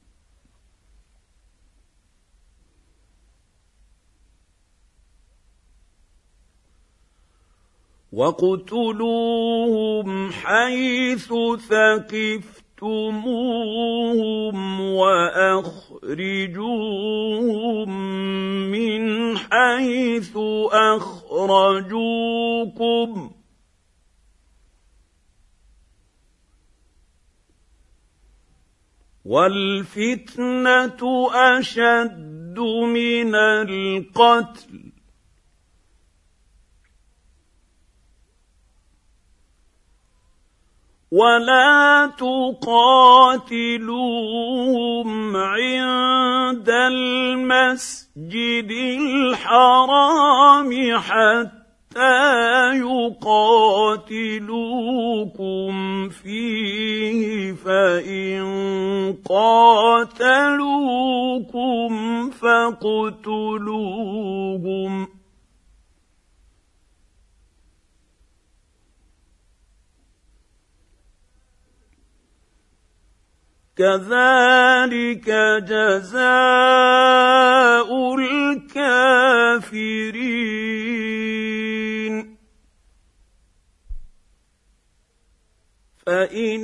واقتلوهم حيث ثقفتموهم وأخرجوهم من حيث أخرجوكم والفتنة أشد من القتل ولا تقاتلوهم عند المسجد الحرام حتى يقاتلوكم فيه فإن قاتلوكم فاقتلوهم كذلك جزاء الكافرين فإن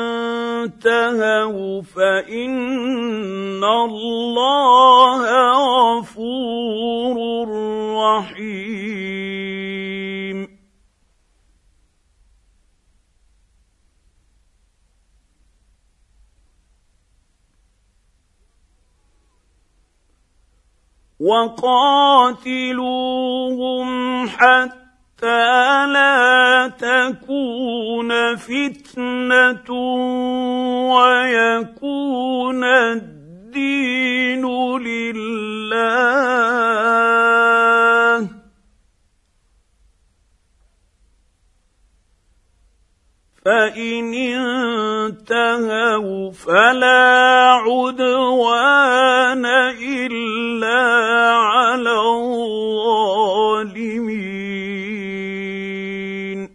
انتهوا فإن الله غفور رحيم وقاتلوهم حتى لا تكون فتنة ويكون الدين لله فإن انتهوا فلا عدوان إلا على الظالمين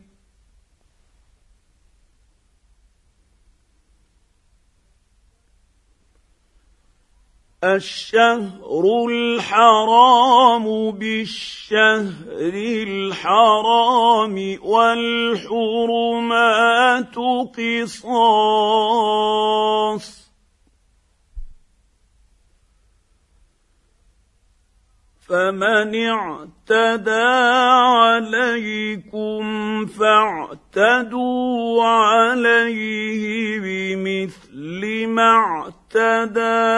الشهر الحرام بالشهر الحرام والحرمات قصاص فمن اعتدى عليكم فاعتدوا عليه بمثل ما اعتدى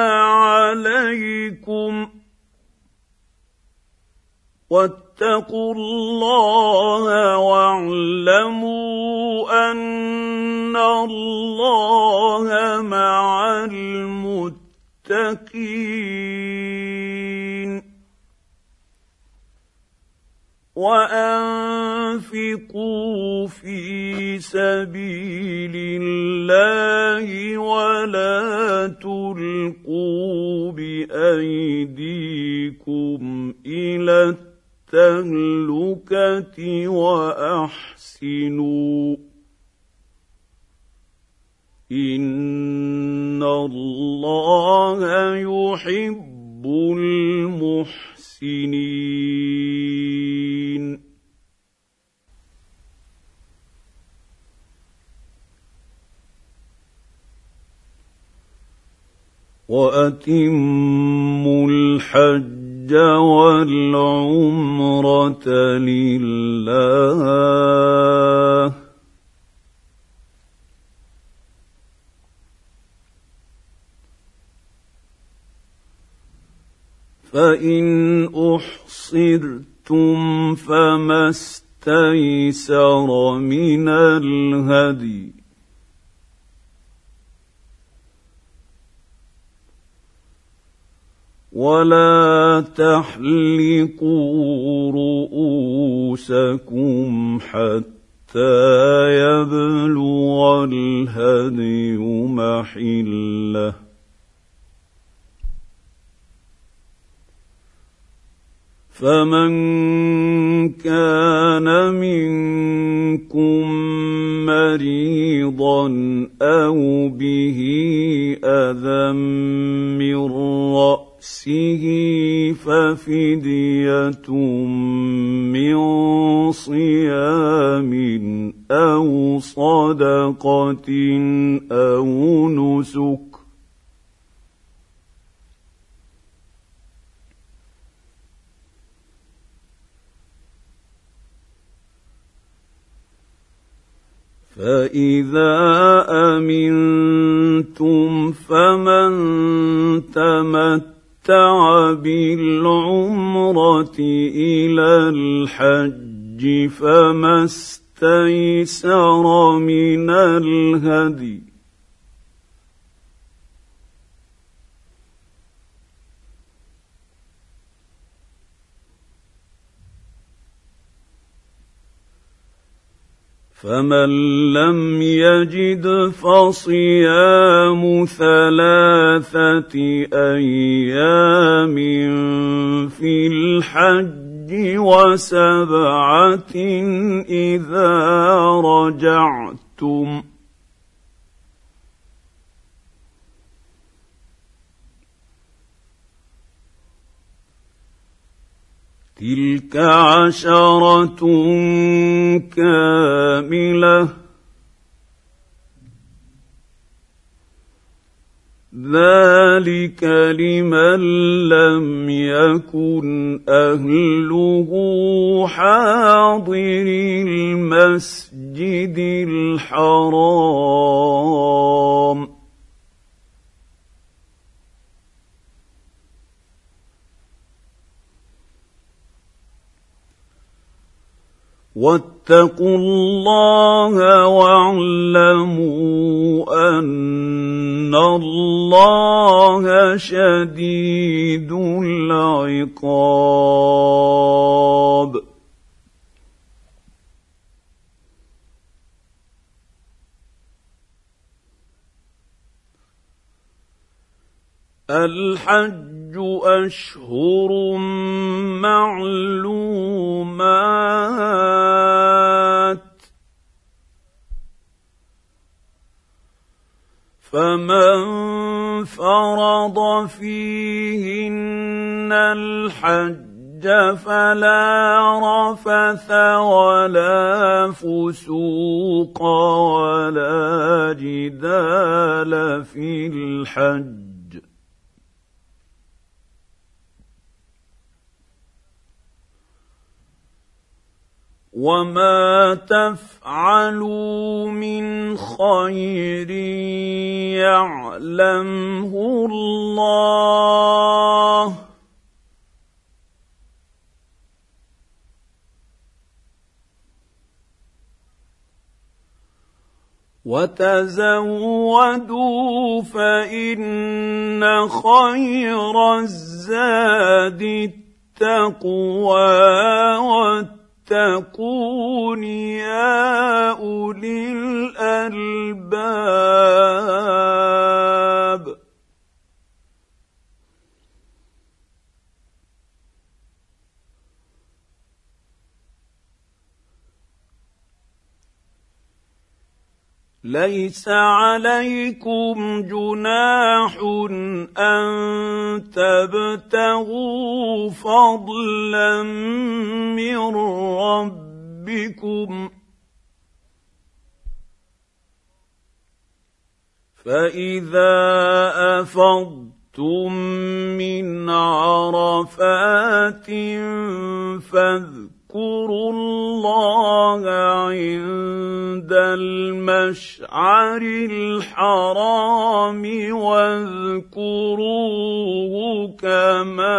عليكم واتقوا الله واعلموا أن الله مع المتقين وأنفروا وانفقوا في سبيل الله ولا تلقوا بأيديكم إلى التهلكة وأحسنوا إن الله يحب المحسنين. وأتموا الحج والعمرة لله فإن أحصرتم فما استيسر من الهدي ولا تحلقوا رؤوسكم حتى يبلغ الهدي محله فمن كان منكم مريضا أو به أذى من رأسه ففدية من صيام أو صدقة أو نسك فإذا أمنتم فمن تمتع بالعمرة إلى الحج فما استيسر من الهدي فمن لم يجد فصيام ثلاثة أيام في الحج وسبعة إذا رجعتم تلك عشرة كاملة ذلك لمن لم يكن أهله حاضر المسجد الحرام واتقوا الله واعلموا أن الله شديد العقاب الحج أشهر معلومات فمن فرض فيهن الحج فلا رفث ولا فسوق ولا جدال في الحج وما تفعلوا من خير يعلمه الله وتزودوا فإن خير الزاد التقوى واتقون يا أولي الألباب. ليس عليكم جناح أن تبتغوا فضلا من ربكم، فإذا أفضتم من عرفات فاذكروا الله عند المشعر الحرام واذكروه كما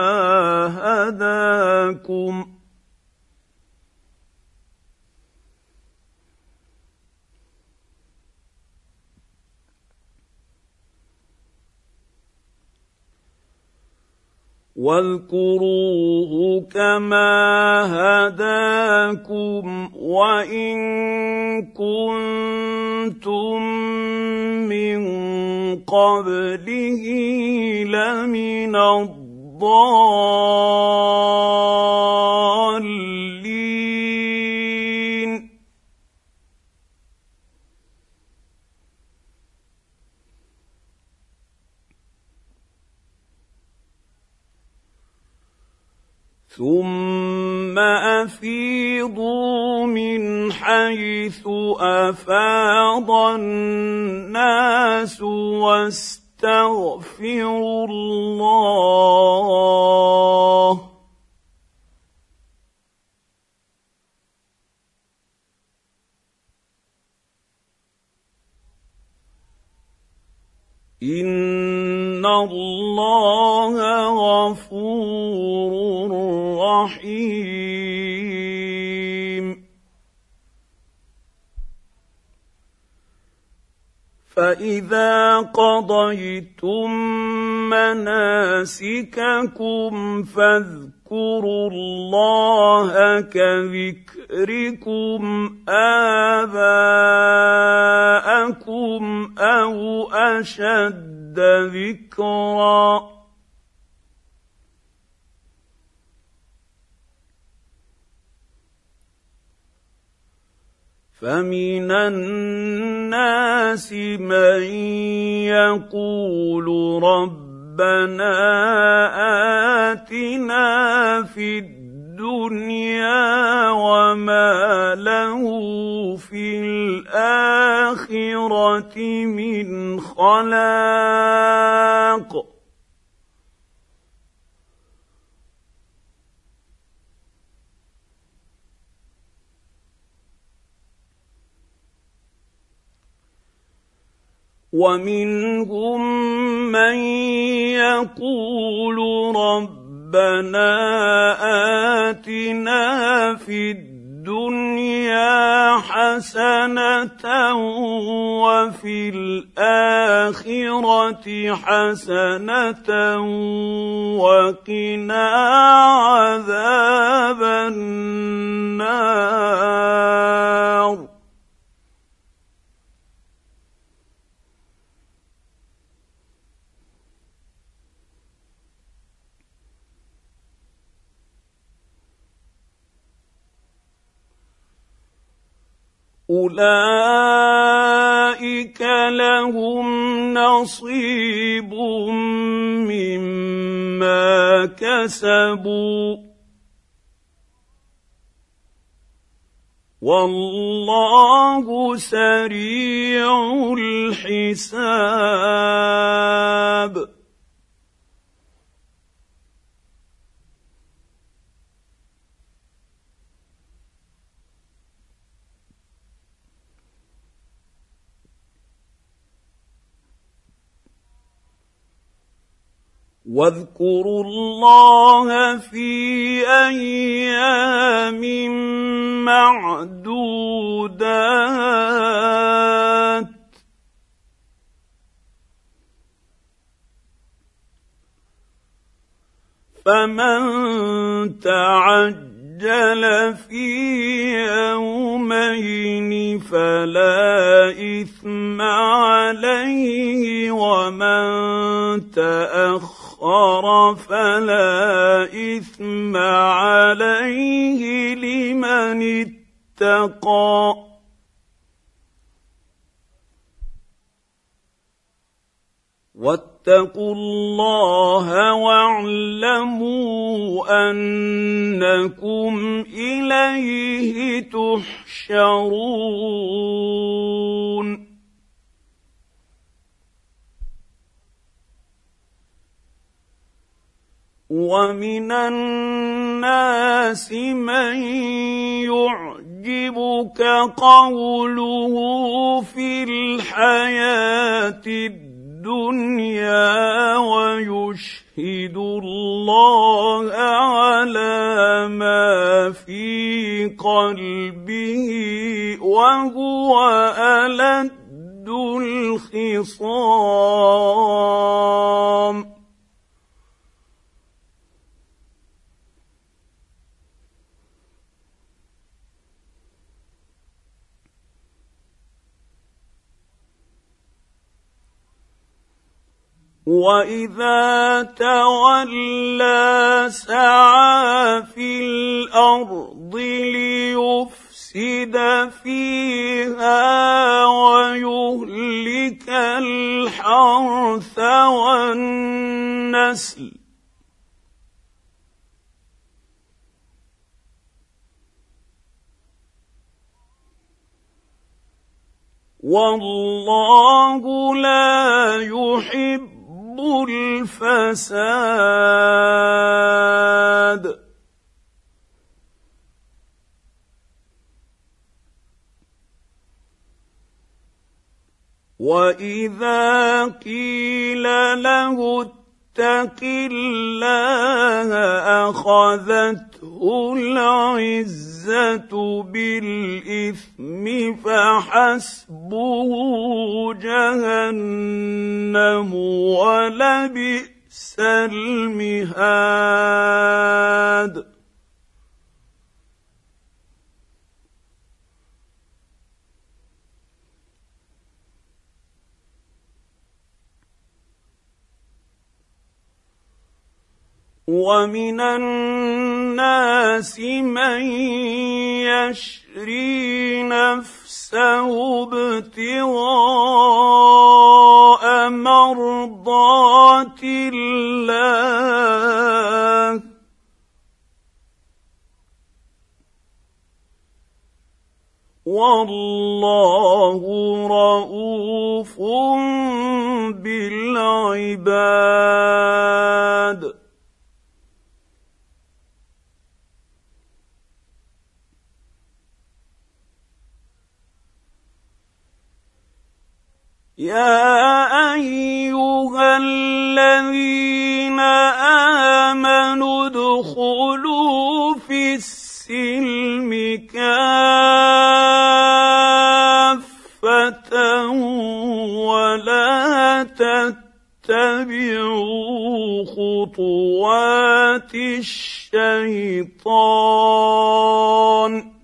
هداكم واذكروه كما هداكم وإن كنتم من قبله لمن الضالين. ثم أفيضوا من حيث أفاض الناس واستغفروا الله إن الله غفور رحيم. فإذا قضيتم مناسككم فاذكروا الله كذكركم آباءكم أو أشد ذكرًا، فمن الناس من يقول ربنا آتنا في الدنيا وما له في الآخرة من خلاق، ومنهم من يقول ربنا آتنا في الدنيا حسنة وفي الآخرة حسنة وقنا عذاب النار. أولئك لهم نصيب مما كسبوا والله سريع الحساب. واذكروا الله في أيام معدودات فمن تعجل تعجل في يومين فلا إثم عليه ومن تأخر فلا إثم عليه لمن اتقى واتقوا الله واعلموا أنكم إليه تحشرون ومن الناس من يعجبك قوله في الحياة الدنيا ويشهد الله على ما في قلبه وهو ألد الخصام وإذا تولى سعى في الأرض ليفسد فيها ويهلك الحرث والنسل والله لا يحب الفساد وإذا قيل له اتق الله أخذته العزة بالإثم فحسبه جهنم ولبئس المهاد ومن الناس من يشري نفسه ابتغاء مرضات الله والله رءوف بالعباد يا أيها الذين آمنوا ادخلوا في السلم كافة ولا تتبعوا خطوات الشيطان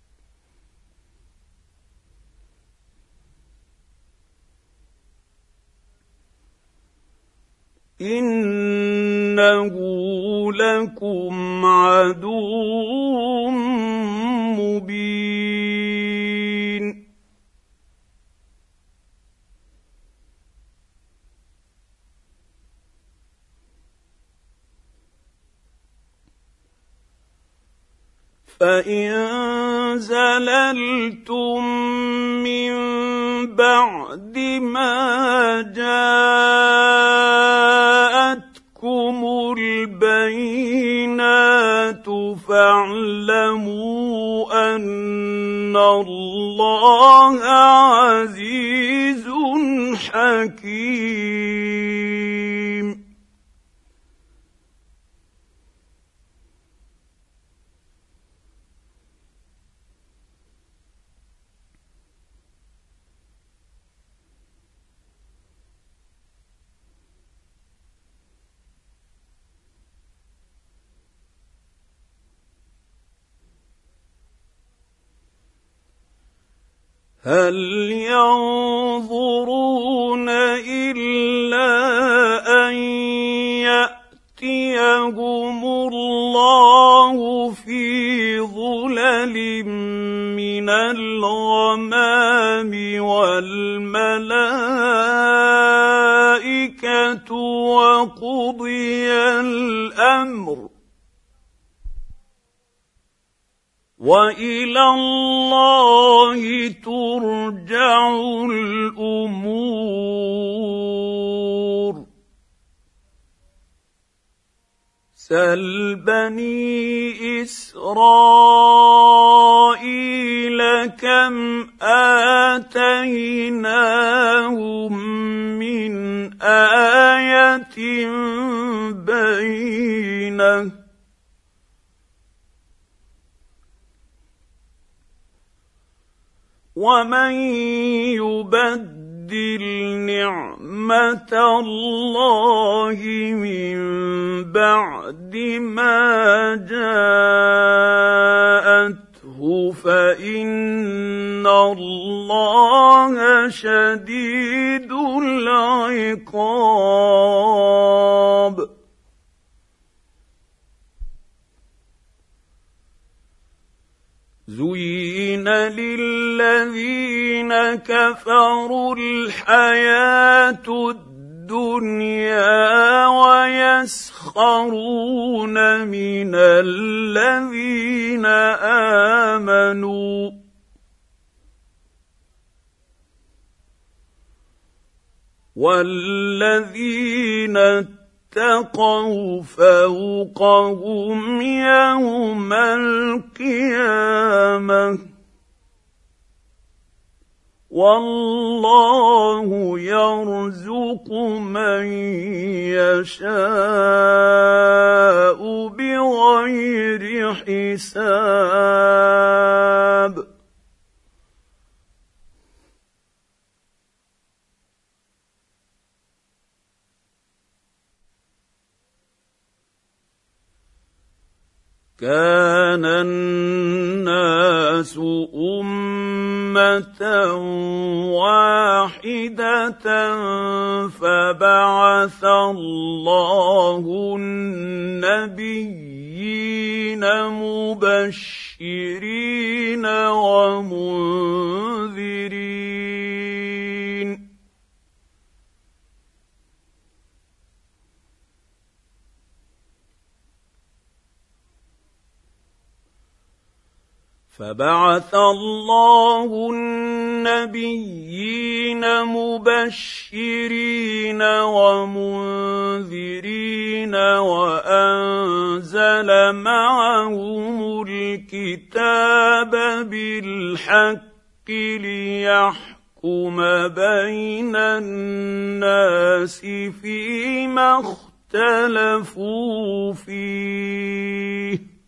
إنه لكم عدو مبين فإن زللتم من بعد ما جاءتكم البينات فاعلموا أن الله عزيز حكيم هل ينظرون إلا أن يأتيهم الله في ظلل من الغمام والملائكة وقضي الأمر وإلى الله ترجع الأمور. سل بني إسرائيل كم آتيناهم من آية بينة ومن يبدل نعمة الله من بعد ما جاءته فإن الله شديد العقاب. زين للذين كفروا الحياة الدنيا ويسخرون من الذين آمنوا والذين اتقوا فوقهم يوم القيامة والله يرزق من يشاء بغير حساب. كان الناس أمة واحدة فبعث الله النبيين مبشرين ومنذرين فبعث الله النبيين مبشرين ومنذرين وأنزل معهم الكتاب بالحق ليحكم بين الناس فيما اختلفوا فيه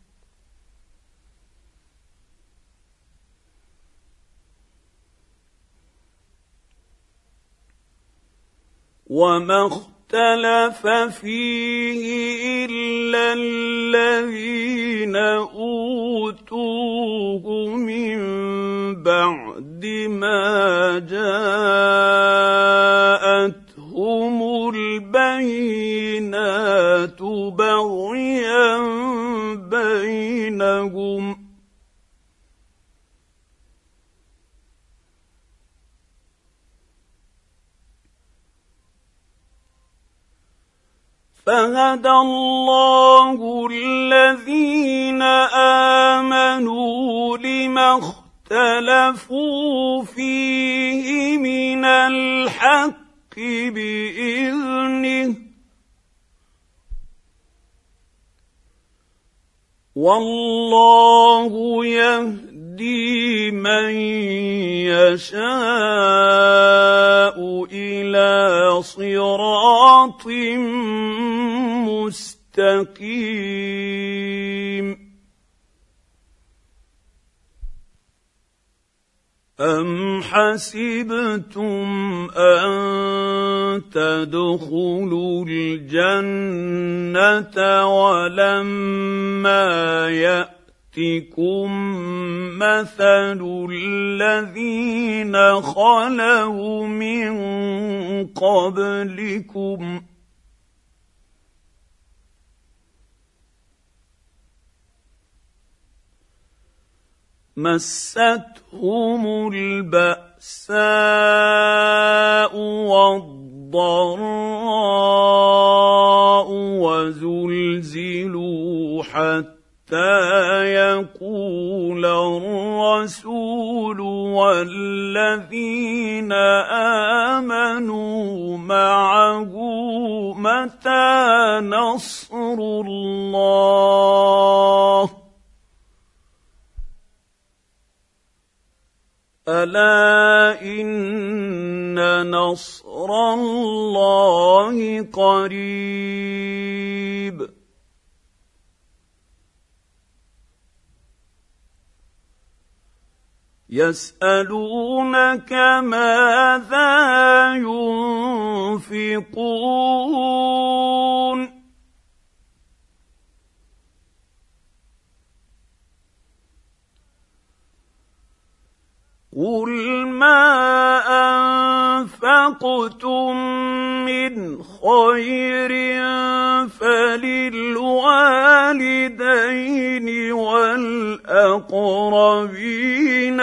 وما اختلف فيه إلا الذين أوتوه من بعد ما جاءتهم البينات بغيا بينهم فهدى الله الذين آمنوا لما اختلفوا فيه من الحق بإذنه والله يهدي من يشاء إلى صراط مستقيم. أم حسبتم أن تدخلوا الجنة ولما يأتكم ياتكم مثل الذين خلوا من قبلكم مستهم البأساء والضراء وزلزلوا حتى يقول الرسول والذين آمنوا معه متى نصر الله ألا إن نصر الله قريب يسألونك ماذا ينفقون قل ما أنفقتم من خير فللوالدين والأقربين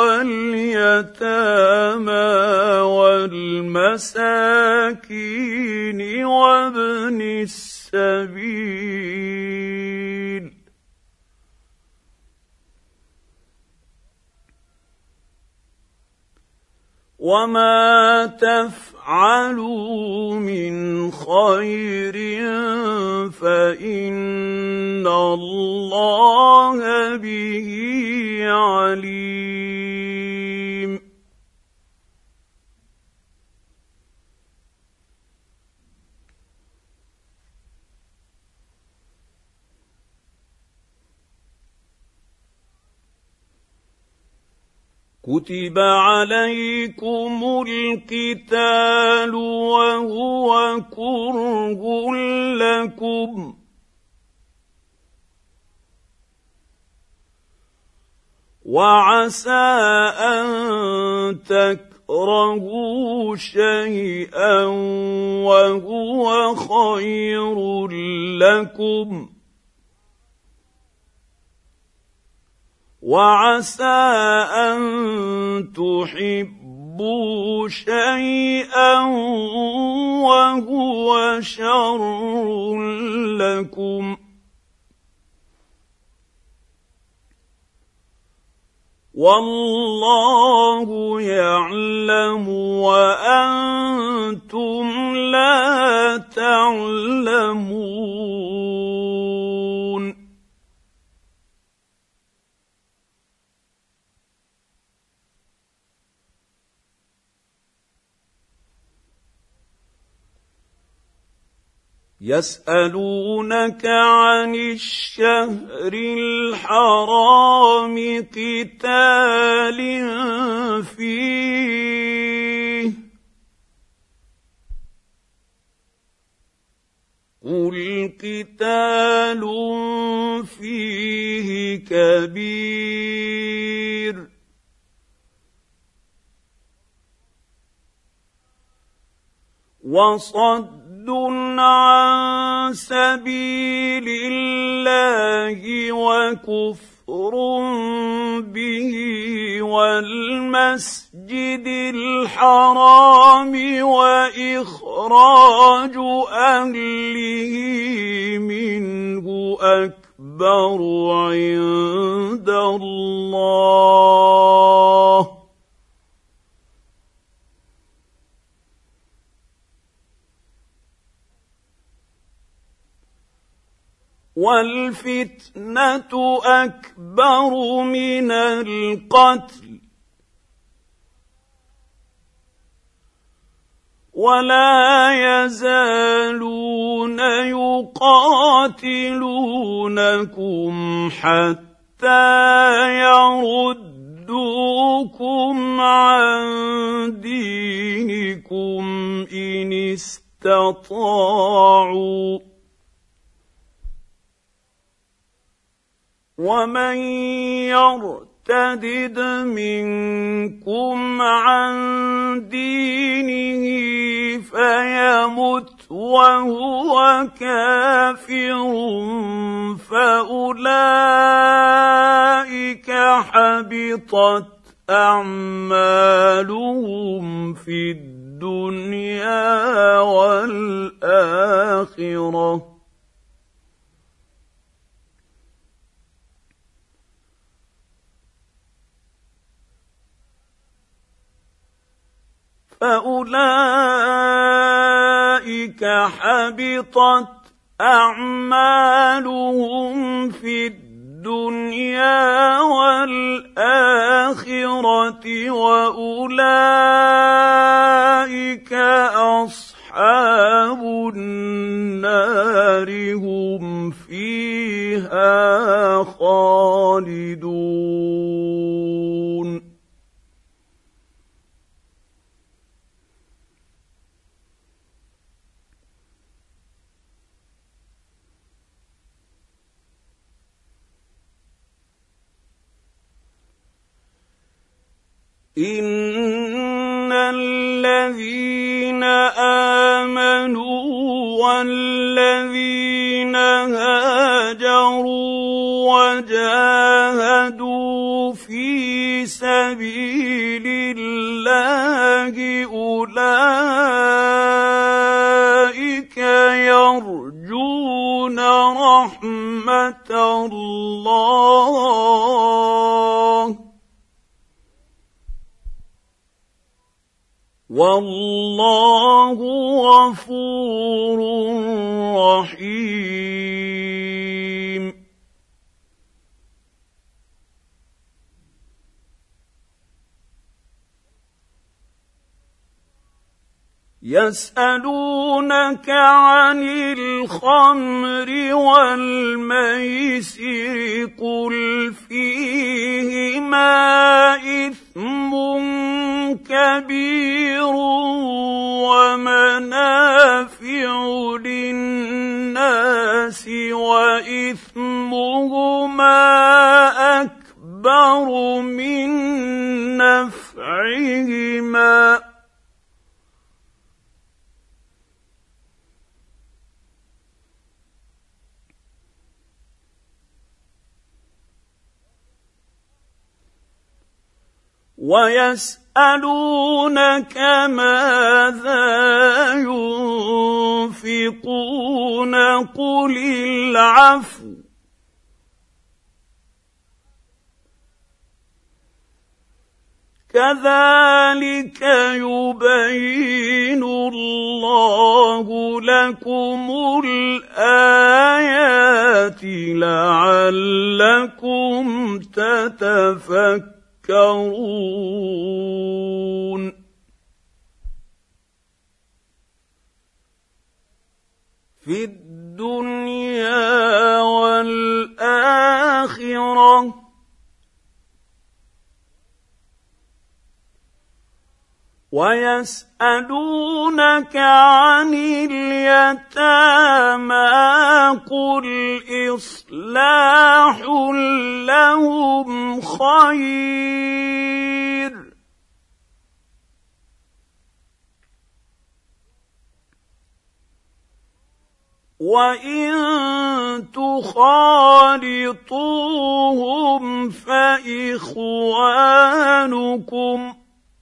واليتامى والمساكين وابن السبيل وما تفعلوا من خير فإن الله به عليم كتب عليكم القتال وهو كره لكم وعسى أن تكرهوا شيئا وهو خير لكم وعسى أن تحبوا شيئا وهو شر لكم والله يعلم وأنتم لا تعلمون يسألونك عن الشهر الحرام قتال فيه قل قتال فيه كبير وصد عن سبيل الله وكفر به والمسجد الحرام وإخراج أهله منه أكبر عند الله والفتنة أكبر من القتل ولا يزالون يقاتلونكم حتى يردوكم عن دينكم إن استطاعوا ومن يرتدد منكم عن دينه فيمت وهو كافر فأولئك حبطت أعمالهم في الدنيا والآخرة فأولئك حبطت أعمالهم في الدنيا والآخرة وأولئك أصحاب النار هم فيها خالدون إن الذين آمنوا والذين هاجروا وجاهدوا في سبيل الله أولئك يرجون رحمة الله والله غفور رحيم يسألونك عن الخمر والميسر قل فيهما إثم كبير ومنافع للناس وإثمهما أكبر من نفعهما ويسألونك ماذا ينفقون قل العفو كذلك يبين الله لكم الآيات لعلكم تتفكرون في الدنيا والآخرة ويسألونك عن اليتامى قل إصلاح لهم خير وإن تخالطوهم فإخوانكم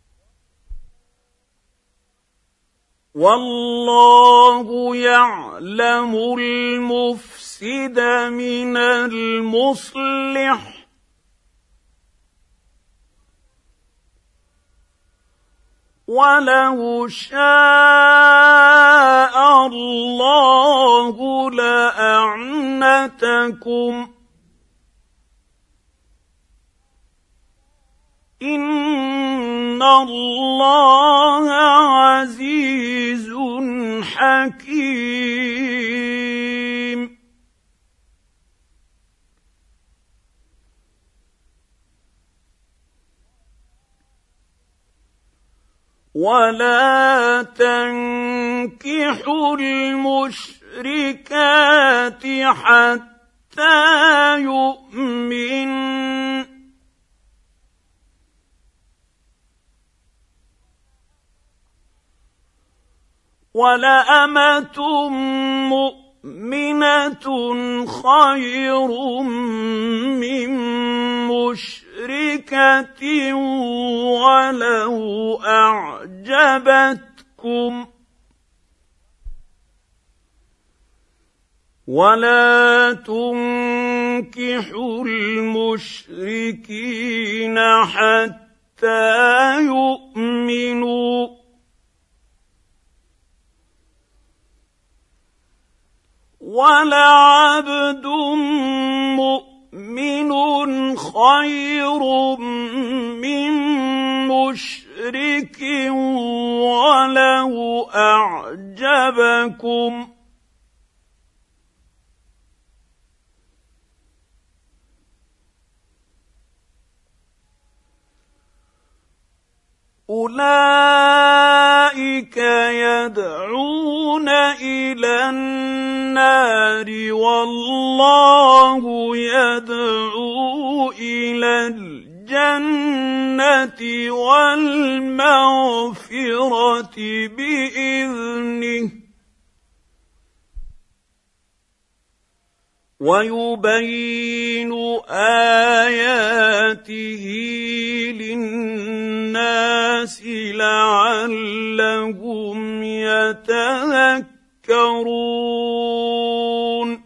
والله يعلم المفسد من المصلح ولو شاء الله لأعنتكم إن الله عزيز حكيم ولا تنكحوا المشركات حتى يؤمن ولأمة مؤمنة خير من مشركة ولو أعجبتكم ولا تنكحوا المشركين حتى يؤمنوا ولعبد مؤمن خير من مشرك ولو أعجبكم أولئك يدعون إلى النار والله يدعو إلى الجنة والمغفرة بإذنه ويبين آياته للناس لعلهم يتذكرون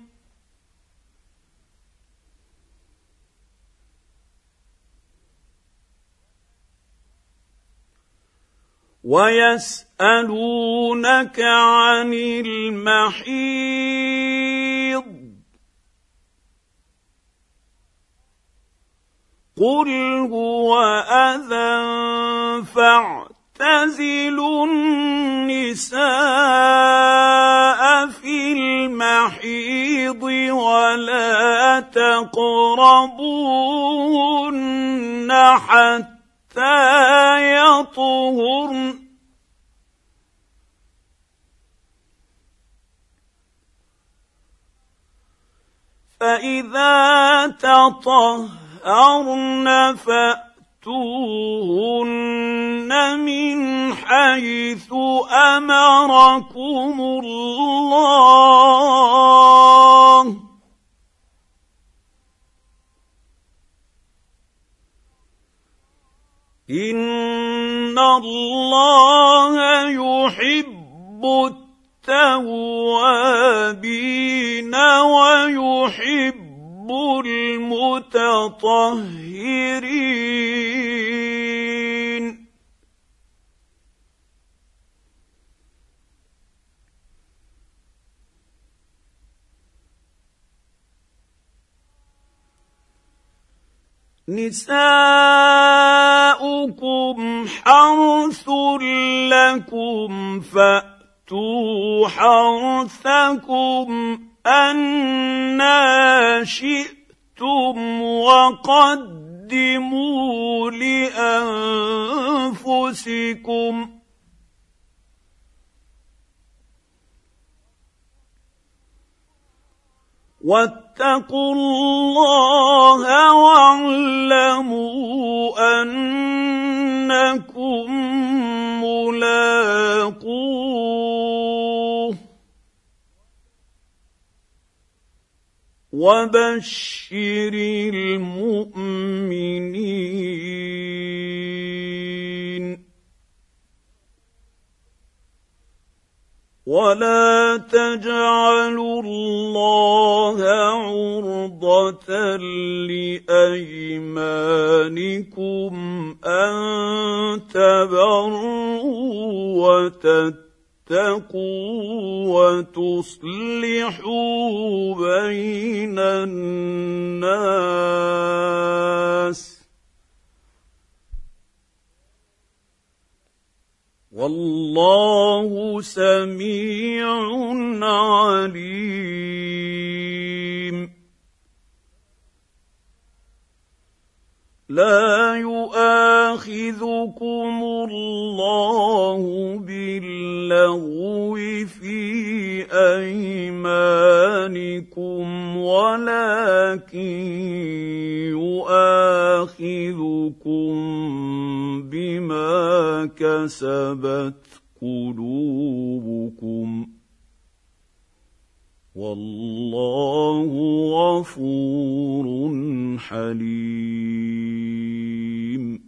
ويسألونك عن المحيض قل هو أذى فاعتزلوا النساء في المحيض ولا تقربوهن حتى يطهرن فإذا تطهرن فأتوهن من حيث أمركم الله إن الله يحب التوابين ويحب المتطهرين نساؤكم حرث لكم فأتوا حرثكم أنى شئتم وقدموا لأنفسكم واتقوا الله واعلموا أنكم ملاقوه وبشر المؤمنين ولا تجعلوا الله عرضة لأيمانكم أن تبروا وتتقوا وتصلحوا بين الناس والله سميع عليم لا يؤاخذكم الله باللغو في أيمانكم ولكن يؤاخذكم بما كسبت قلوبكم والله غفور حليم.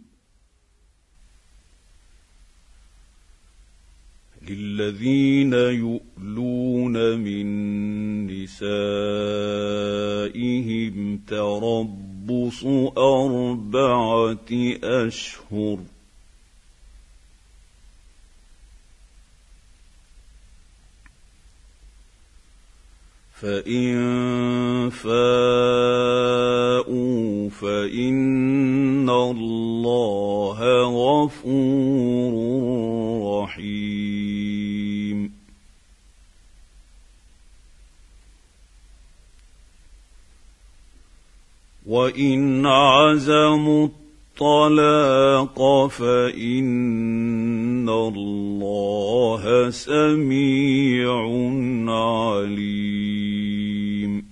للذين يؤلون من نسائهم تربص أربعة أشهر فإن فاءوا فإن الله غفور رحيم. وإن عزموا الطلاق فإن الله سميع عليم.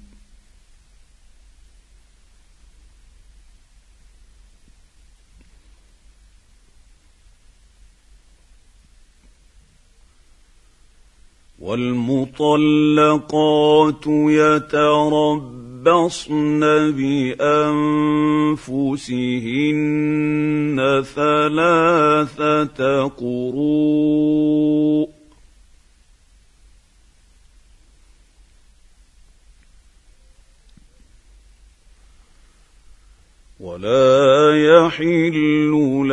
والمطلقات يتربصن بأنفسهن ثلاثة قروء ولا يحل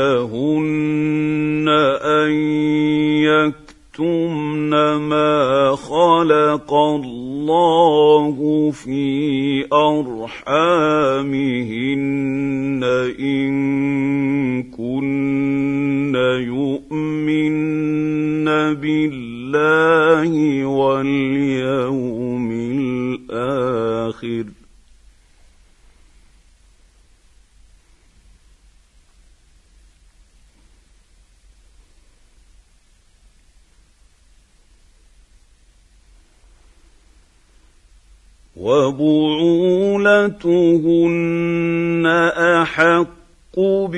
لهن أن يكتمن ما خلق الله في أرحامهن إن كن يؤمن بالله واليوم الآخر وبعولتهن أحق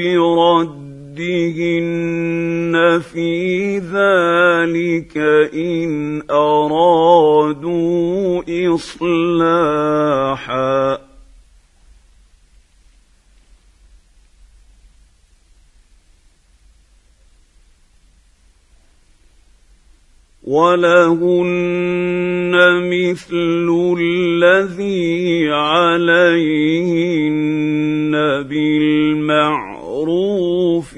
بردهن في ذلك إن أرادوا إصلاحا ولهن مثل الذي عليهن بالمعروف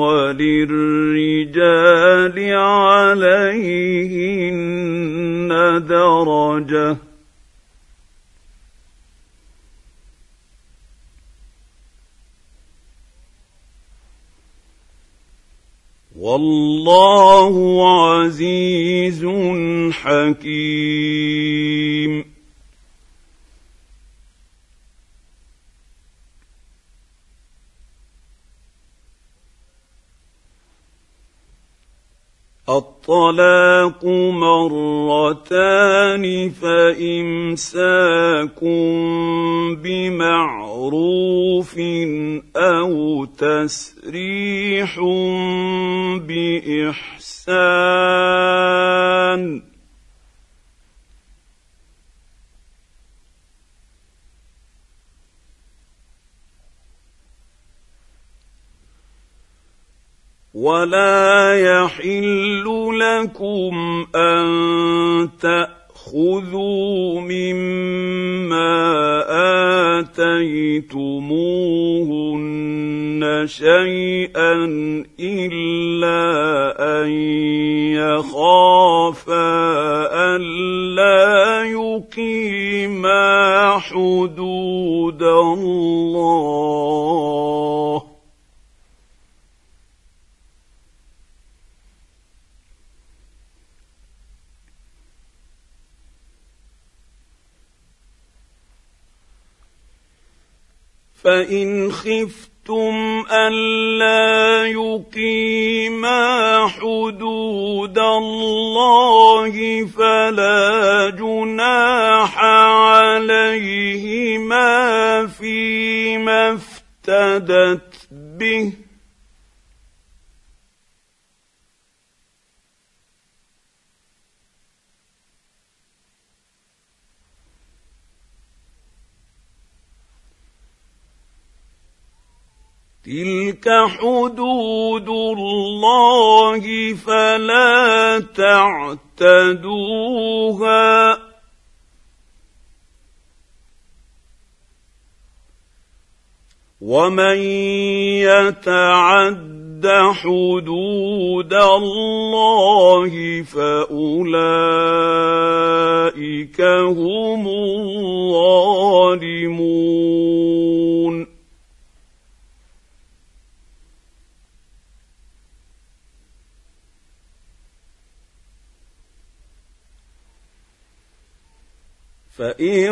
وللرجال عليهن درجة والله عزيز حكيم. الطلاق مرتان فإمساك بمعروف أو تسريح بإحسان ولا يحل لكم أن تأخذوا مما آتيتموهن شيئا إلا أن يخافا ألا يقيما حدود الله فإن خفتم ألا يقيما حدود الله فلا جناح عليهما فيما افتدت به تلك حدود الله فلا تعتدوها ومن يتعد حدود الله فأولئك هم الظالمون فإن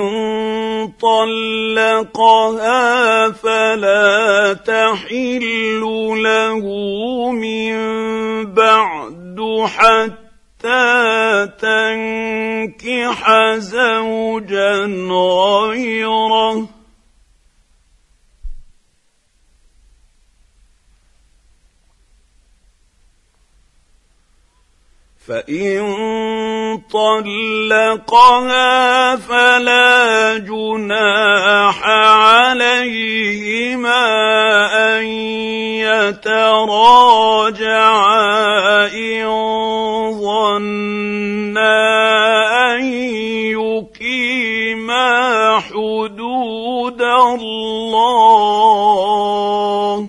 طلقها فلا تحل له من بعد حتى تنكح زوجا غيره فإن طلقها فلا جناح عليهما أن يتراجعا إن ظنا أن يقيما حدود الله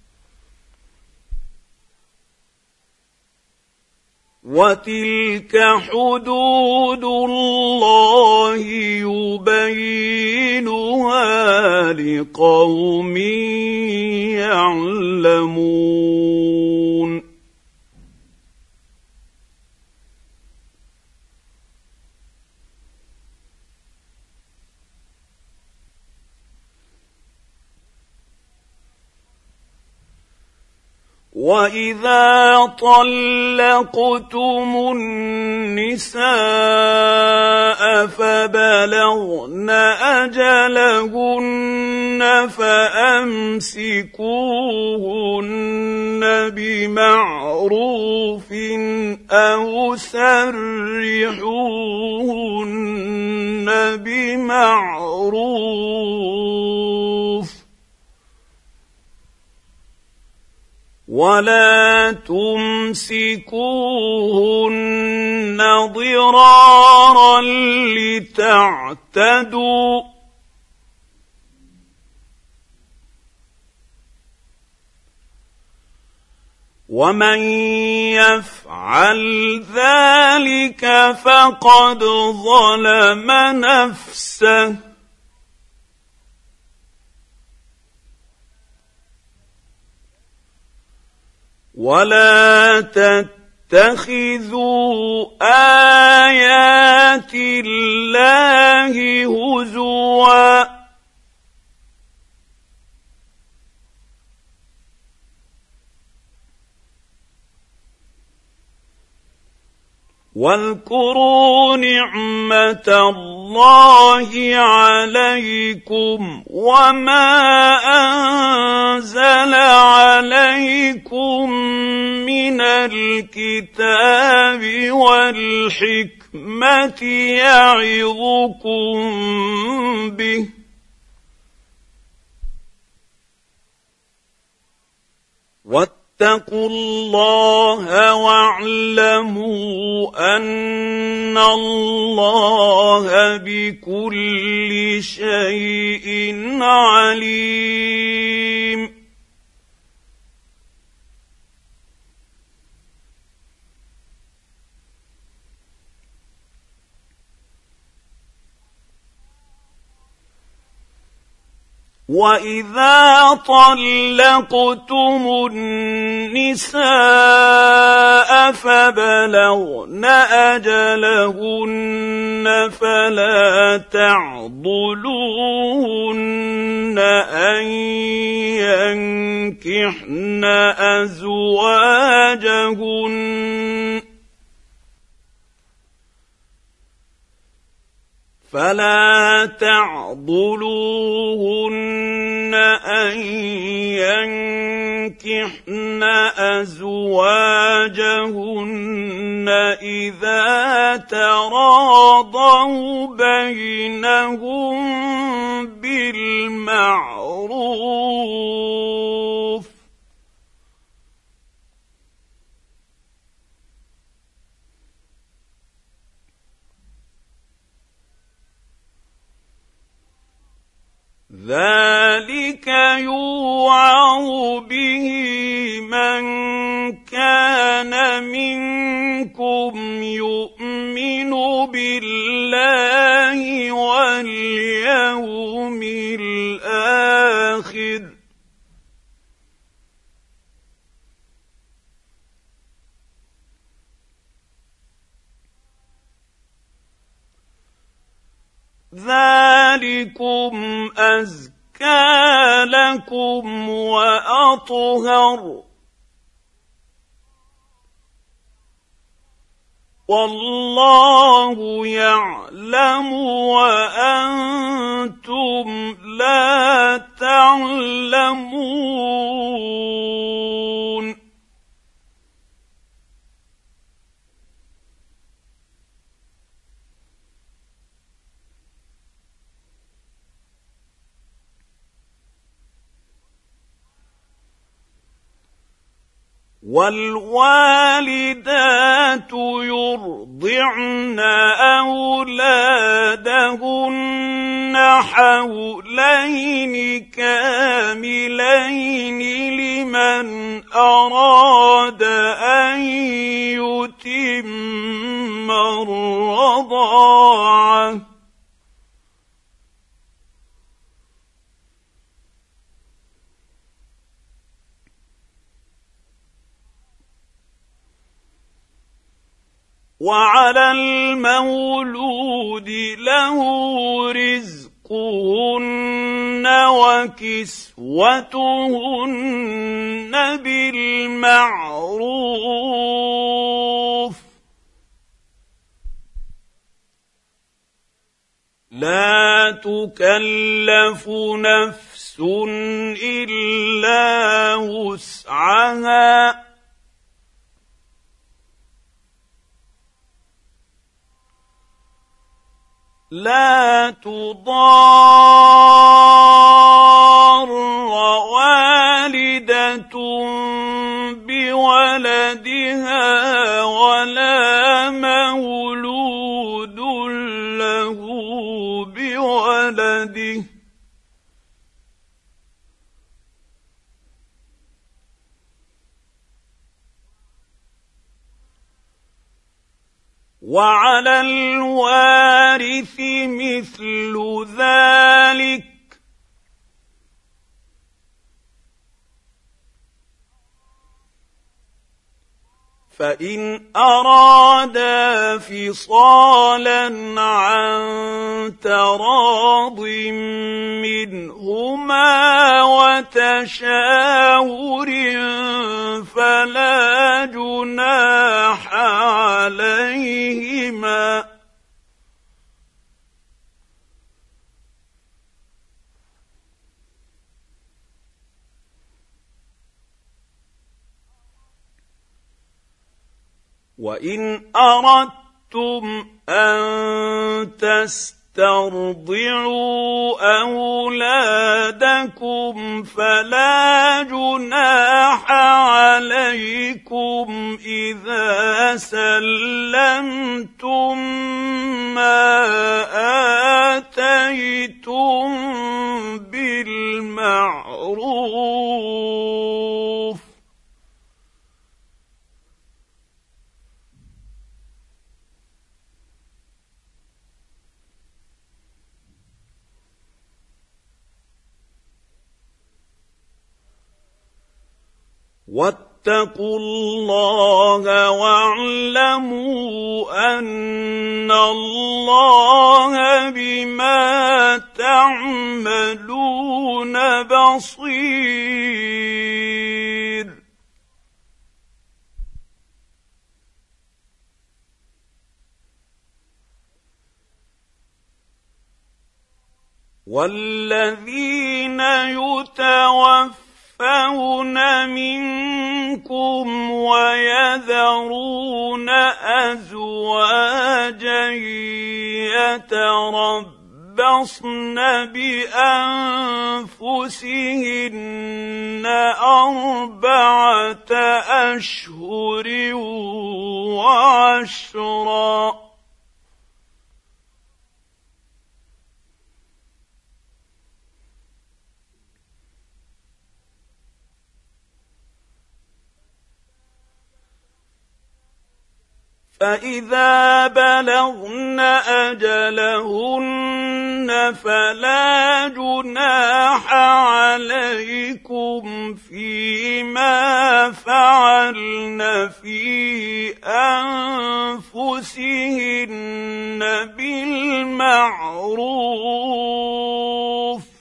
وتلك حدود الله يبينها لقوم يعلمون وَإِذَا طَلَّقْتُمُ النِّسَاءَ فَبَلَغْنَ أَجَلَهُنَّ فَأَمْسِكُوهُنَّ بِمَعْرُوفٍ أَوْ سَرِّحُوهُنَّ بِمَعْرُوفٍ ولا تمسكوهن ضرارا لتعتدوا ومن يفعل ذلك فقد ظلم نفسه ولا تتخذوا آيات الله هزوا واذكروا نعمة الله عليكم وما أنزل عليكم من الكتاب والحكمة يعظكم به واتقوا الله واعلموا أن الله بكل شيء عليم واذا طلقتم النساء فبلغن اجلهن فلا تعضلوهن ان ينكحن ازواجهن فلا تعضلوهن أن ينكحن أزواجهن إذا تراضوا بينهم بالمعروف ذلك يوعظ به من كان منكم يؤمن بالله واليوم الآخر ذلكم أزكى لكم وأطهر والله يعلم وأنتم لا تعلمون والوالدات يرضعن أولادهن حولين كاملين لمن أراد أن يتم الرضاعة وعلى المولود له رزقهن وكسوتهن بالمعروف لا تكلف نفس إلا وسعها لا تضار والدة بولدها ولا مولود له بولده وعلى الوارث مثل ذلك فإن أرادا فصالا عن تراض منهما وتشاور فلا جناح عليهما وإن أردتم أن تسترضعوا أولادكم فلا جناح عليكم إذا سلمتم ما آتيتم بالمعروف واتقوا الله واعلموا ان الله بما تعملون بصير. والذين يتوفون منكم ويذرون أزواجا يتربصن بأنفسهن أربعة أشهر وعشرا فإذا بلغن أجلهن فلا جناح عليكم فيما فعلن في أنفسهن بالمعروف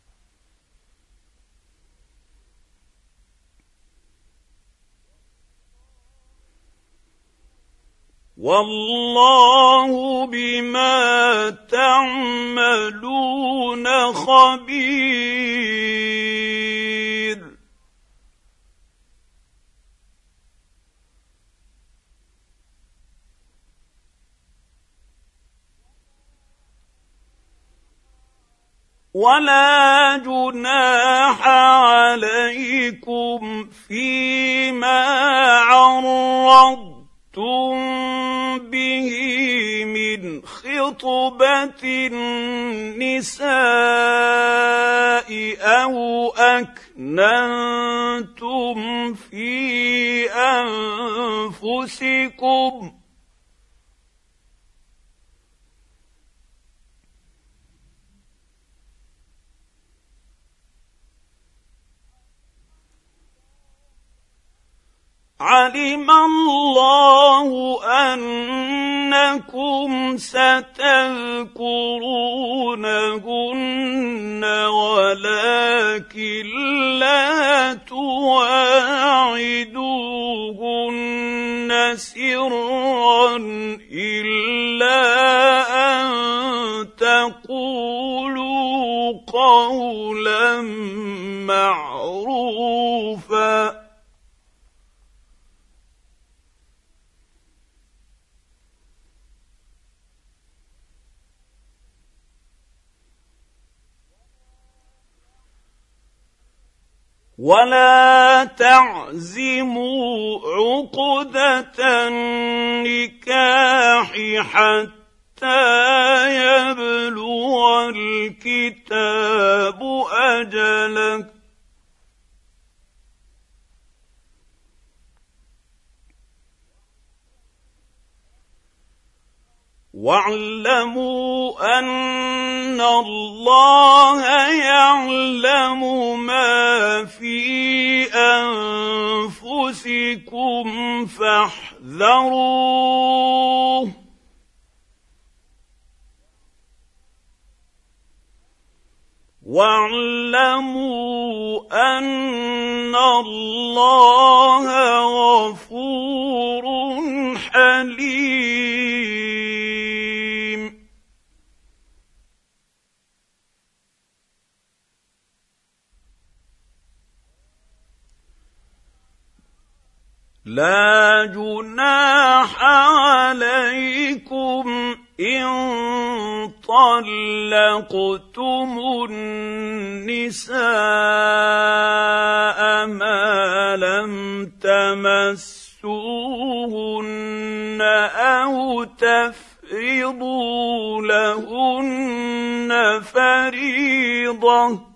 والله بما تعملون خبير. ولا جناح عليكم فيما عرضتم به من خطبة النساء أو أكننتم في أنفسكم علم الله أنكم ستذكرونهن ولكن لا تواعدوهن سرا إلا أن تقولوا قولا معروفا ولا تعزموا عقدة النكاح حتى يبلغ الكتاب أجله واعلموا أن الله يعلم ما في أنفسكم فاحذروه واعلموا أن الله غفور حليم. لا جناح عليكم إن طلقتم النساء ما لم تمسوهن أو تفرضوا لهن فريضة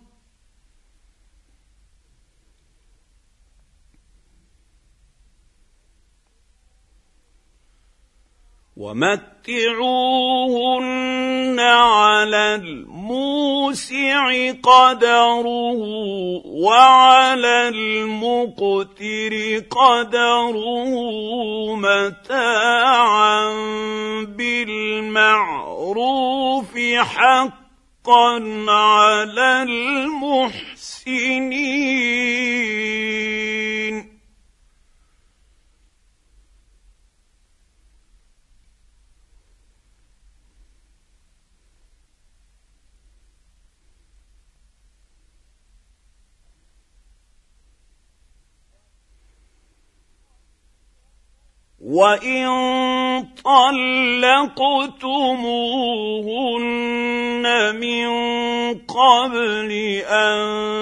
ومتعوهن على الموسع قدره وعلى المقتر قدره متاعا بالمعروف حقا على المحسنين. وَإِن طَلَّقْتُمُوهُنَّ مِن قَبْلِ أَن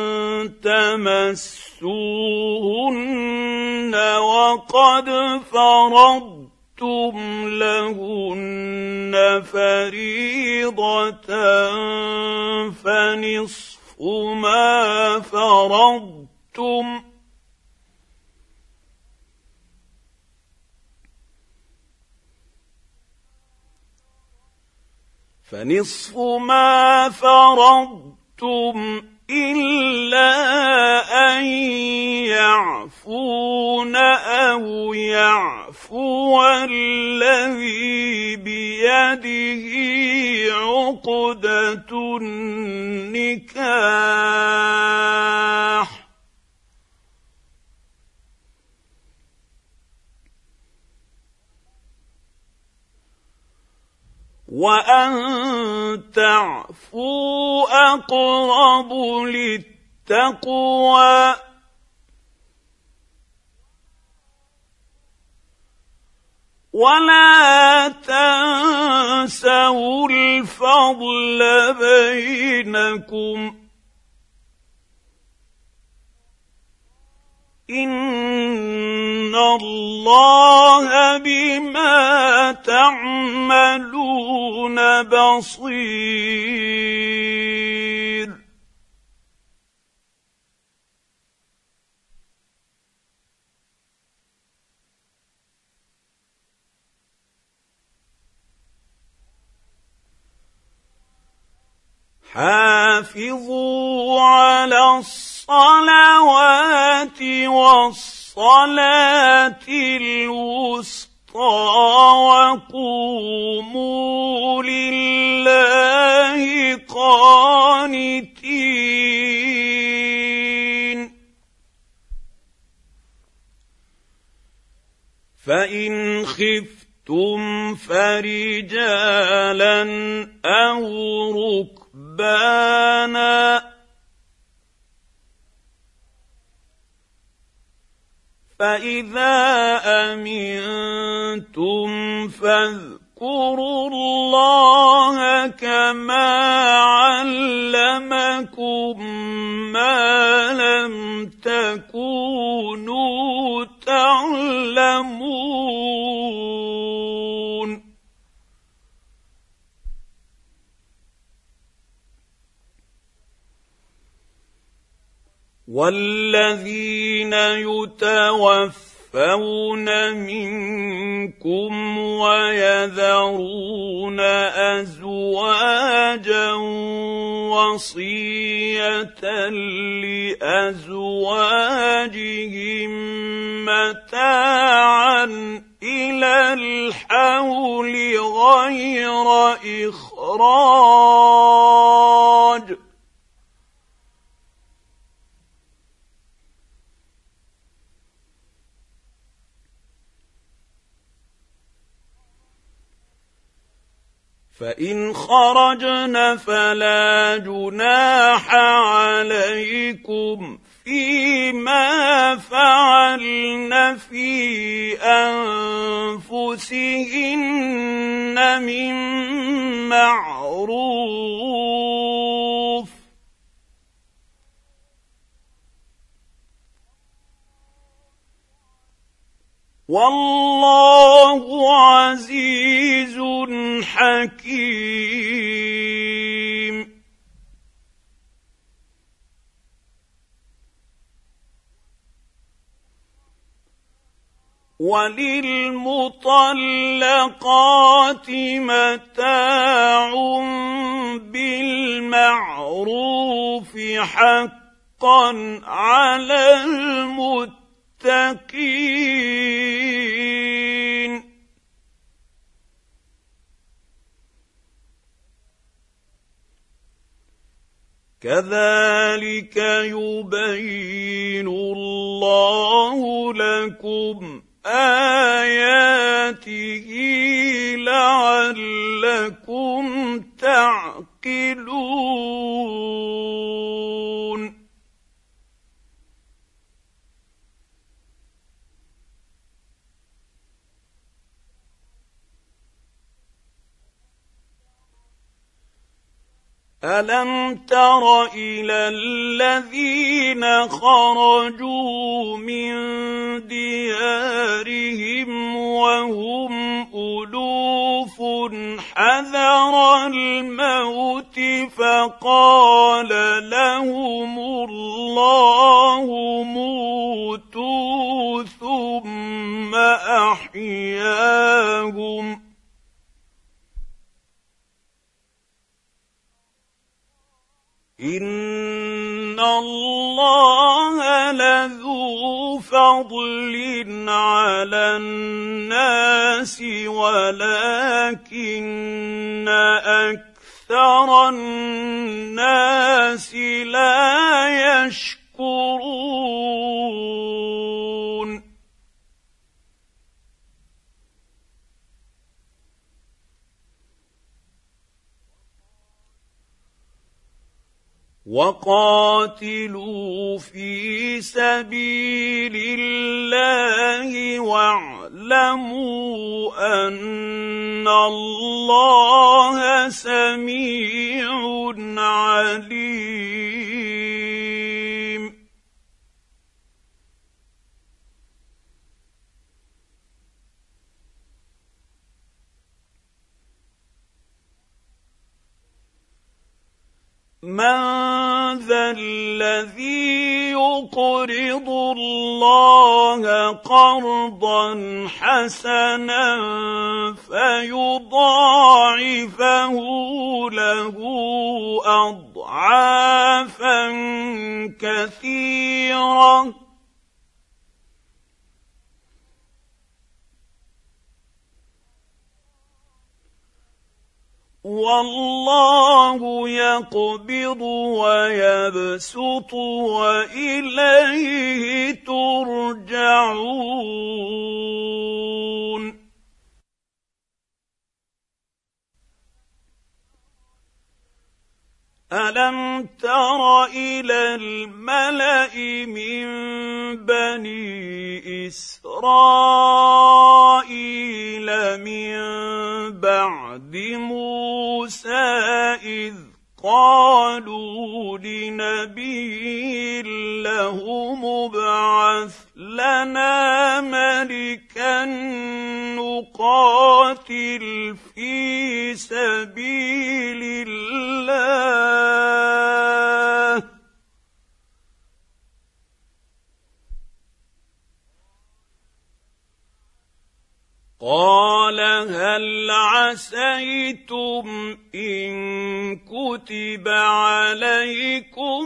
تَمَسُّوهُنَّ وَقَدْ فَرَضْتُمْ لَهُنَّ فَرِيضَةً فَنِصْفُ مَا فَرَضْتُمْ فنصف ما فرضتم إلا أن يعفون أو يعفو الذي بيده عقدة النكاح وأن تعفوا أقرب للتقوى ولا تنسوا الفضل بينكم إن الله بما تعملون بصير. حافظوا على الصلوات والصلاة الوسطى وقوموا لله قانتين. فإن خفتم فرجالا أو ركبانا فإذا أمنتم فاذكروا الله كما علمكم ما لم تكونوا تعلمون. والذين يتوفون منكم ويذرون أزواجا وصية لأزواجهم متاعا إلى الحول غير إخراج فإن خرجن فلا جناح عليكم فيما فعلن في أنفسهن من معروف والله عزيز حكيم. وللمطلقات متاع بالمعروف حقا على المتقين. كذلك يبين الله لكم آياته لعلكم تعقلون. ألم تر إلى الذين خرجوا من ديارهم وهم ألوف حذر الموت فقال لهم الله موتوا ثم أحياهم إن الله لذو فضل على الناس ولكن أكثر الناس لا يشكرون. وقاتلوا في سبيل الله واعلموا أن الله سميع عليم. من ذا الذي يقرض الله قرضا حسنا فيضاعفه له أضعافا كثيرة والله يقبض ويبسط وإليه ترجعون. ألم تر إلى الملأ من بني إسرائيل من بعد موسى إذ قالوا لنبي له ابعث لنا ملكا نقاتل في سبيل الله قال هل عسيتم إن كتب عليكم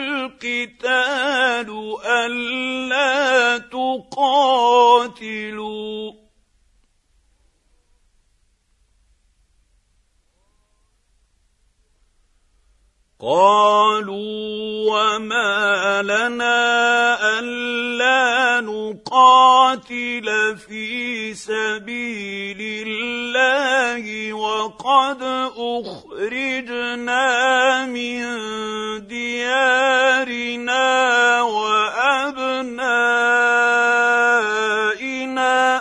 القتال ألا تقاتلوا قالوا وما لنا ألا نقاتل في سبيل الله وقد أخرجنا من ديارنا وأبنائنا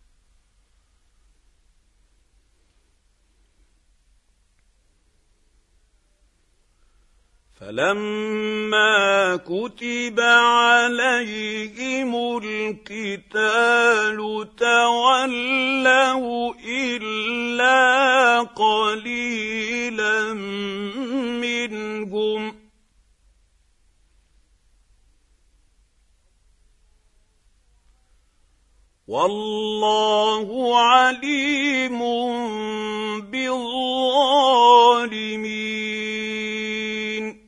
فلما كتب عليهم القتال تولوا إلا قليلا منهم والله عليم بالظالمين.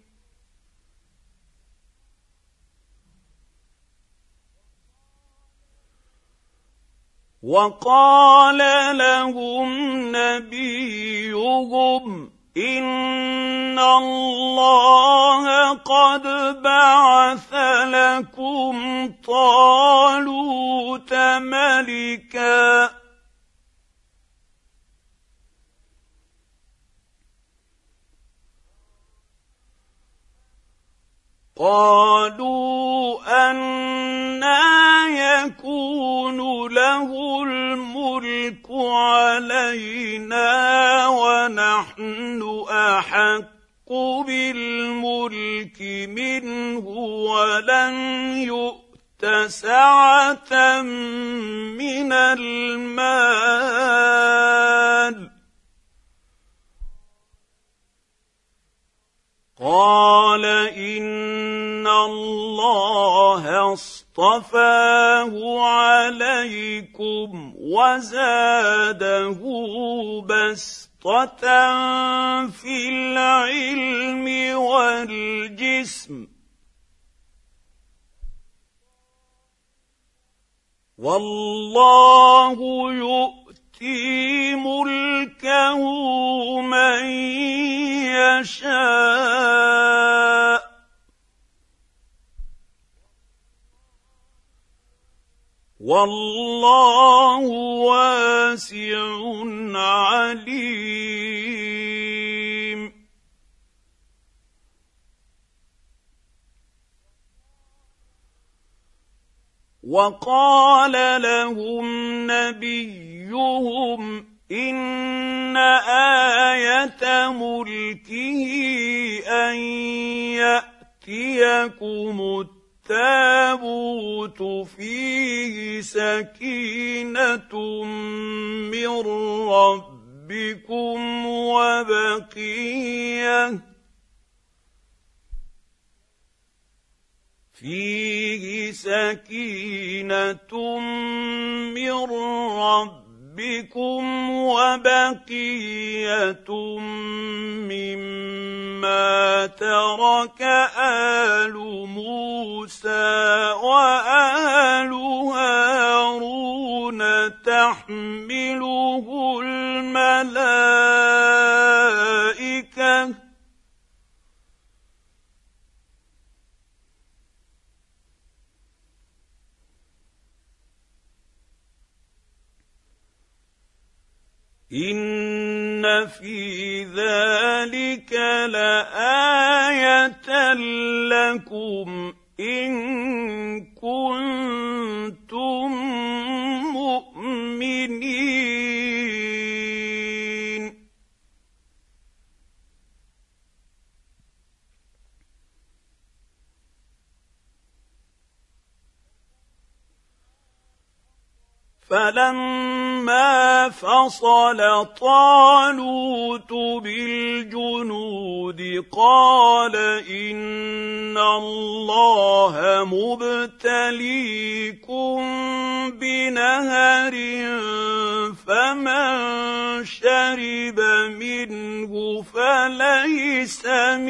وقال لهم نبيهم إن الله قد بعث لكم طالوت ملكا قالوا أنى يكون له الملك علينا ونحن أحق بالملك منه ولم يؤت سعة من المال. قال إن الله اصطفاه عليكم وزاده بسطة في العلم والجسم والله يؤتي ملكه من يشاء والله واسع عليم. وقال لهم نبيهم إن آية ملكه أن يأتيكم التابوت فيه سكينة من ربكم وبقية فيه سكينة من ربكم وبقية مما ترك آل موسى وآل هارون تحمله الملائكة إن في ذلك لآية لكم إن كنتم مؤمنين. فلما فصل طالوت بالجنود قال إن الله مبتليكم بنهر فمن شرب منه فليس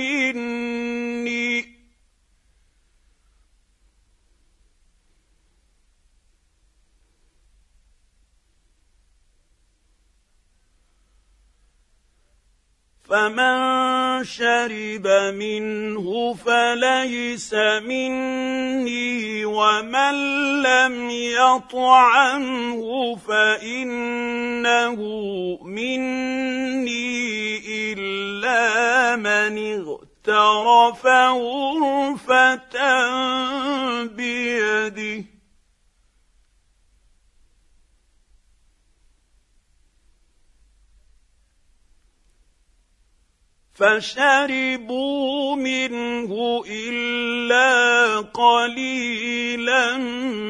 مني فمن شرب منه فليس مني ومن لم يطعمه فإنه مني إلا من اغترف غرفة بيده فشربوا منه إلا قليلا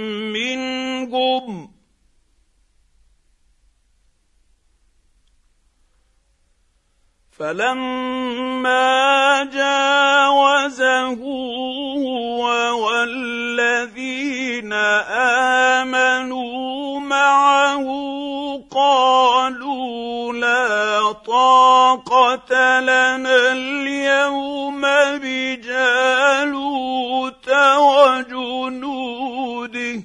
منهم فلما جاوزه هو والذين آمنوا جالوت وجنوده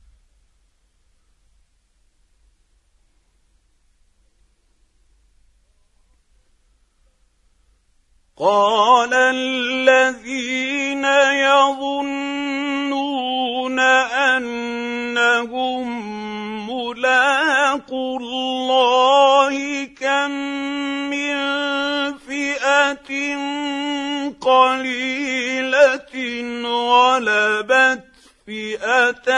قال الذين يظنون أنهم ملاقو الله كم من فئة قليلة غلبت فئة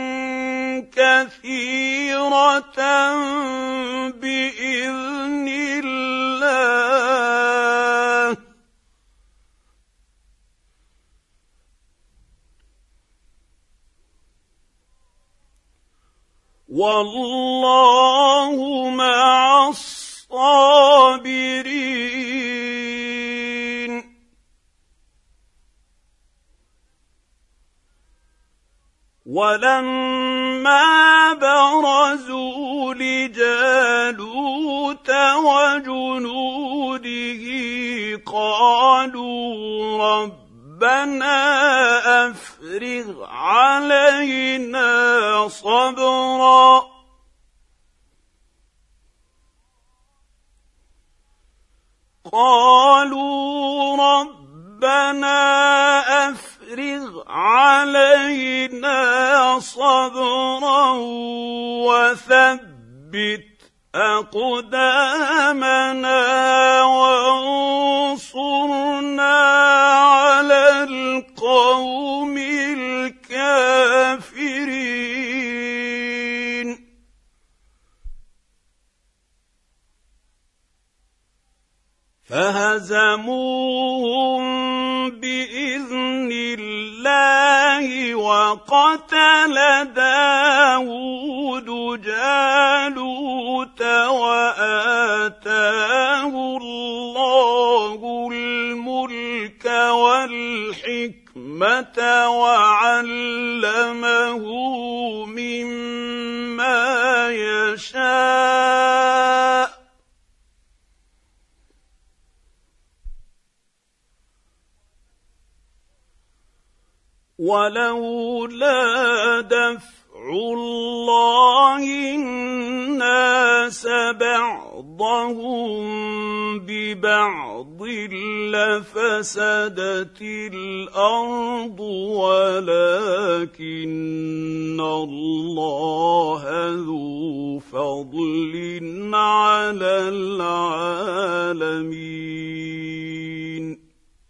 كثيرة بإذن الله والله مع الصابرين ولما برزوا لجالوت وجنوده قالوا ربنا أفرغ علينا صبرا قالوا ربنا أفرغ علينا صبرا وثبت أقدامنا وانصرنا على القوم الكافرين فهزموهم بإذن الله وقتل داود جالوت وآتاه الله الملك والحكمة وعلمه مما يشاء ولولا دفع الله الناس بعضهم ببعض لفسدت الأرض ولكن الله ذو فضل على العالمين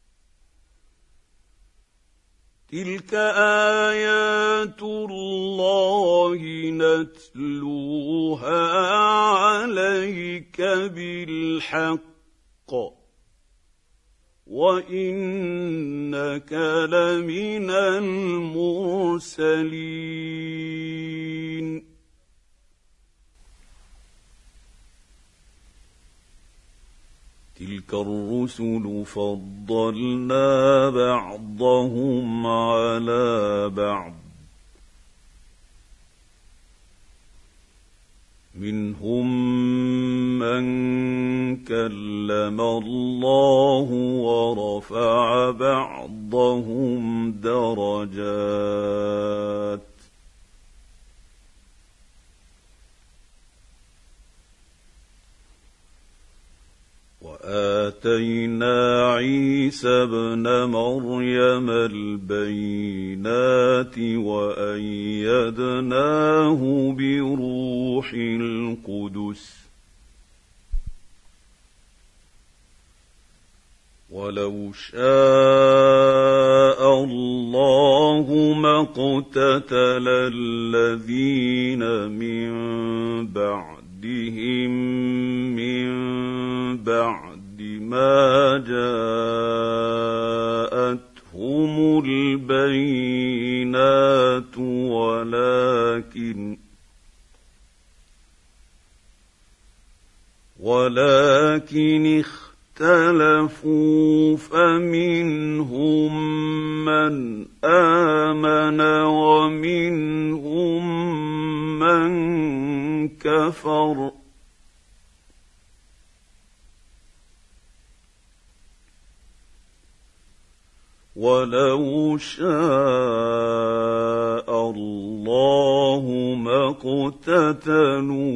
تلك آيات الله نتلوها عليك بالحق وإنك لمن المرسلين تلك الرسل فضلنا بعضهم على بعض منهم من كلم الله ورفع بعضهم درجات وآتينا عيسى ابن مريم البينات وأيدناه بروح القدس ولو شاء الله ما اقتتل الذين من بعدهم من بعد ما جاءتهم البينات ولكن ولكن اختلفوا فمنهم من آمن ومنهم من كفر ولو شاء الله ما اقتتلوا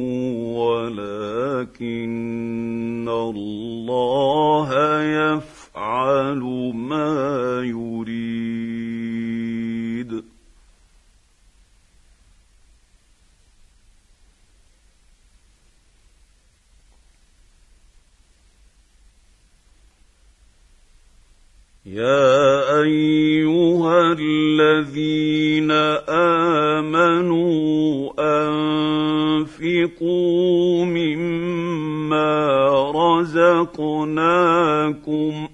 ولكن الله يفعل ما يريد. يا أيها الذين آمنوا أنفقوا مما رزقناكم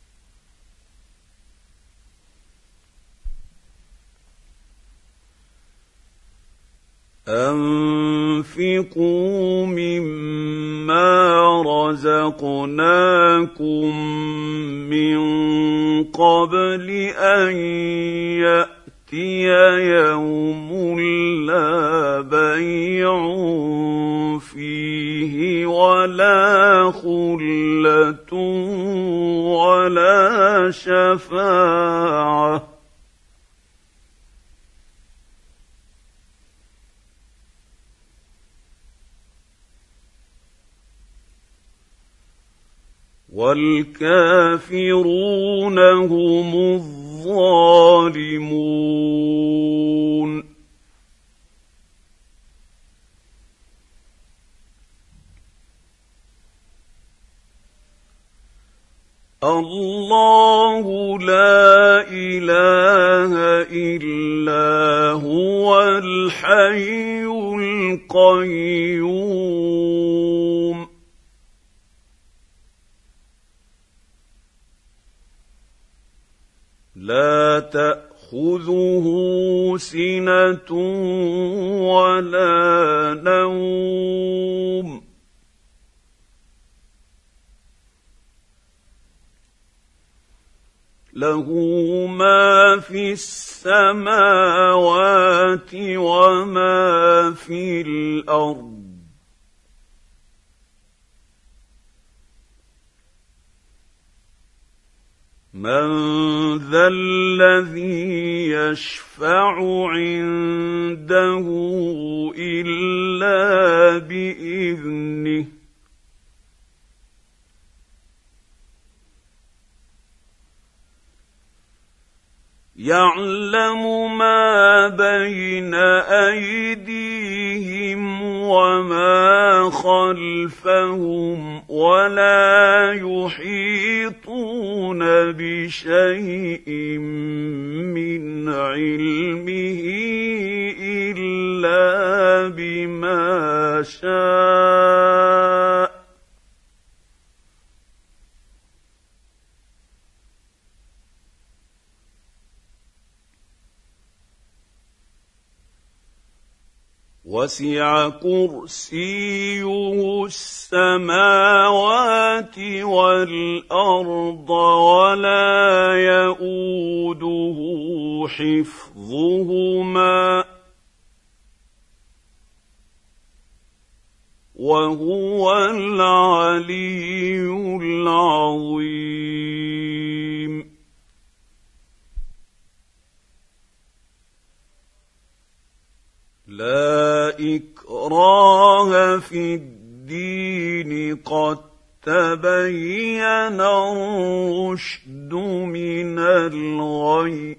أنفقوا مما رزقناكم من قبل أن يأتي يوم لا بيع فيه ولا خلة ولا شفاعة والكافرون هم الظالمون. الله لا إله إلا هو الحي القيوم لا تأخذه سنة ولا نوم له ما في السماوات وما في الأرض من ذا الذي يشفع عنده إلا بإذنه يعلم ما بين أيديهم وما خلفهم ولا يحيطون بشيء من علمه إلا بما شاء وسع كرسيه السماوات والأرض ولا يئوده حفظهما وهو العلي العظيم. لا إكراه في الدين قد تبين الرشد من الغي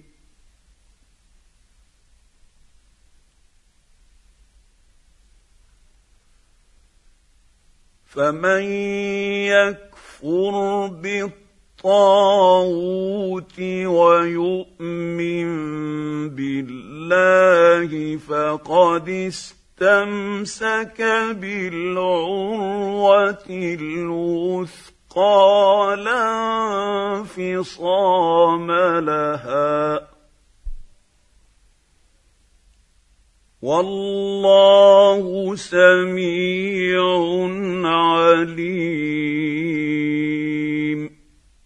فمن يكفر بالطاغوت ويؤمن بالله فقد استمسك بالعروة الوثقى لا انفصام لها والله سميع عليم.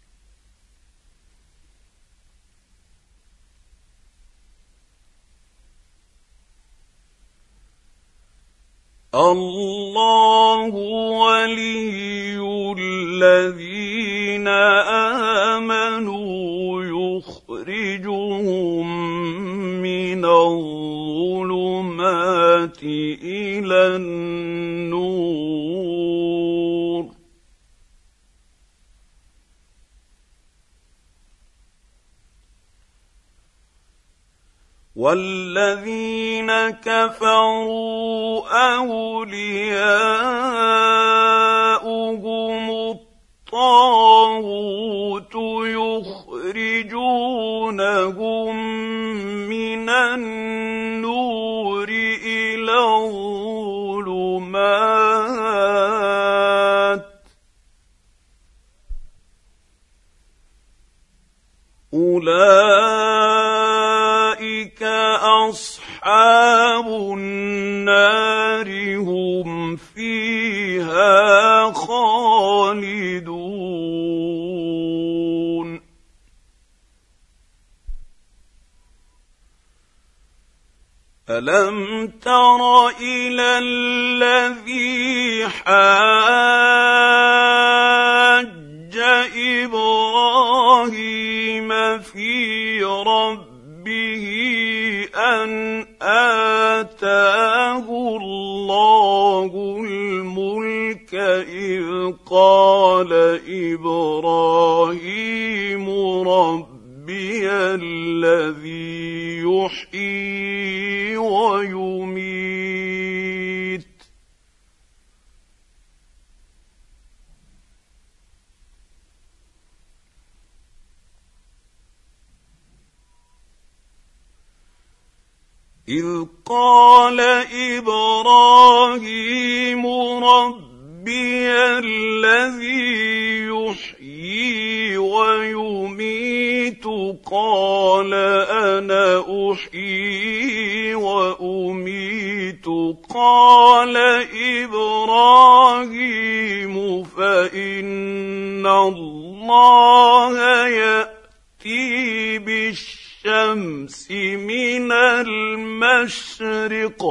الله ولي الذين آمنوا يخرجون يخرجهم من الظلمات إلى النور والذين كفروا أولياؤهم الطاغوت يخرجونهم من النور إلى الظلمات أولئك أصحاب النار هم فيها خالدون ألم تر إلى الذي حاج إبراهيم في ربه أن آتاه الله الملك إذ قال إبراهيم ربي الذي يحيي ويميت إذ قال إبراهيم ربي الذي يحيي ويميت قال أنا أحيي وأميت قال إبراهيم فإن الله يأتي بالشمس الشمس من المشرق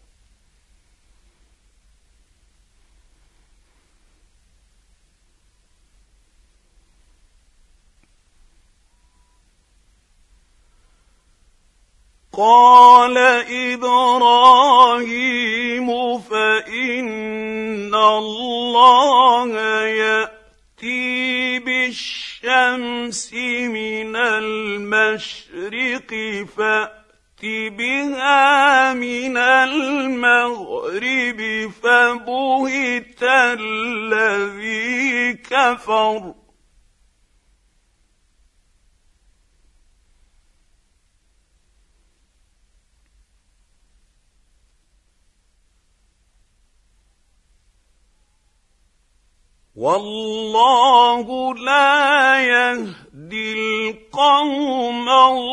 قال إبراهيم فإن الله يأتي بالشمس من المشرق فأت بها من المغرب فبهت الذي كفر والله لا يهدي القوم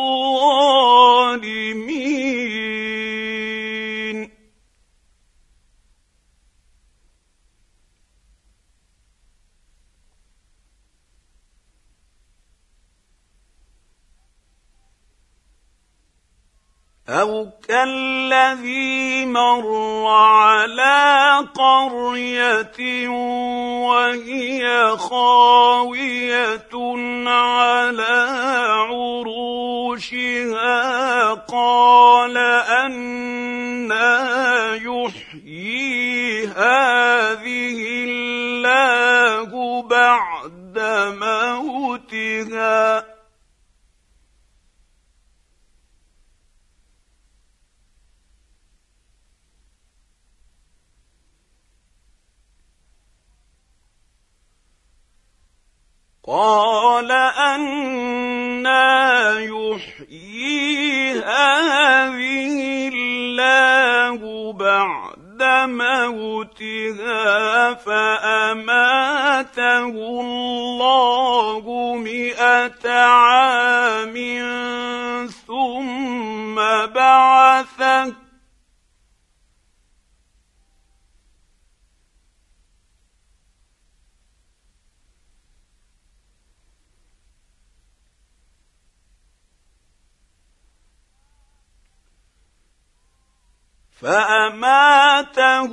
الظالمين أو كالذي مر على قرية وهي خاوية على عروشها قال أنى يحيي هذه الله بعد موتها قال أنى يحيي هذه الله بعد موتها فأماته الله مئة عام ثم بعثه فأماته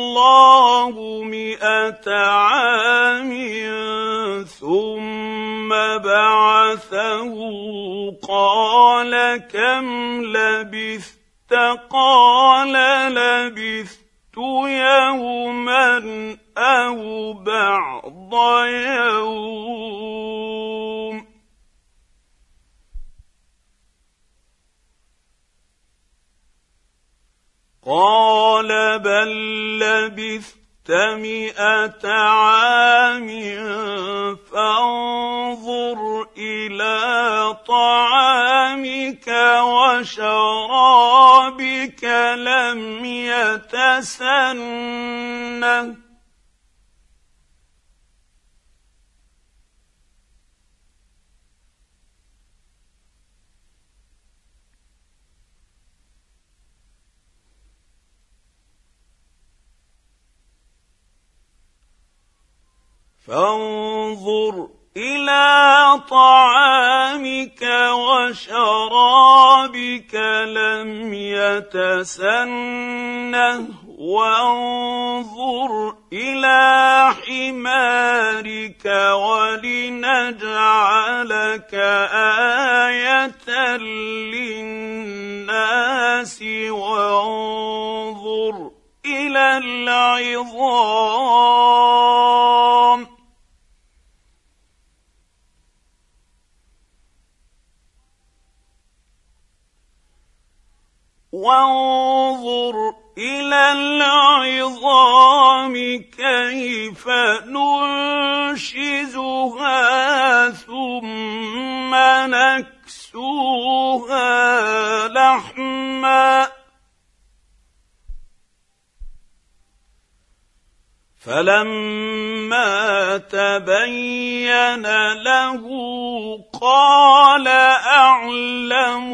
الله مئة عام ثم فبعثه قال كم لبثت قال لبثت يوما أو بعض يوم قال بل لبثت مئة عام فانظر إلى طعامك وشرابك لم يتسنه فانظر إلى طعامك وشرابك لم يتسنه وانظر إلى حمارك ولنجعلك آية للناس وانظر إلى العظام وانظر إلى العظام كيف ننشزها ثم نكسوها لحما فلما تبين له قال أعلم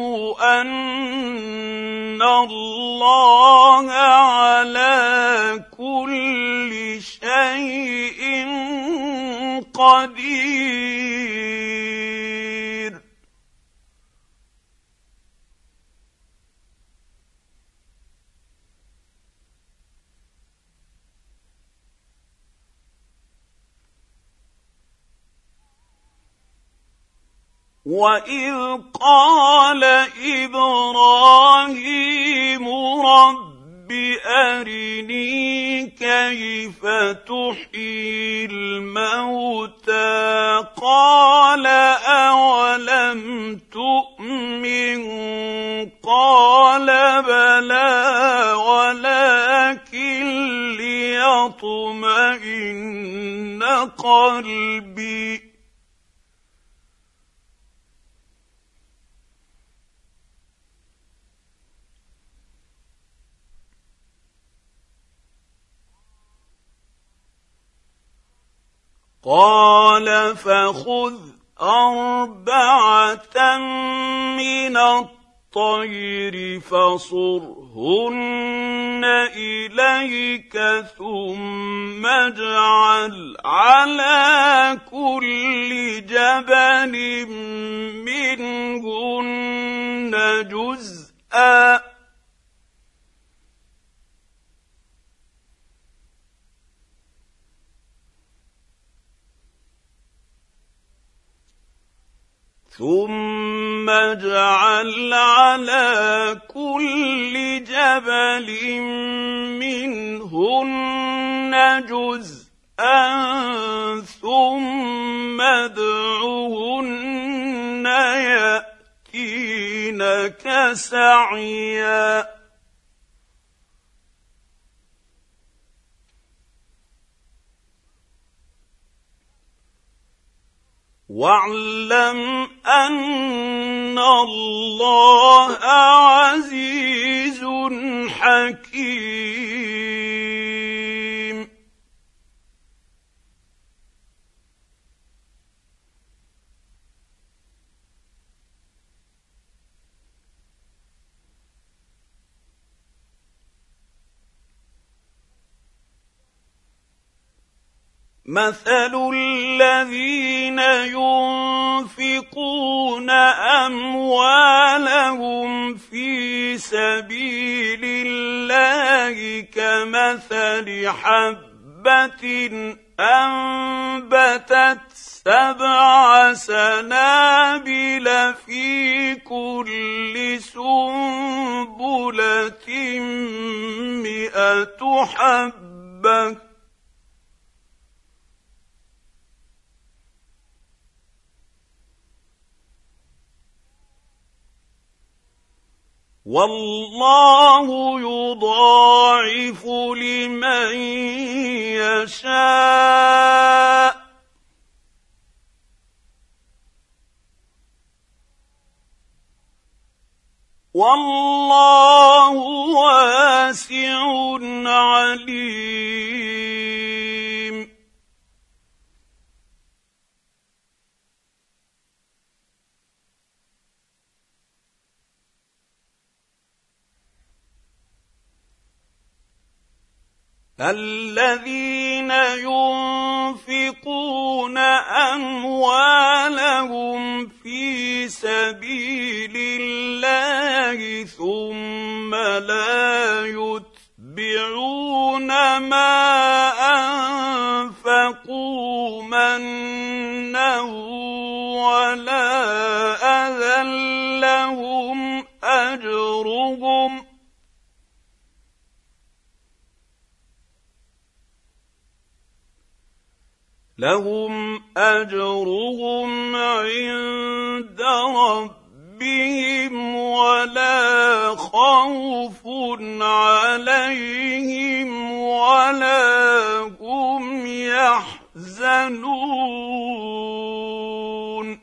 أن الله على كل شيء قدير وإذ قال إبراهيم رب أرني كيف تحيي الموتى قال أولم تؤمن قال بلى ولكن ليطمئن قلبي قال فخذ أربعة من الطير فصرهن إليك ثم اجعل على كل جبل منهن جزءا ثم اجعل على كل جبل منهن جزءا ثم ادعهن يأتينك سعيا واعلم أن الله عزيز حكيم مثل الذين ينفقون أموالهم في سبيل الله كمثل حبة أنبتت سبع سنابل في كل سنبلة مئة حبة والله يضاعف لمن يشاء والله واسع عليم. الذين ينفقون أموالهم في سبيل الله ثم لا يتبعون ما أنفقوا منا ولا أذى لهم أجرهم لهم أجرهم عند ربهم ولا خوف عليهم ولا هم يحزنون.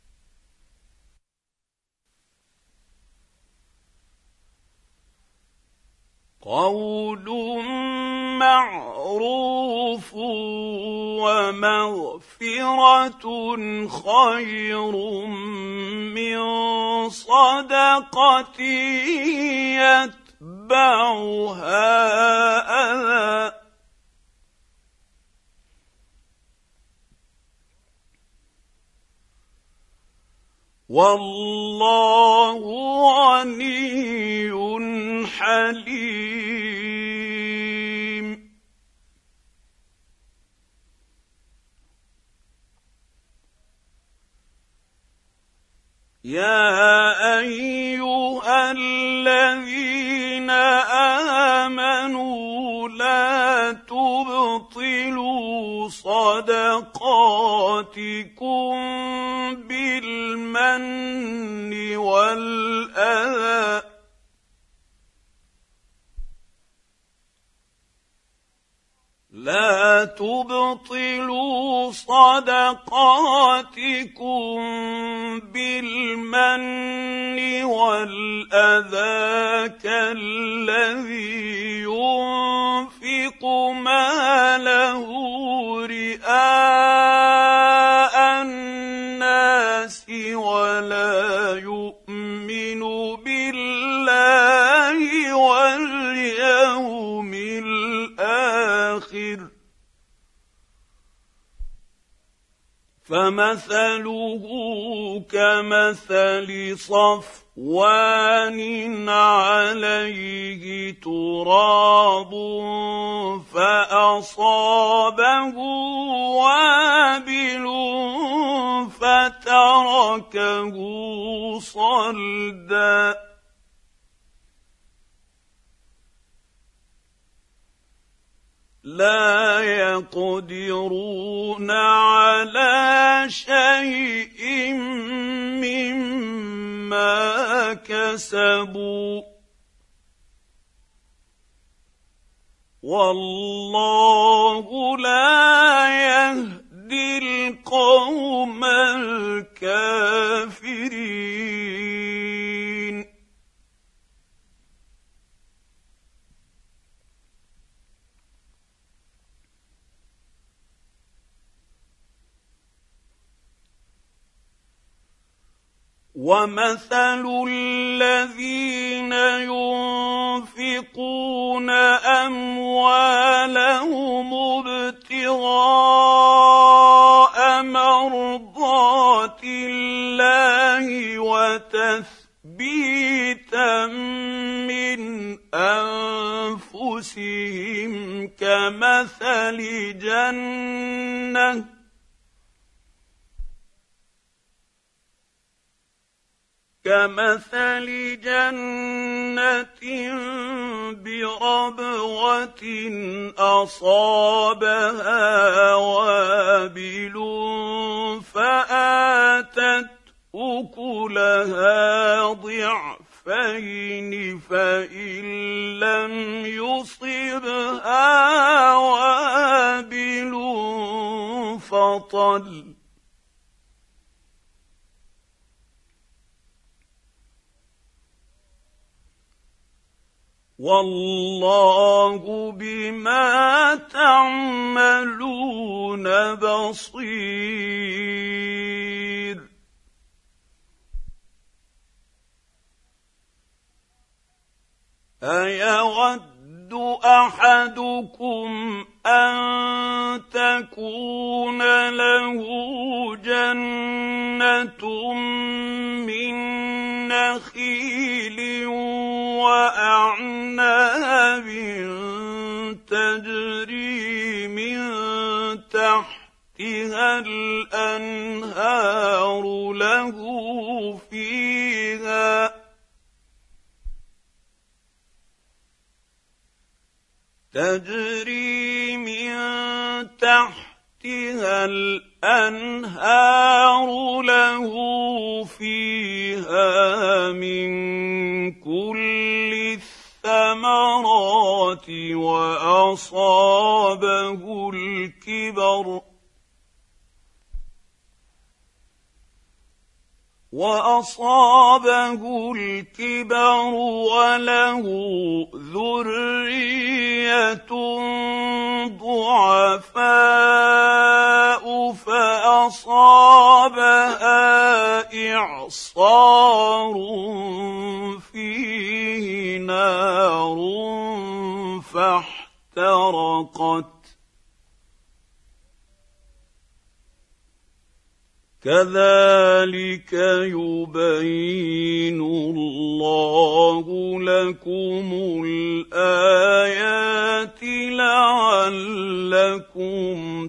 قول معروف ومغفرة خير من صدقة يتبعها أذى والله غني حليم. يا أيها الذين آمنوا لا تبطلوا صدقاتكم بالمن والأذى لا تبطلوا صدقاتكم بالمن والأذى كالذي ينفق ماله رئاء الناس ولا يؤمن بالله واليوم الآخر فمثله كمثل صفوان عليه تراب فأصابه وابل فتركه صلدا لا يقدرون على شيء مما كسبوا والله لا يهدي القوم الكافرين. ومثل الذين ينفقون أموالهم ابتغاء مرضات الله وتثبيتا من أنفسهم كمثل جنة كمثل جنة بربوة أصابها وابل فآتت أكلها ضعفين فإن لم يصبها وابل فطل والله بما تعملون بصير. أيود أحدكم أن تكون له جنة من نخيل وأعناب تجري من تحتها الأنهار له فيها تجري من تحتها الأنهار له فيها من كل الثمرات وأصابه الكبر وأصابه الكبر وله ذرية ضعفاء فأصابها إعصار فيه نار فاحترقت كذلك يبين الله لكم الآيات لعلكم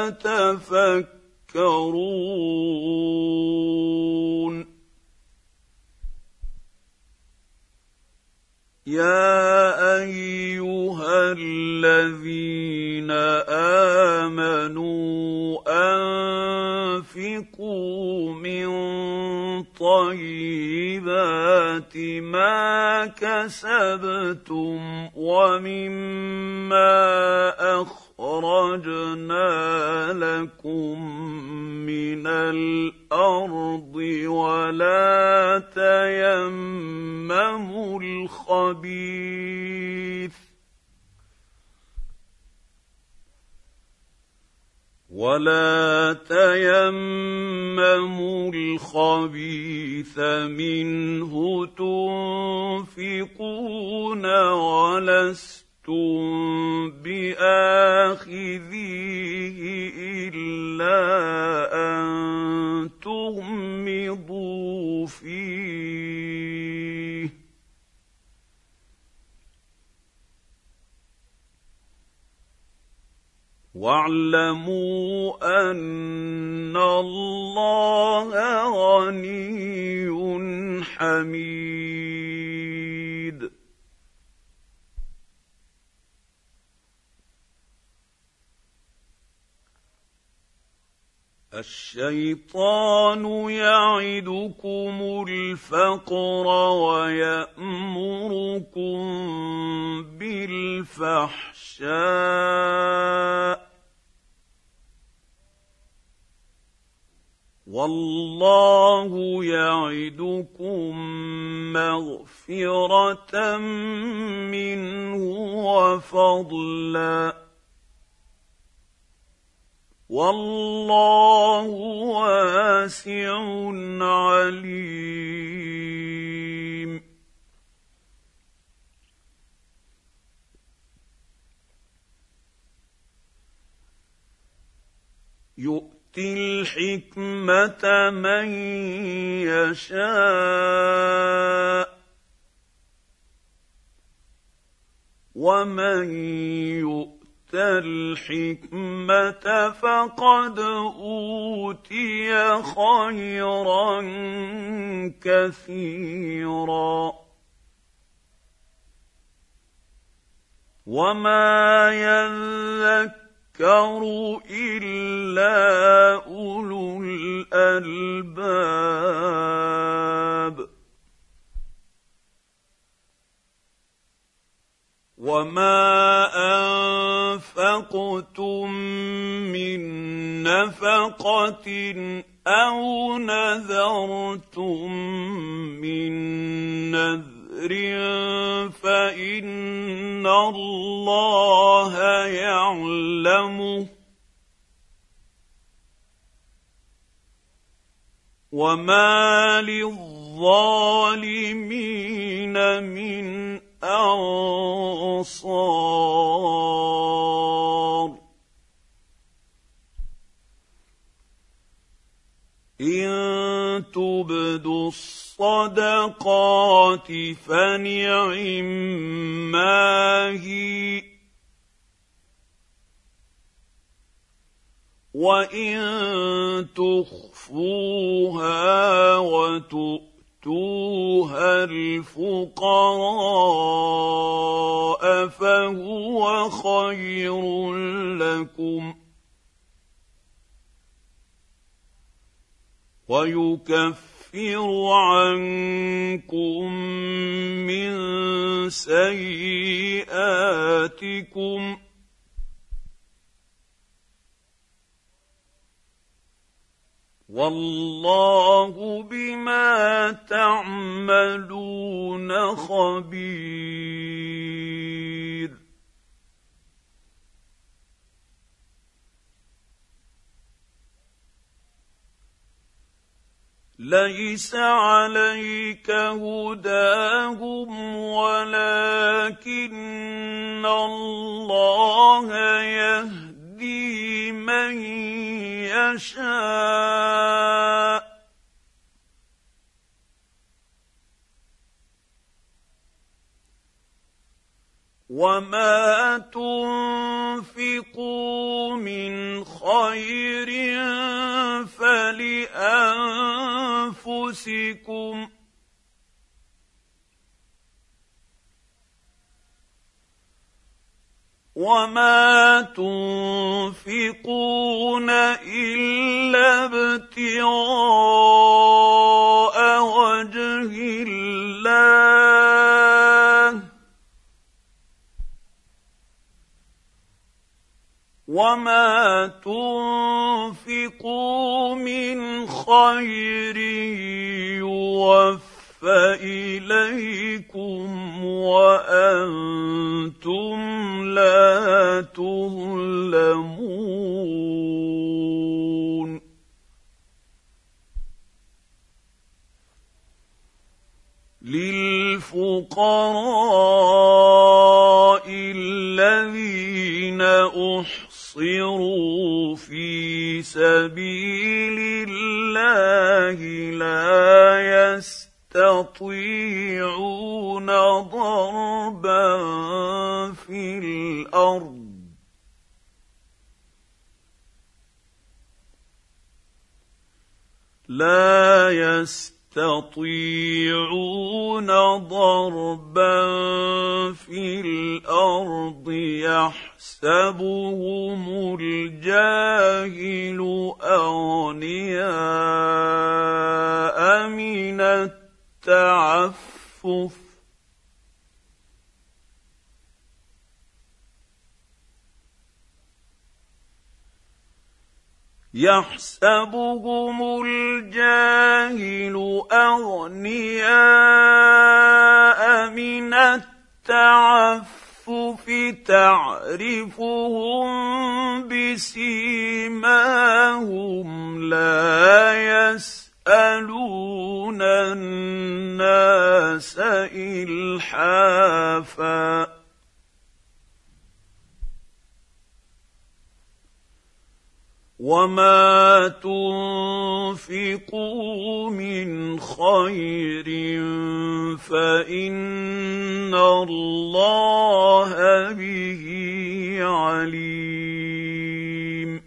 تتفكرون. يا أيها الذين آمنوا أنفقوا من طيبات ما كسبتم ومما أخرجنا لكم من الأرض ولا تيمموا الخبيث ولا تيمموا الخبيث منه تنفقون ولستم بآخذيه إلا أن تغمضوا فيه واعلموا أن الله غني حميد. الشيطان يعدكم الفقر ويأمركم بالفحشاء والله يعدكم مغفرة منه وفضلا والله واسع عليم. يؤتي الحكمة من يشاء ومن يؤت الحكمة فقد أوتي خيرا كثيرا وما يذكر إلا أولو الألباب وما أنفقتم من نفقة أو نذرتم من نذر فإن الله يعلمه وما للظالمين من أنصار إن تبدوا الصدقات فنعما هي وإن تخفوها وتؤتوها الفقراء فهو خير لكم ويكفر عنكم من سيئاتكم والله بما تعملون خبير ليس عليك هداهم ولكن الله يهدي من يشاء وما تنفقوا من خير فلأنفسكم وما تنفقون إلا ابتغاء وجه الله وما تنفقوا من خير يوفى إليكم وأنتم لا تظلمون للفقراء الذين أحصروا في سبيل الله لا يستطيعون ضربا في الأرض لا يستطيعون ضربا في الأرض يحسبهم الجاهل أغنياء من التعفف يحسبهم الجاهل أغنياء من التعفف تعرفهم بسيماهم لا يسألون الناس إلحافا وما تنفقوا من خير فإن الله به عليم.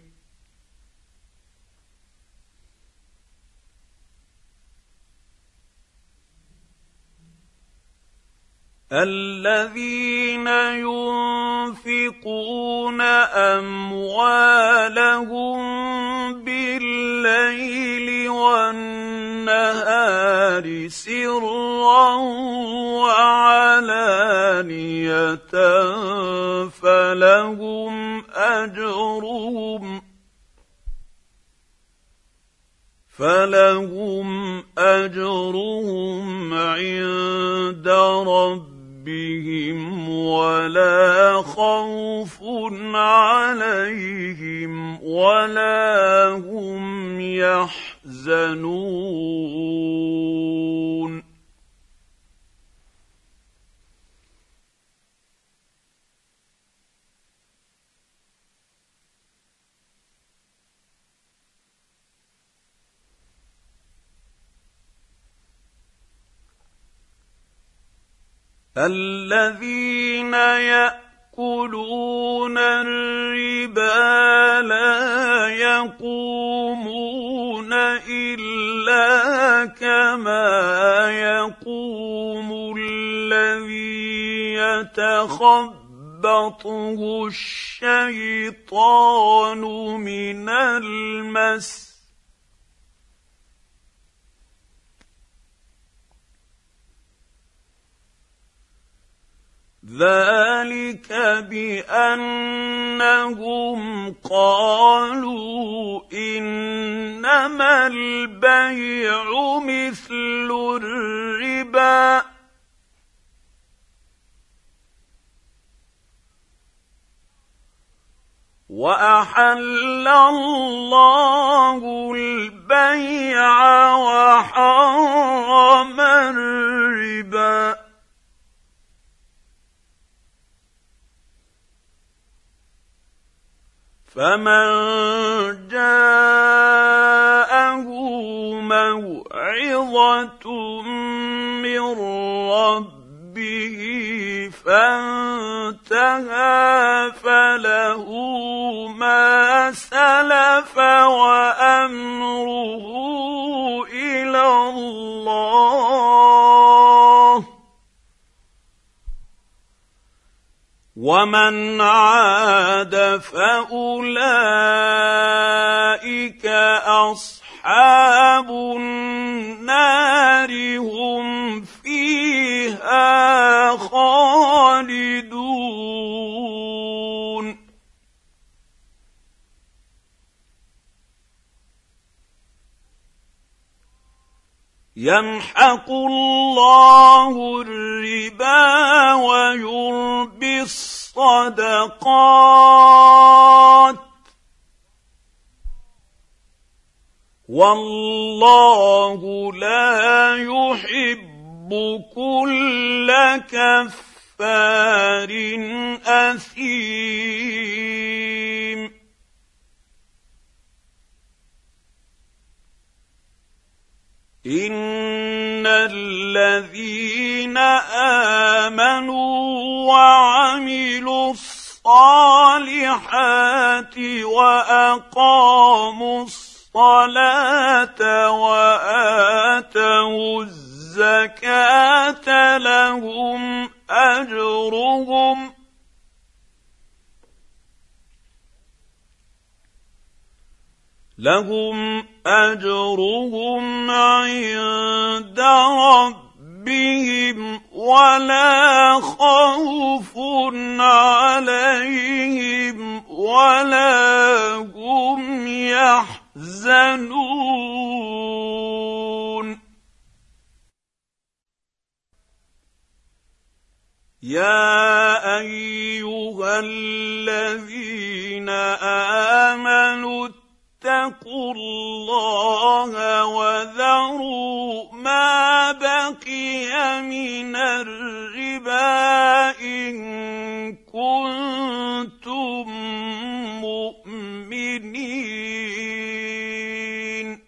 الذين ينفقون أموالهم بالليل والنهار سرا وعلانية فلهم أجرهم فلهم أجرهم عند ربهم ولا خوف عليهم ولا هم يحزنون. الذين يأكلون الربا لا يقومون إلا كما يقوم الذي يتخبطه الشيطان من المس ذلك بأنهم قالوا إنما البيع مثل الربا وأحل الله البيع وحرم الربا فمن جاءه موعظة من ربه فانتهى فله ما سلف وأمره إلى الله ومن عاد فأولئك أصحاب النار هم فيها خالدون. يمحق الله الربا ويربي الصدقات والله لا يحب كل كفار أثيم. إن الذين آمنوا وعملوا الصالحات وأقاموا الصلاة وآتوا الزكاة لهم أجرهم لهم أجرهم عند ربهم ولا خوف عليهم ولا هم يحزنون. يا أيها الذين آمنوا اتقوا الله وذروا ما بقي من الربا إن كنتم مؤمنين.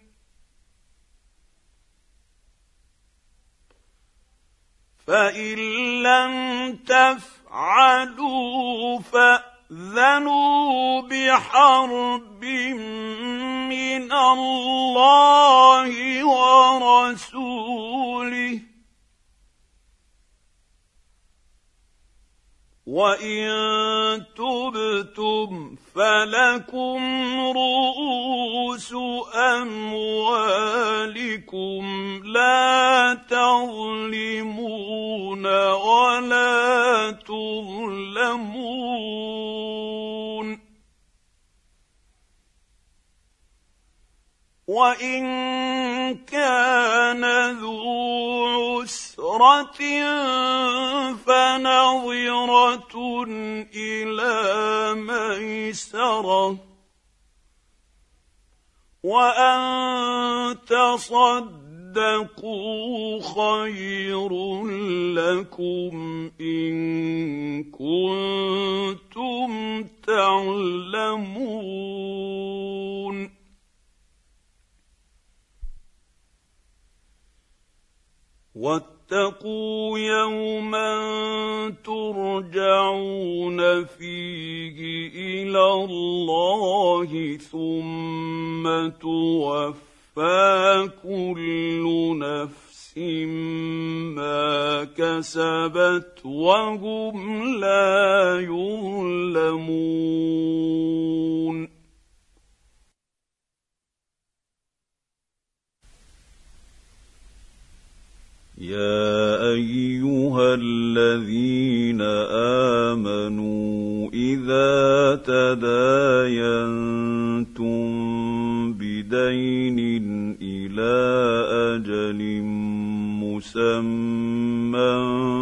فإن لم تفعلوا فأ فاذنوا بحرب من الله ورسوله وإن تبتم فلكم رؤوس أموالكم لا تظلمون ولا تظلمون وإن كان ذو عسرة فنظرة إلى ميسرة وأن تصدقوا خير لكم إن كنتم تعلمون واتقوا يوما ترجعون فيه إلى الله ثم توفى كل نفس ما كسبت وهم لا يظلمون يا أيها الذين آمنوا إذا تداينتم بدين إلى أجل مسمى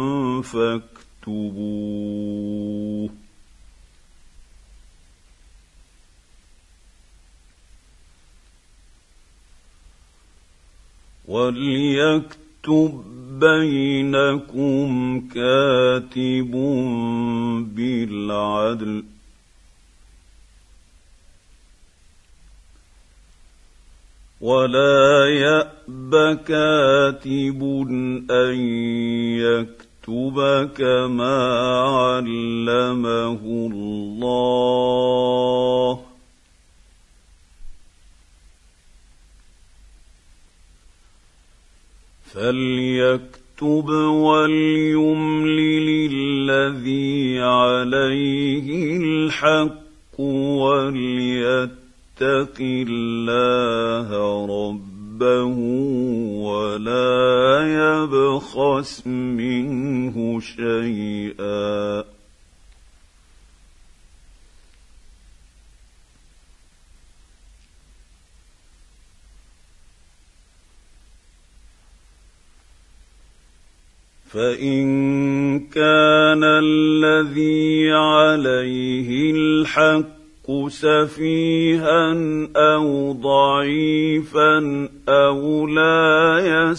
فاكتبوه وليكتب بينكم كاتب بالعدل ولا يأب كاتب أن يكتب كما علمه الله فليكتب وليملل الذي عليه الحق وليتق الله ربه ولا يبخس منه شيئا فإن كان الذي عليه الحق سفيها أو ضعيفا أو لا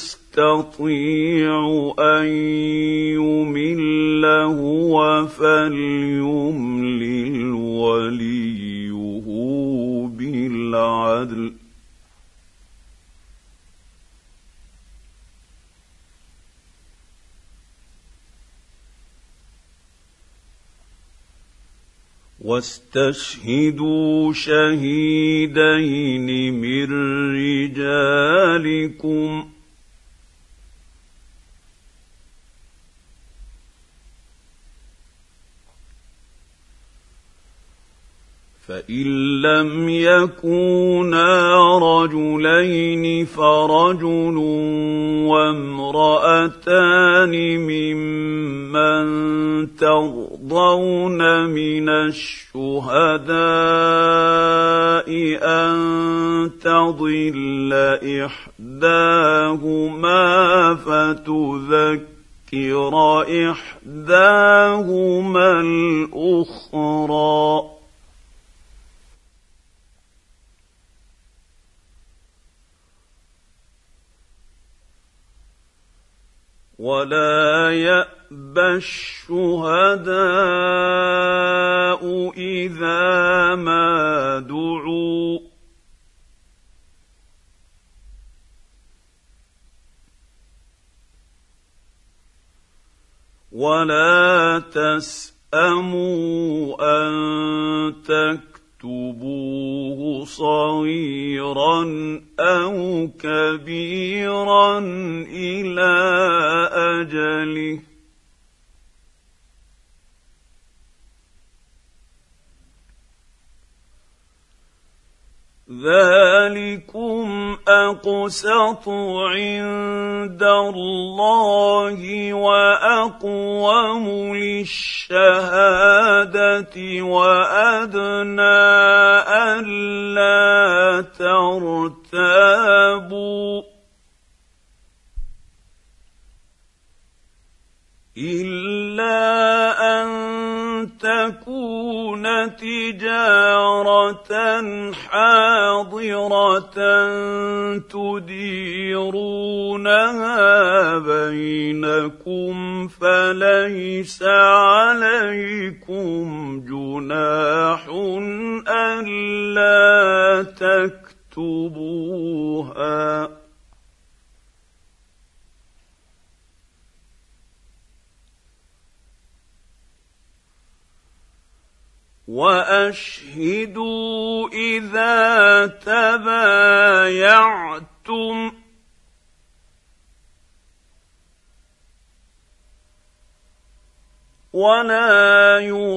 يستطيع أن يمل هو فليملل وليه بالعدل واستشهدوا شهيدين من رجالكم فإن لم يكونا رجلين فرجل وامرأتان ممن ترضون من الشهداء أن تضل إحداهما فتذكر إحداهما الأخرى ولا يأبى الشهداء إذا ما دعوا ولا تسأموا تساموا ان تكتبوه صغيرا او كبيرا الى اجله ذلكم اقسط عند الله واقوم للشهاده وادنى الا ترتابوا إلا أن تكون تجارة حاضرة تديرونها بينكم فليس عليكم جناح ألا تكتبوها واشهدوا اذا تبايعتم ولا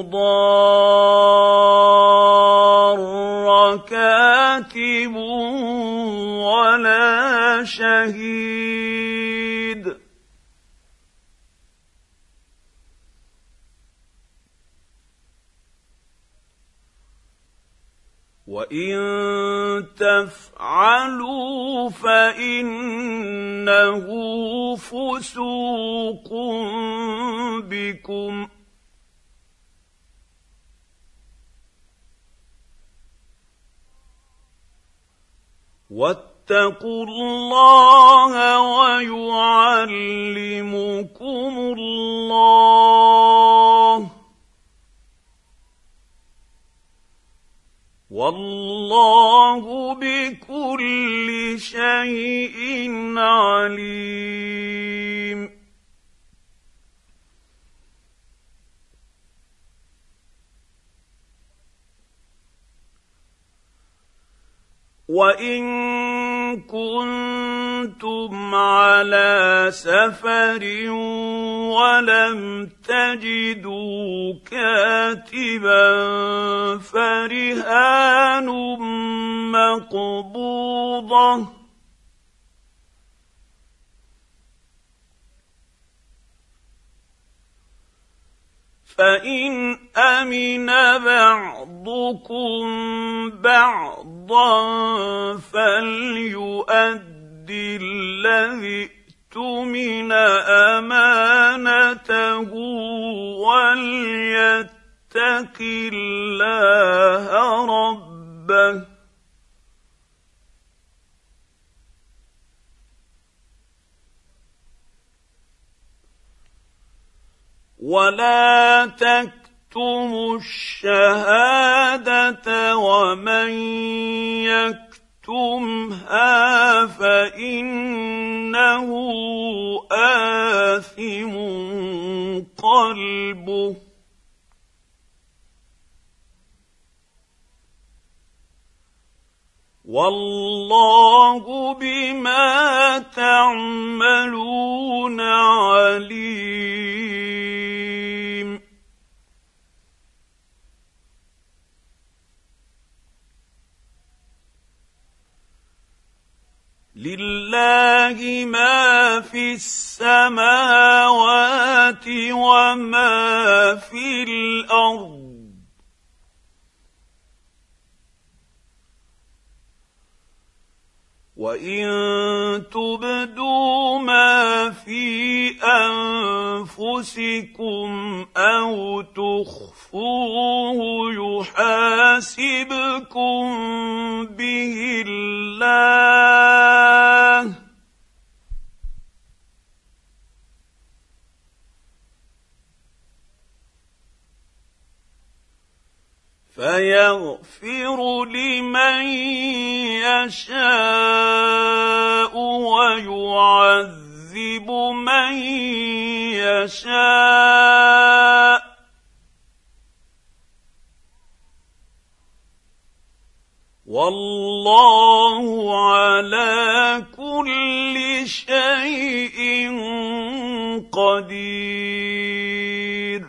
يضار كاتب ولا شهيد وان تفعلوا فانه فسوق بكم واتقوا الله ويعلمكم الله والله بكل شيء عليم وإن كنتم على سفر ولم تجدوا كاتبا فرهان مقبوضة فإن أمن بعضكم بعضا فليؤد الذي اؤتمن أمانته وليتق الله ربه ولا تكتموا الشهادة ومن يكتمها فإنه آثم قلبه والله بما تعملون عليم لله ما في السماوات وما في الأرض وإن تبدوا ما في أنفسكم أو تخفوه يحاسبكم به الله فيغفر لمن يشاء ويعذب من يشاء والله على كل شيء قدير.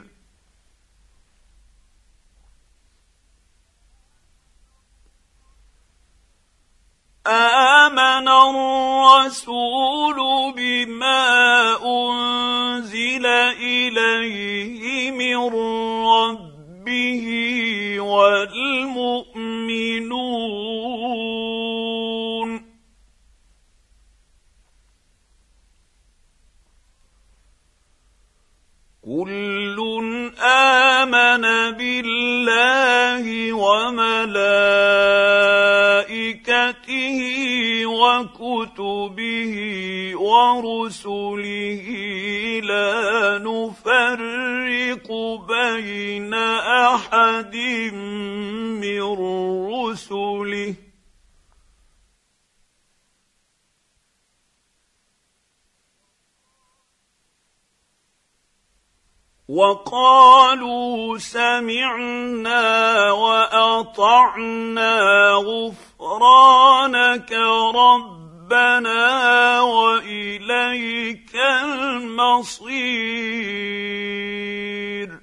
آمن الرسول بما أنزل إليه من ربه والمؤمنون كل آمن بالله وملائكته وكتبه ورسله لا نفرق بين أحد من رسله وقالوا سمعنا وأطعنا غفرانك ربنا وإليك المصير.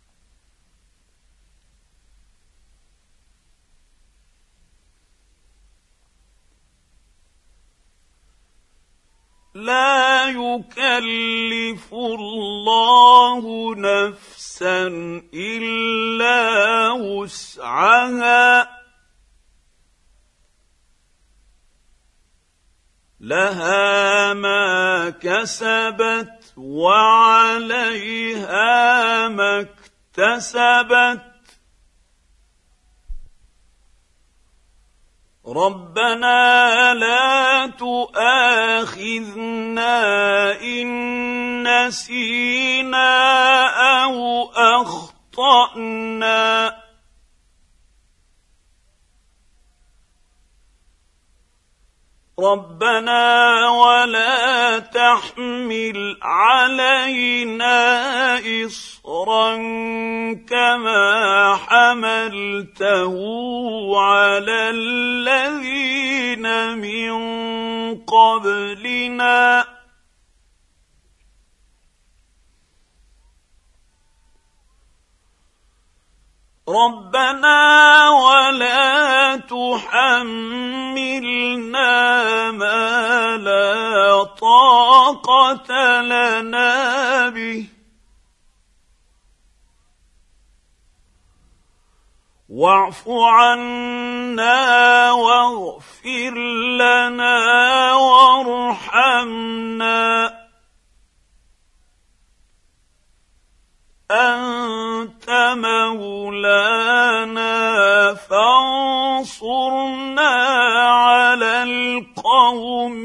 لا يكلف الله نفسا إلا وسعها لها ما كسبت وعليها ما اكتسبت ربنا لا تؤاخذنا إن نسينا أو أخطأنا ربنا ولا تحمل علينا إصرا كما حملته على الذين من قبلنا ربنا ولا تحملنا ما لا طاقة لنا به واعف عنا واغفر لنا وارحمنا أنت مولانا فانصرنا على القوم